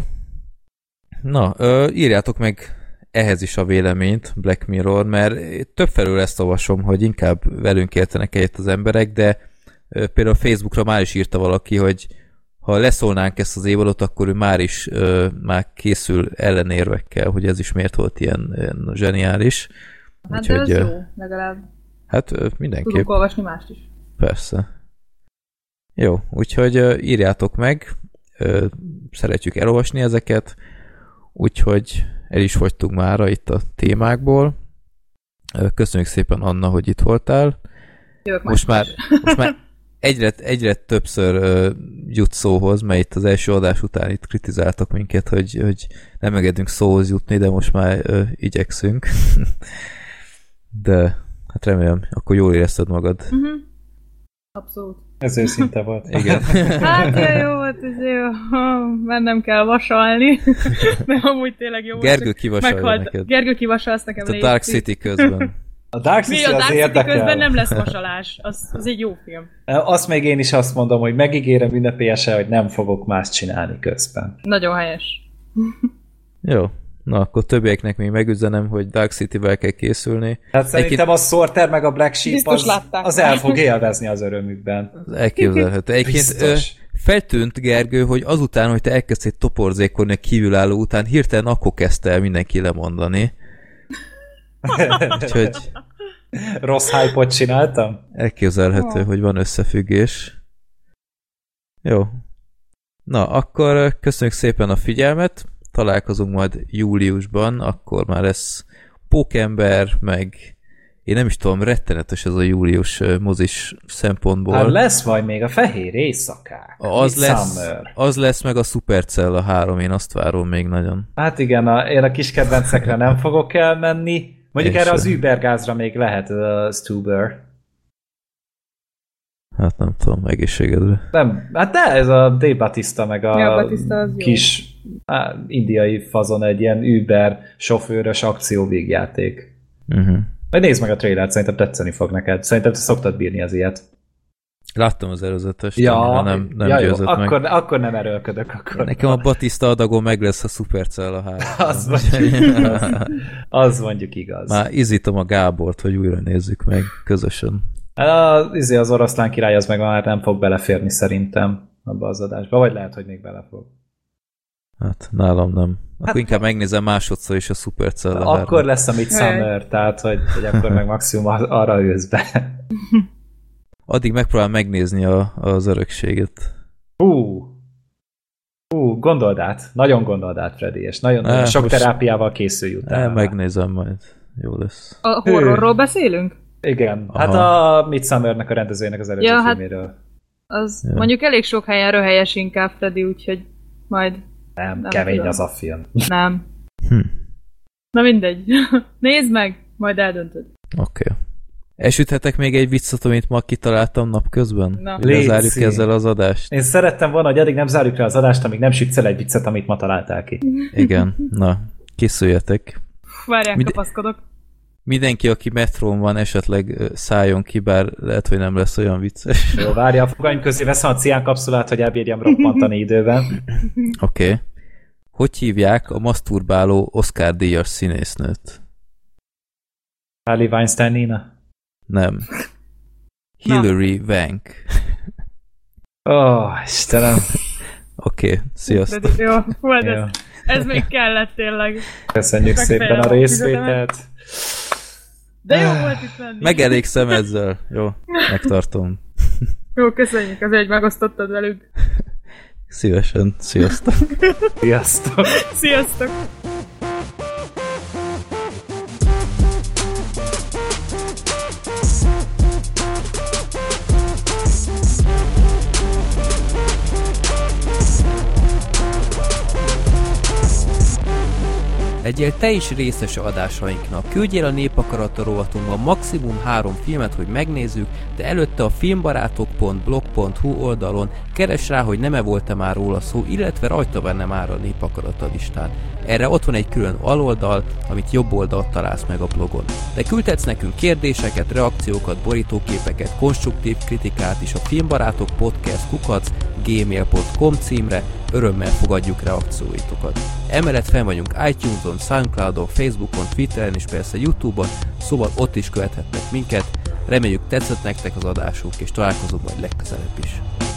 Na, ö, írjátok meg ehhez is a véleményt, Black Mirror, mert többfelől ezt olvasom, hogy inkább velünk értenek egyet az emberek, de ö, például Facebookra már is írta valaki, hogy ha leszólnánk ezt az évadot, akkor ő már is ö, már készül ellenérvekkel, hogy ez is miért volt ilyen, ilyen zseniális.
Hát úgyhogy, de az jó, legalább.
Hát ö, mindenképp.
Tudunk olvasni mást is.
Persze. Jó, úgyhogy ö, írjátok meg, ö, szeretjük elolvasni ezeket, úgyhogy el is fogytunk mára itt a témákból. Ö, köszönjük szépen, Anna, hogy itt voltál.
Jövök
most már, most már egyre, egyre többször ö, jut szóhoz, mert itt az első adás után itt kritizáltak minket, hogy, hogy nem engedünk szóhoz jutni, de most már ö, igyekszünk. De hát remélem, akkor jól érezted magad.
Uh-huh. Abszolút.
Ez őszinte volt.
Igen.
Hát jó, jó volt, ez jó. Mennem kell vasalni. De amúgy tényleg jó
Gergő kivasalja neked.
Gergő kivasalsz nekem.
A Dark City közben.
A Dark City,
Mi, a Dark
az
City
érdekel.
közben nem lesz vasalás. Az, az egy jó film.
Azt még én is azt mondom, hogy megígérem ünnepélyesen, hogy nem fogok más csinálni közben.
Nagyon helyes.
Jó. Na, akkor többieknek még megüzenem, hogy Dark City-vel kell készülni.
Hát szerintem Egyébként... a Sorter meg a Black Sheep az, az el fog élvezni az örömükben.
Elképzelhető. Egyébként ö, feltűnt, Gergő, hogy azután, hogy te elkezdtél toporzékolni a kívülálló után, hirtelen akkor kezdte el mindenki lemondani. Úgyhogy...
Rossz hype-ot csináltam?
Elképzelhető, oh. hogy van összefüggés. Jó. Na, akkor köszönjük szépen a figyelmet. Találkozunk majd júliusban, akkor már lesz Pókember, meg én nem is tudom, rettenetes ez a július mozis szempontból.
Hát lesz majd még a Fehér Éjszakák.
Az lesz, az lesz meg a Supercell a három, én azt várom még nagyon.
Hát igen, a, én a kis kedvencekre nem fogok elmenni. Mondjuk én erre sem. Az Übergázra még lehet a Stuber.
Hát nem tudom, egészségedre.
Nem, hát de ez a Dave Bautista meg a
ja, Batista
kis á, indiai fazon egy ilyen Uber sofőrös akcióvégjáték.
Uh-huh.
Majd nézd meg a trailert, szerintem tetszeni fog neked. Szerintem te szoktad bírni az ilyet.
Láttam az előzetest,
ja,
nem, nem
ja,
győzött
jó,
meg.
Akkor, akkor nem erőlködök. Akkor
Nekem a Batista adagon meg lesz a Supercell a három.
az, mondjuk, az, az mondjuk igaz.
Már izítom a Gábort, hogy újra nézzük meg közösen.
Az, az oroszlán király az meg már nem fog beleférni szerintem abba az adásba, vagy lehet, hogy még bele fog.
Hát nálam nem. Akkor hát, inkább megnézem másodszor is a Supercell.
Akkor három. Lesz a Midsummer, tehát hogy, hogy akkor meg maximum arra ülsz be.
Addig megpróbálom megnézni a, az örökséget.
Hú, hú, gondold át. Nagyon gondold át, Freddy, és nagyon, nagyon sok terápiával készülj utána.
Megnézem majd. Jó lesz.
A horrorról beszélünk?
Igen. Aha. Hát a Midsummernek a rendezőjének az előző ja, filméről.
Az ja. Mondjuk elég sok helyen röhelyes inkább, Freddy, úgyhogy majd...
Nem, nem kemény film. Az a film.
Nem.
Hm.
Na mindegy. Nézd meg, majd eldöntöd.
Oké. Okay. Esüthetek még egy viccet, amit ma kitaláltam napközben?
Na.
Lezárjuk ezzel az adást.
Én szerettem volna, hogy addig nem zárjuk le az adást, amíg nem sütsz el egy viccet, amit ma találtál ki.
Igen. Na, készüljetek.
Várják, Mid- kapaszkodok.
Mindenki, aki metrón van, esetleg szálljon ki, bár lehet, hogy nem lesz olyan vicces.
Jó, várja, a fogaim közé veszem a cián kapszulát, hogy elbírjam roppantani időben.
Oké. Okay. Hogy hívják a maszturbáló Oscar-díjas színésznőt?
Harley Weinstein Nina?
Nem. Hilary Wank.
Ó, oh, Istenem.
Oké, okay, sziasztok.
Jó, hú, ez, ez még kellett tényleg.
Köszönjük szépen a részvételt.
De jó volt itt lenni.
Megelégszem ezzel. Jó, megtartom.
Jó, köszönjük azért, hogy megosztottad velünk.
Szívesen. Sziasztok.
Sziasztok.
Sziasztok.
Legyél te is részes adásainknak. Küldjél a Népakarata rovatunkban maximum három filmet, hogy megnézzük, de előtte a filmbarátok pont blog pont hu oldalon keres rá, hogy nem-e volt-e már róla szó, illetve rajta benne már a Népakarata listán. Erre ott van egy külön aloldal, amit jobb oldalt találsz meg a blogon. De küldhetsz nekünk kérdéseket, reakciókat, borítóképeket, konstruktív kritikát is a filmbarátok podcast kukac gmail pont com címre, örömmel fogadjuk reakcióitokat. Emellett fenn vagyunk iTunes-on, Soundcloud-on, Facebookon, Twitteren és persze YouTube-on, szóval ott is követhetnek minket. Reméljük tetszett nektek az adásunk, és találkozunk majd legközelebb is.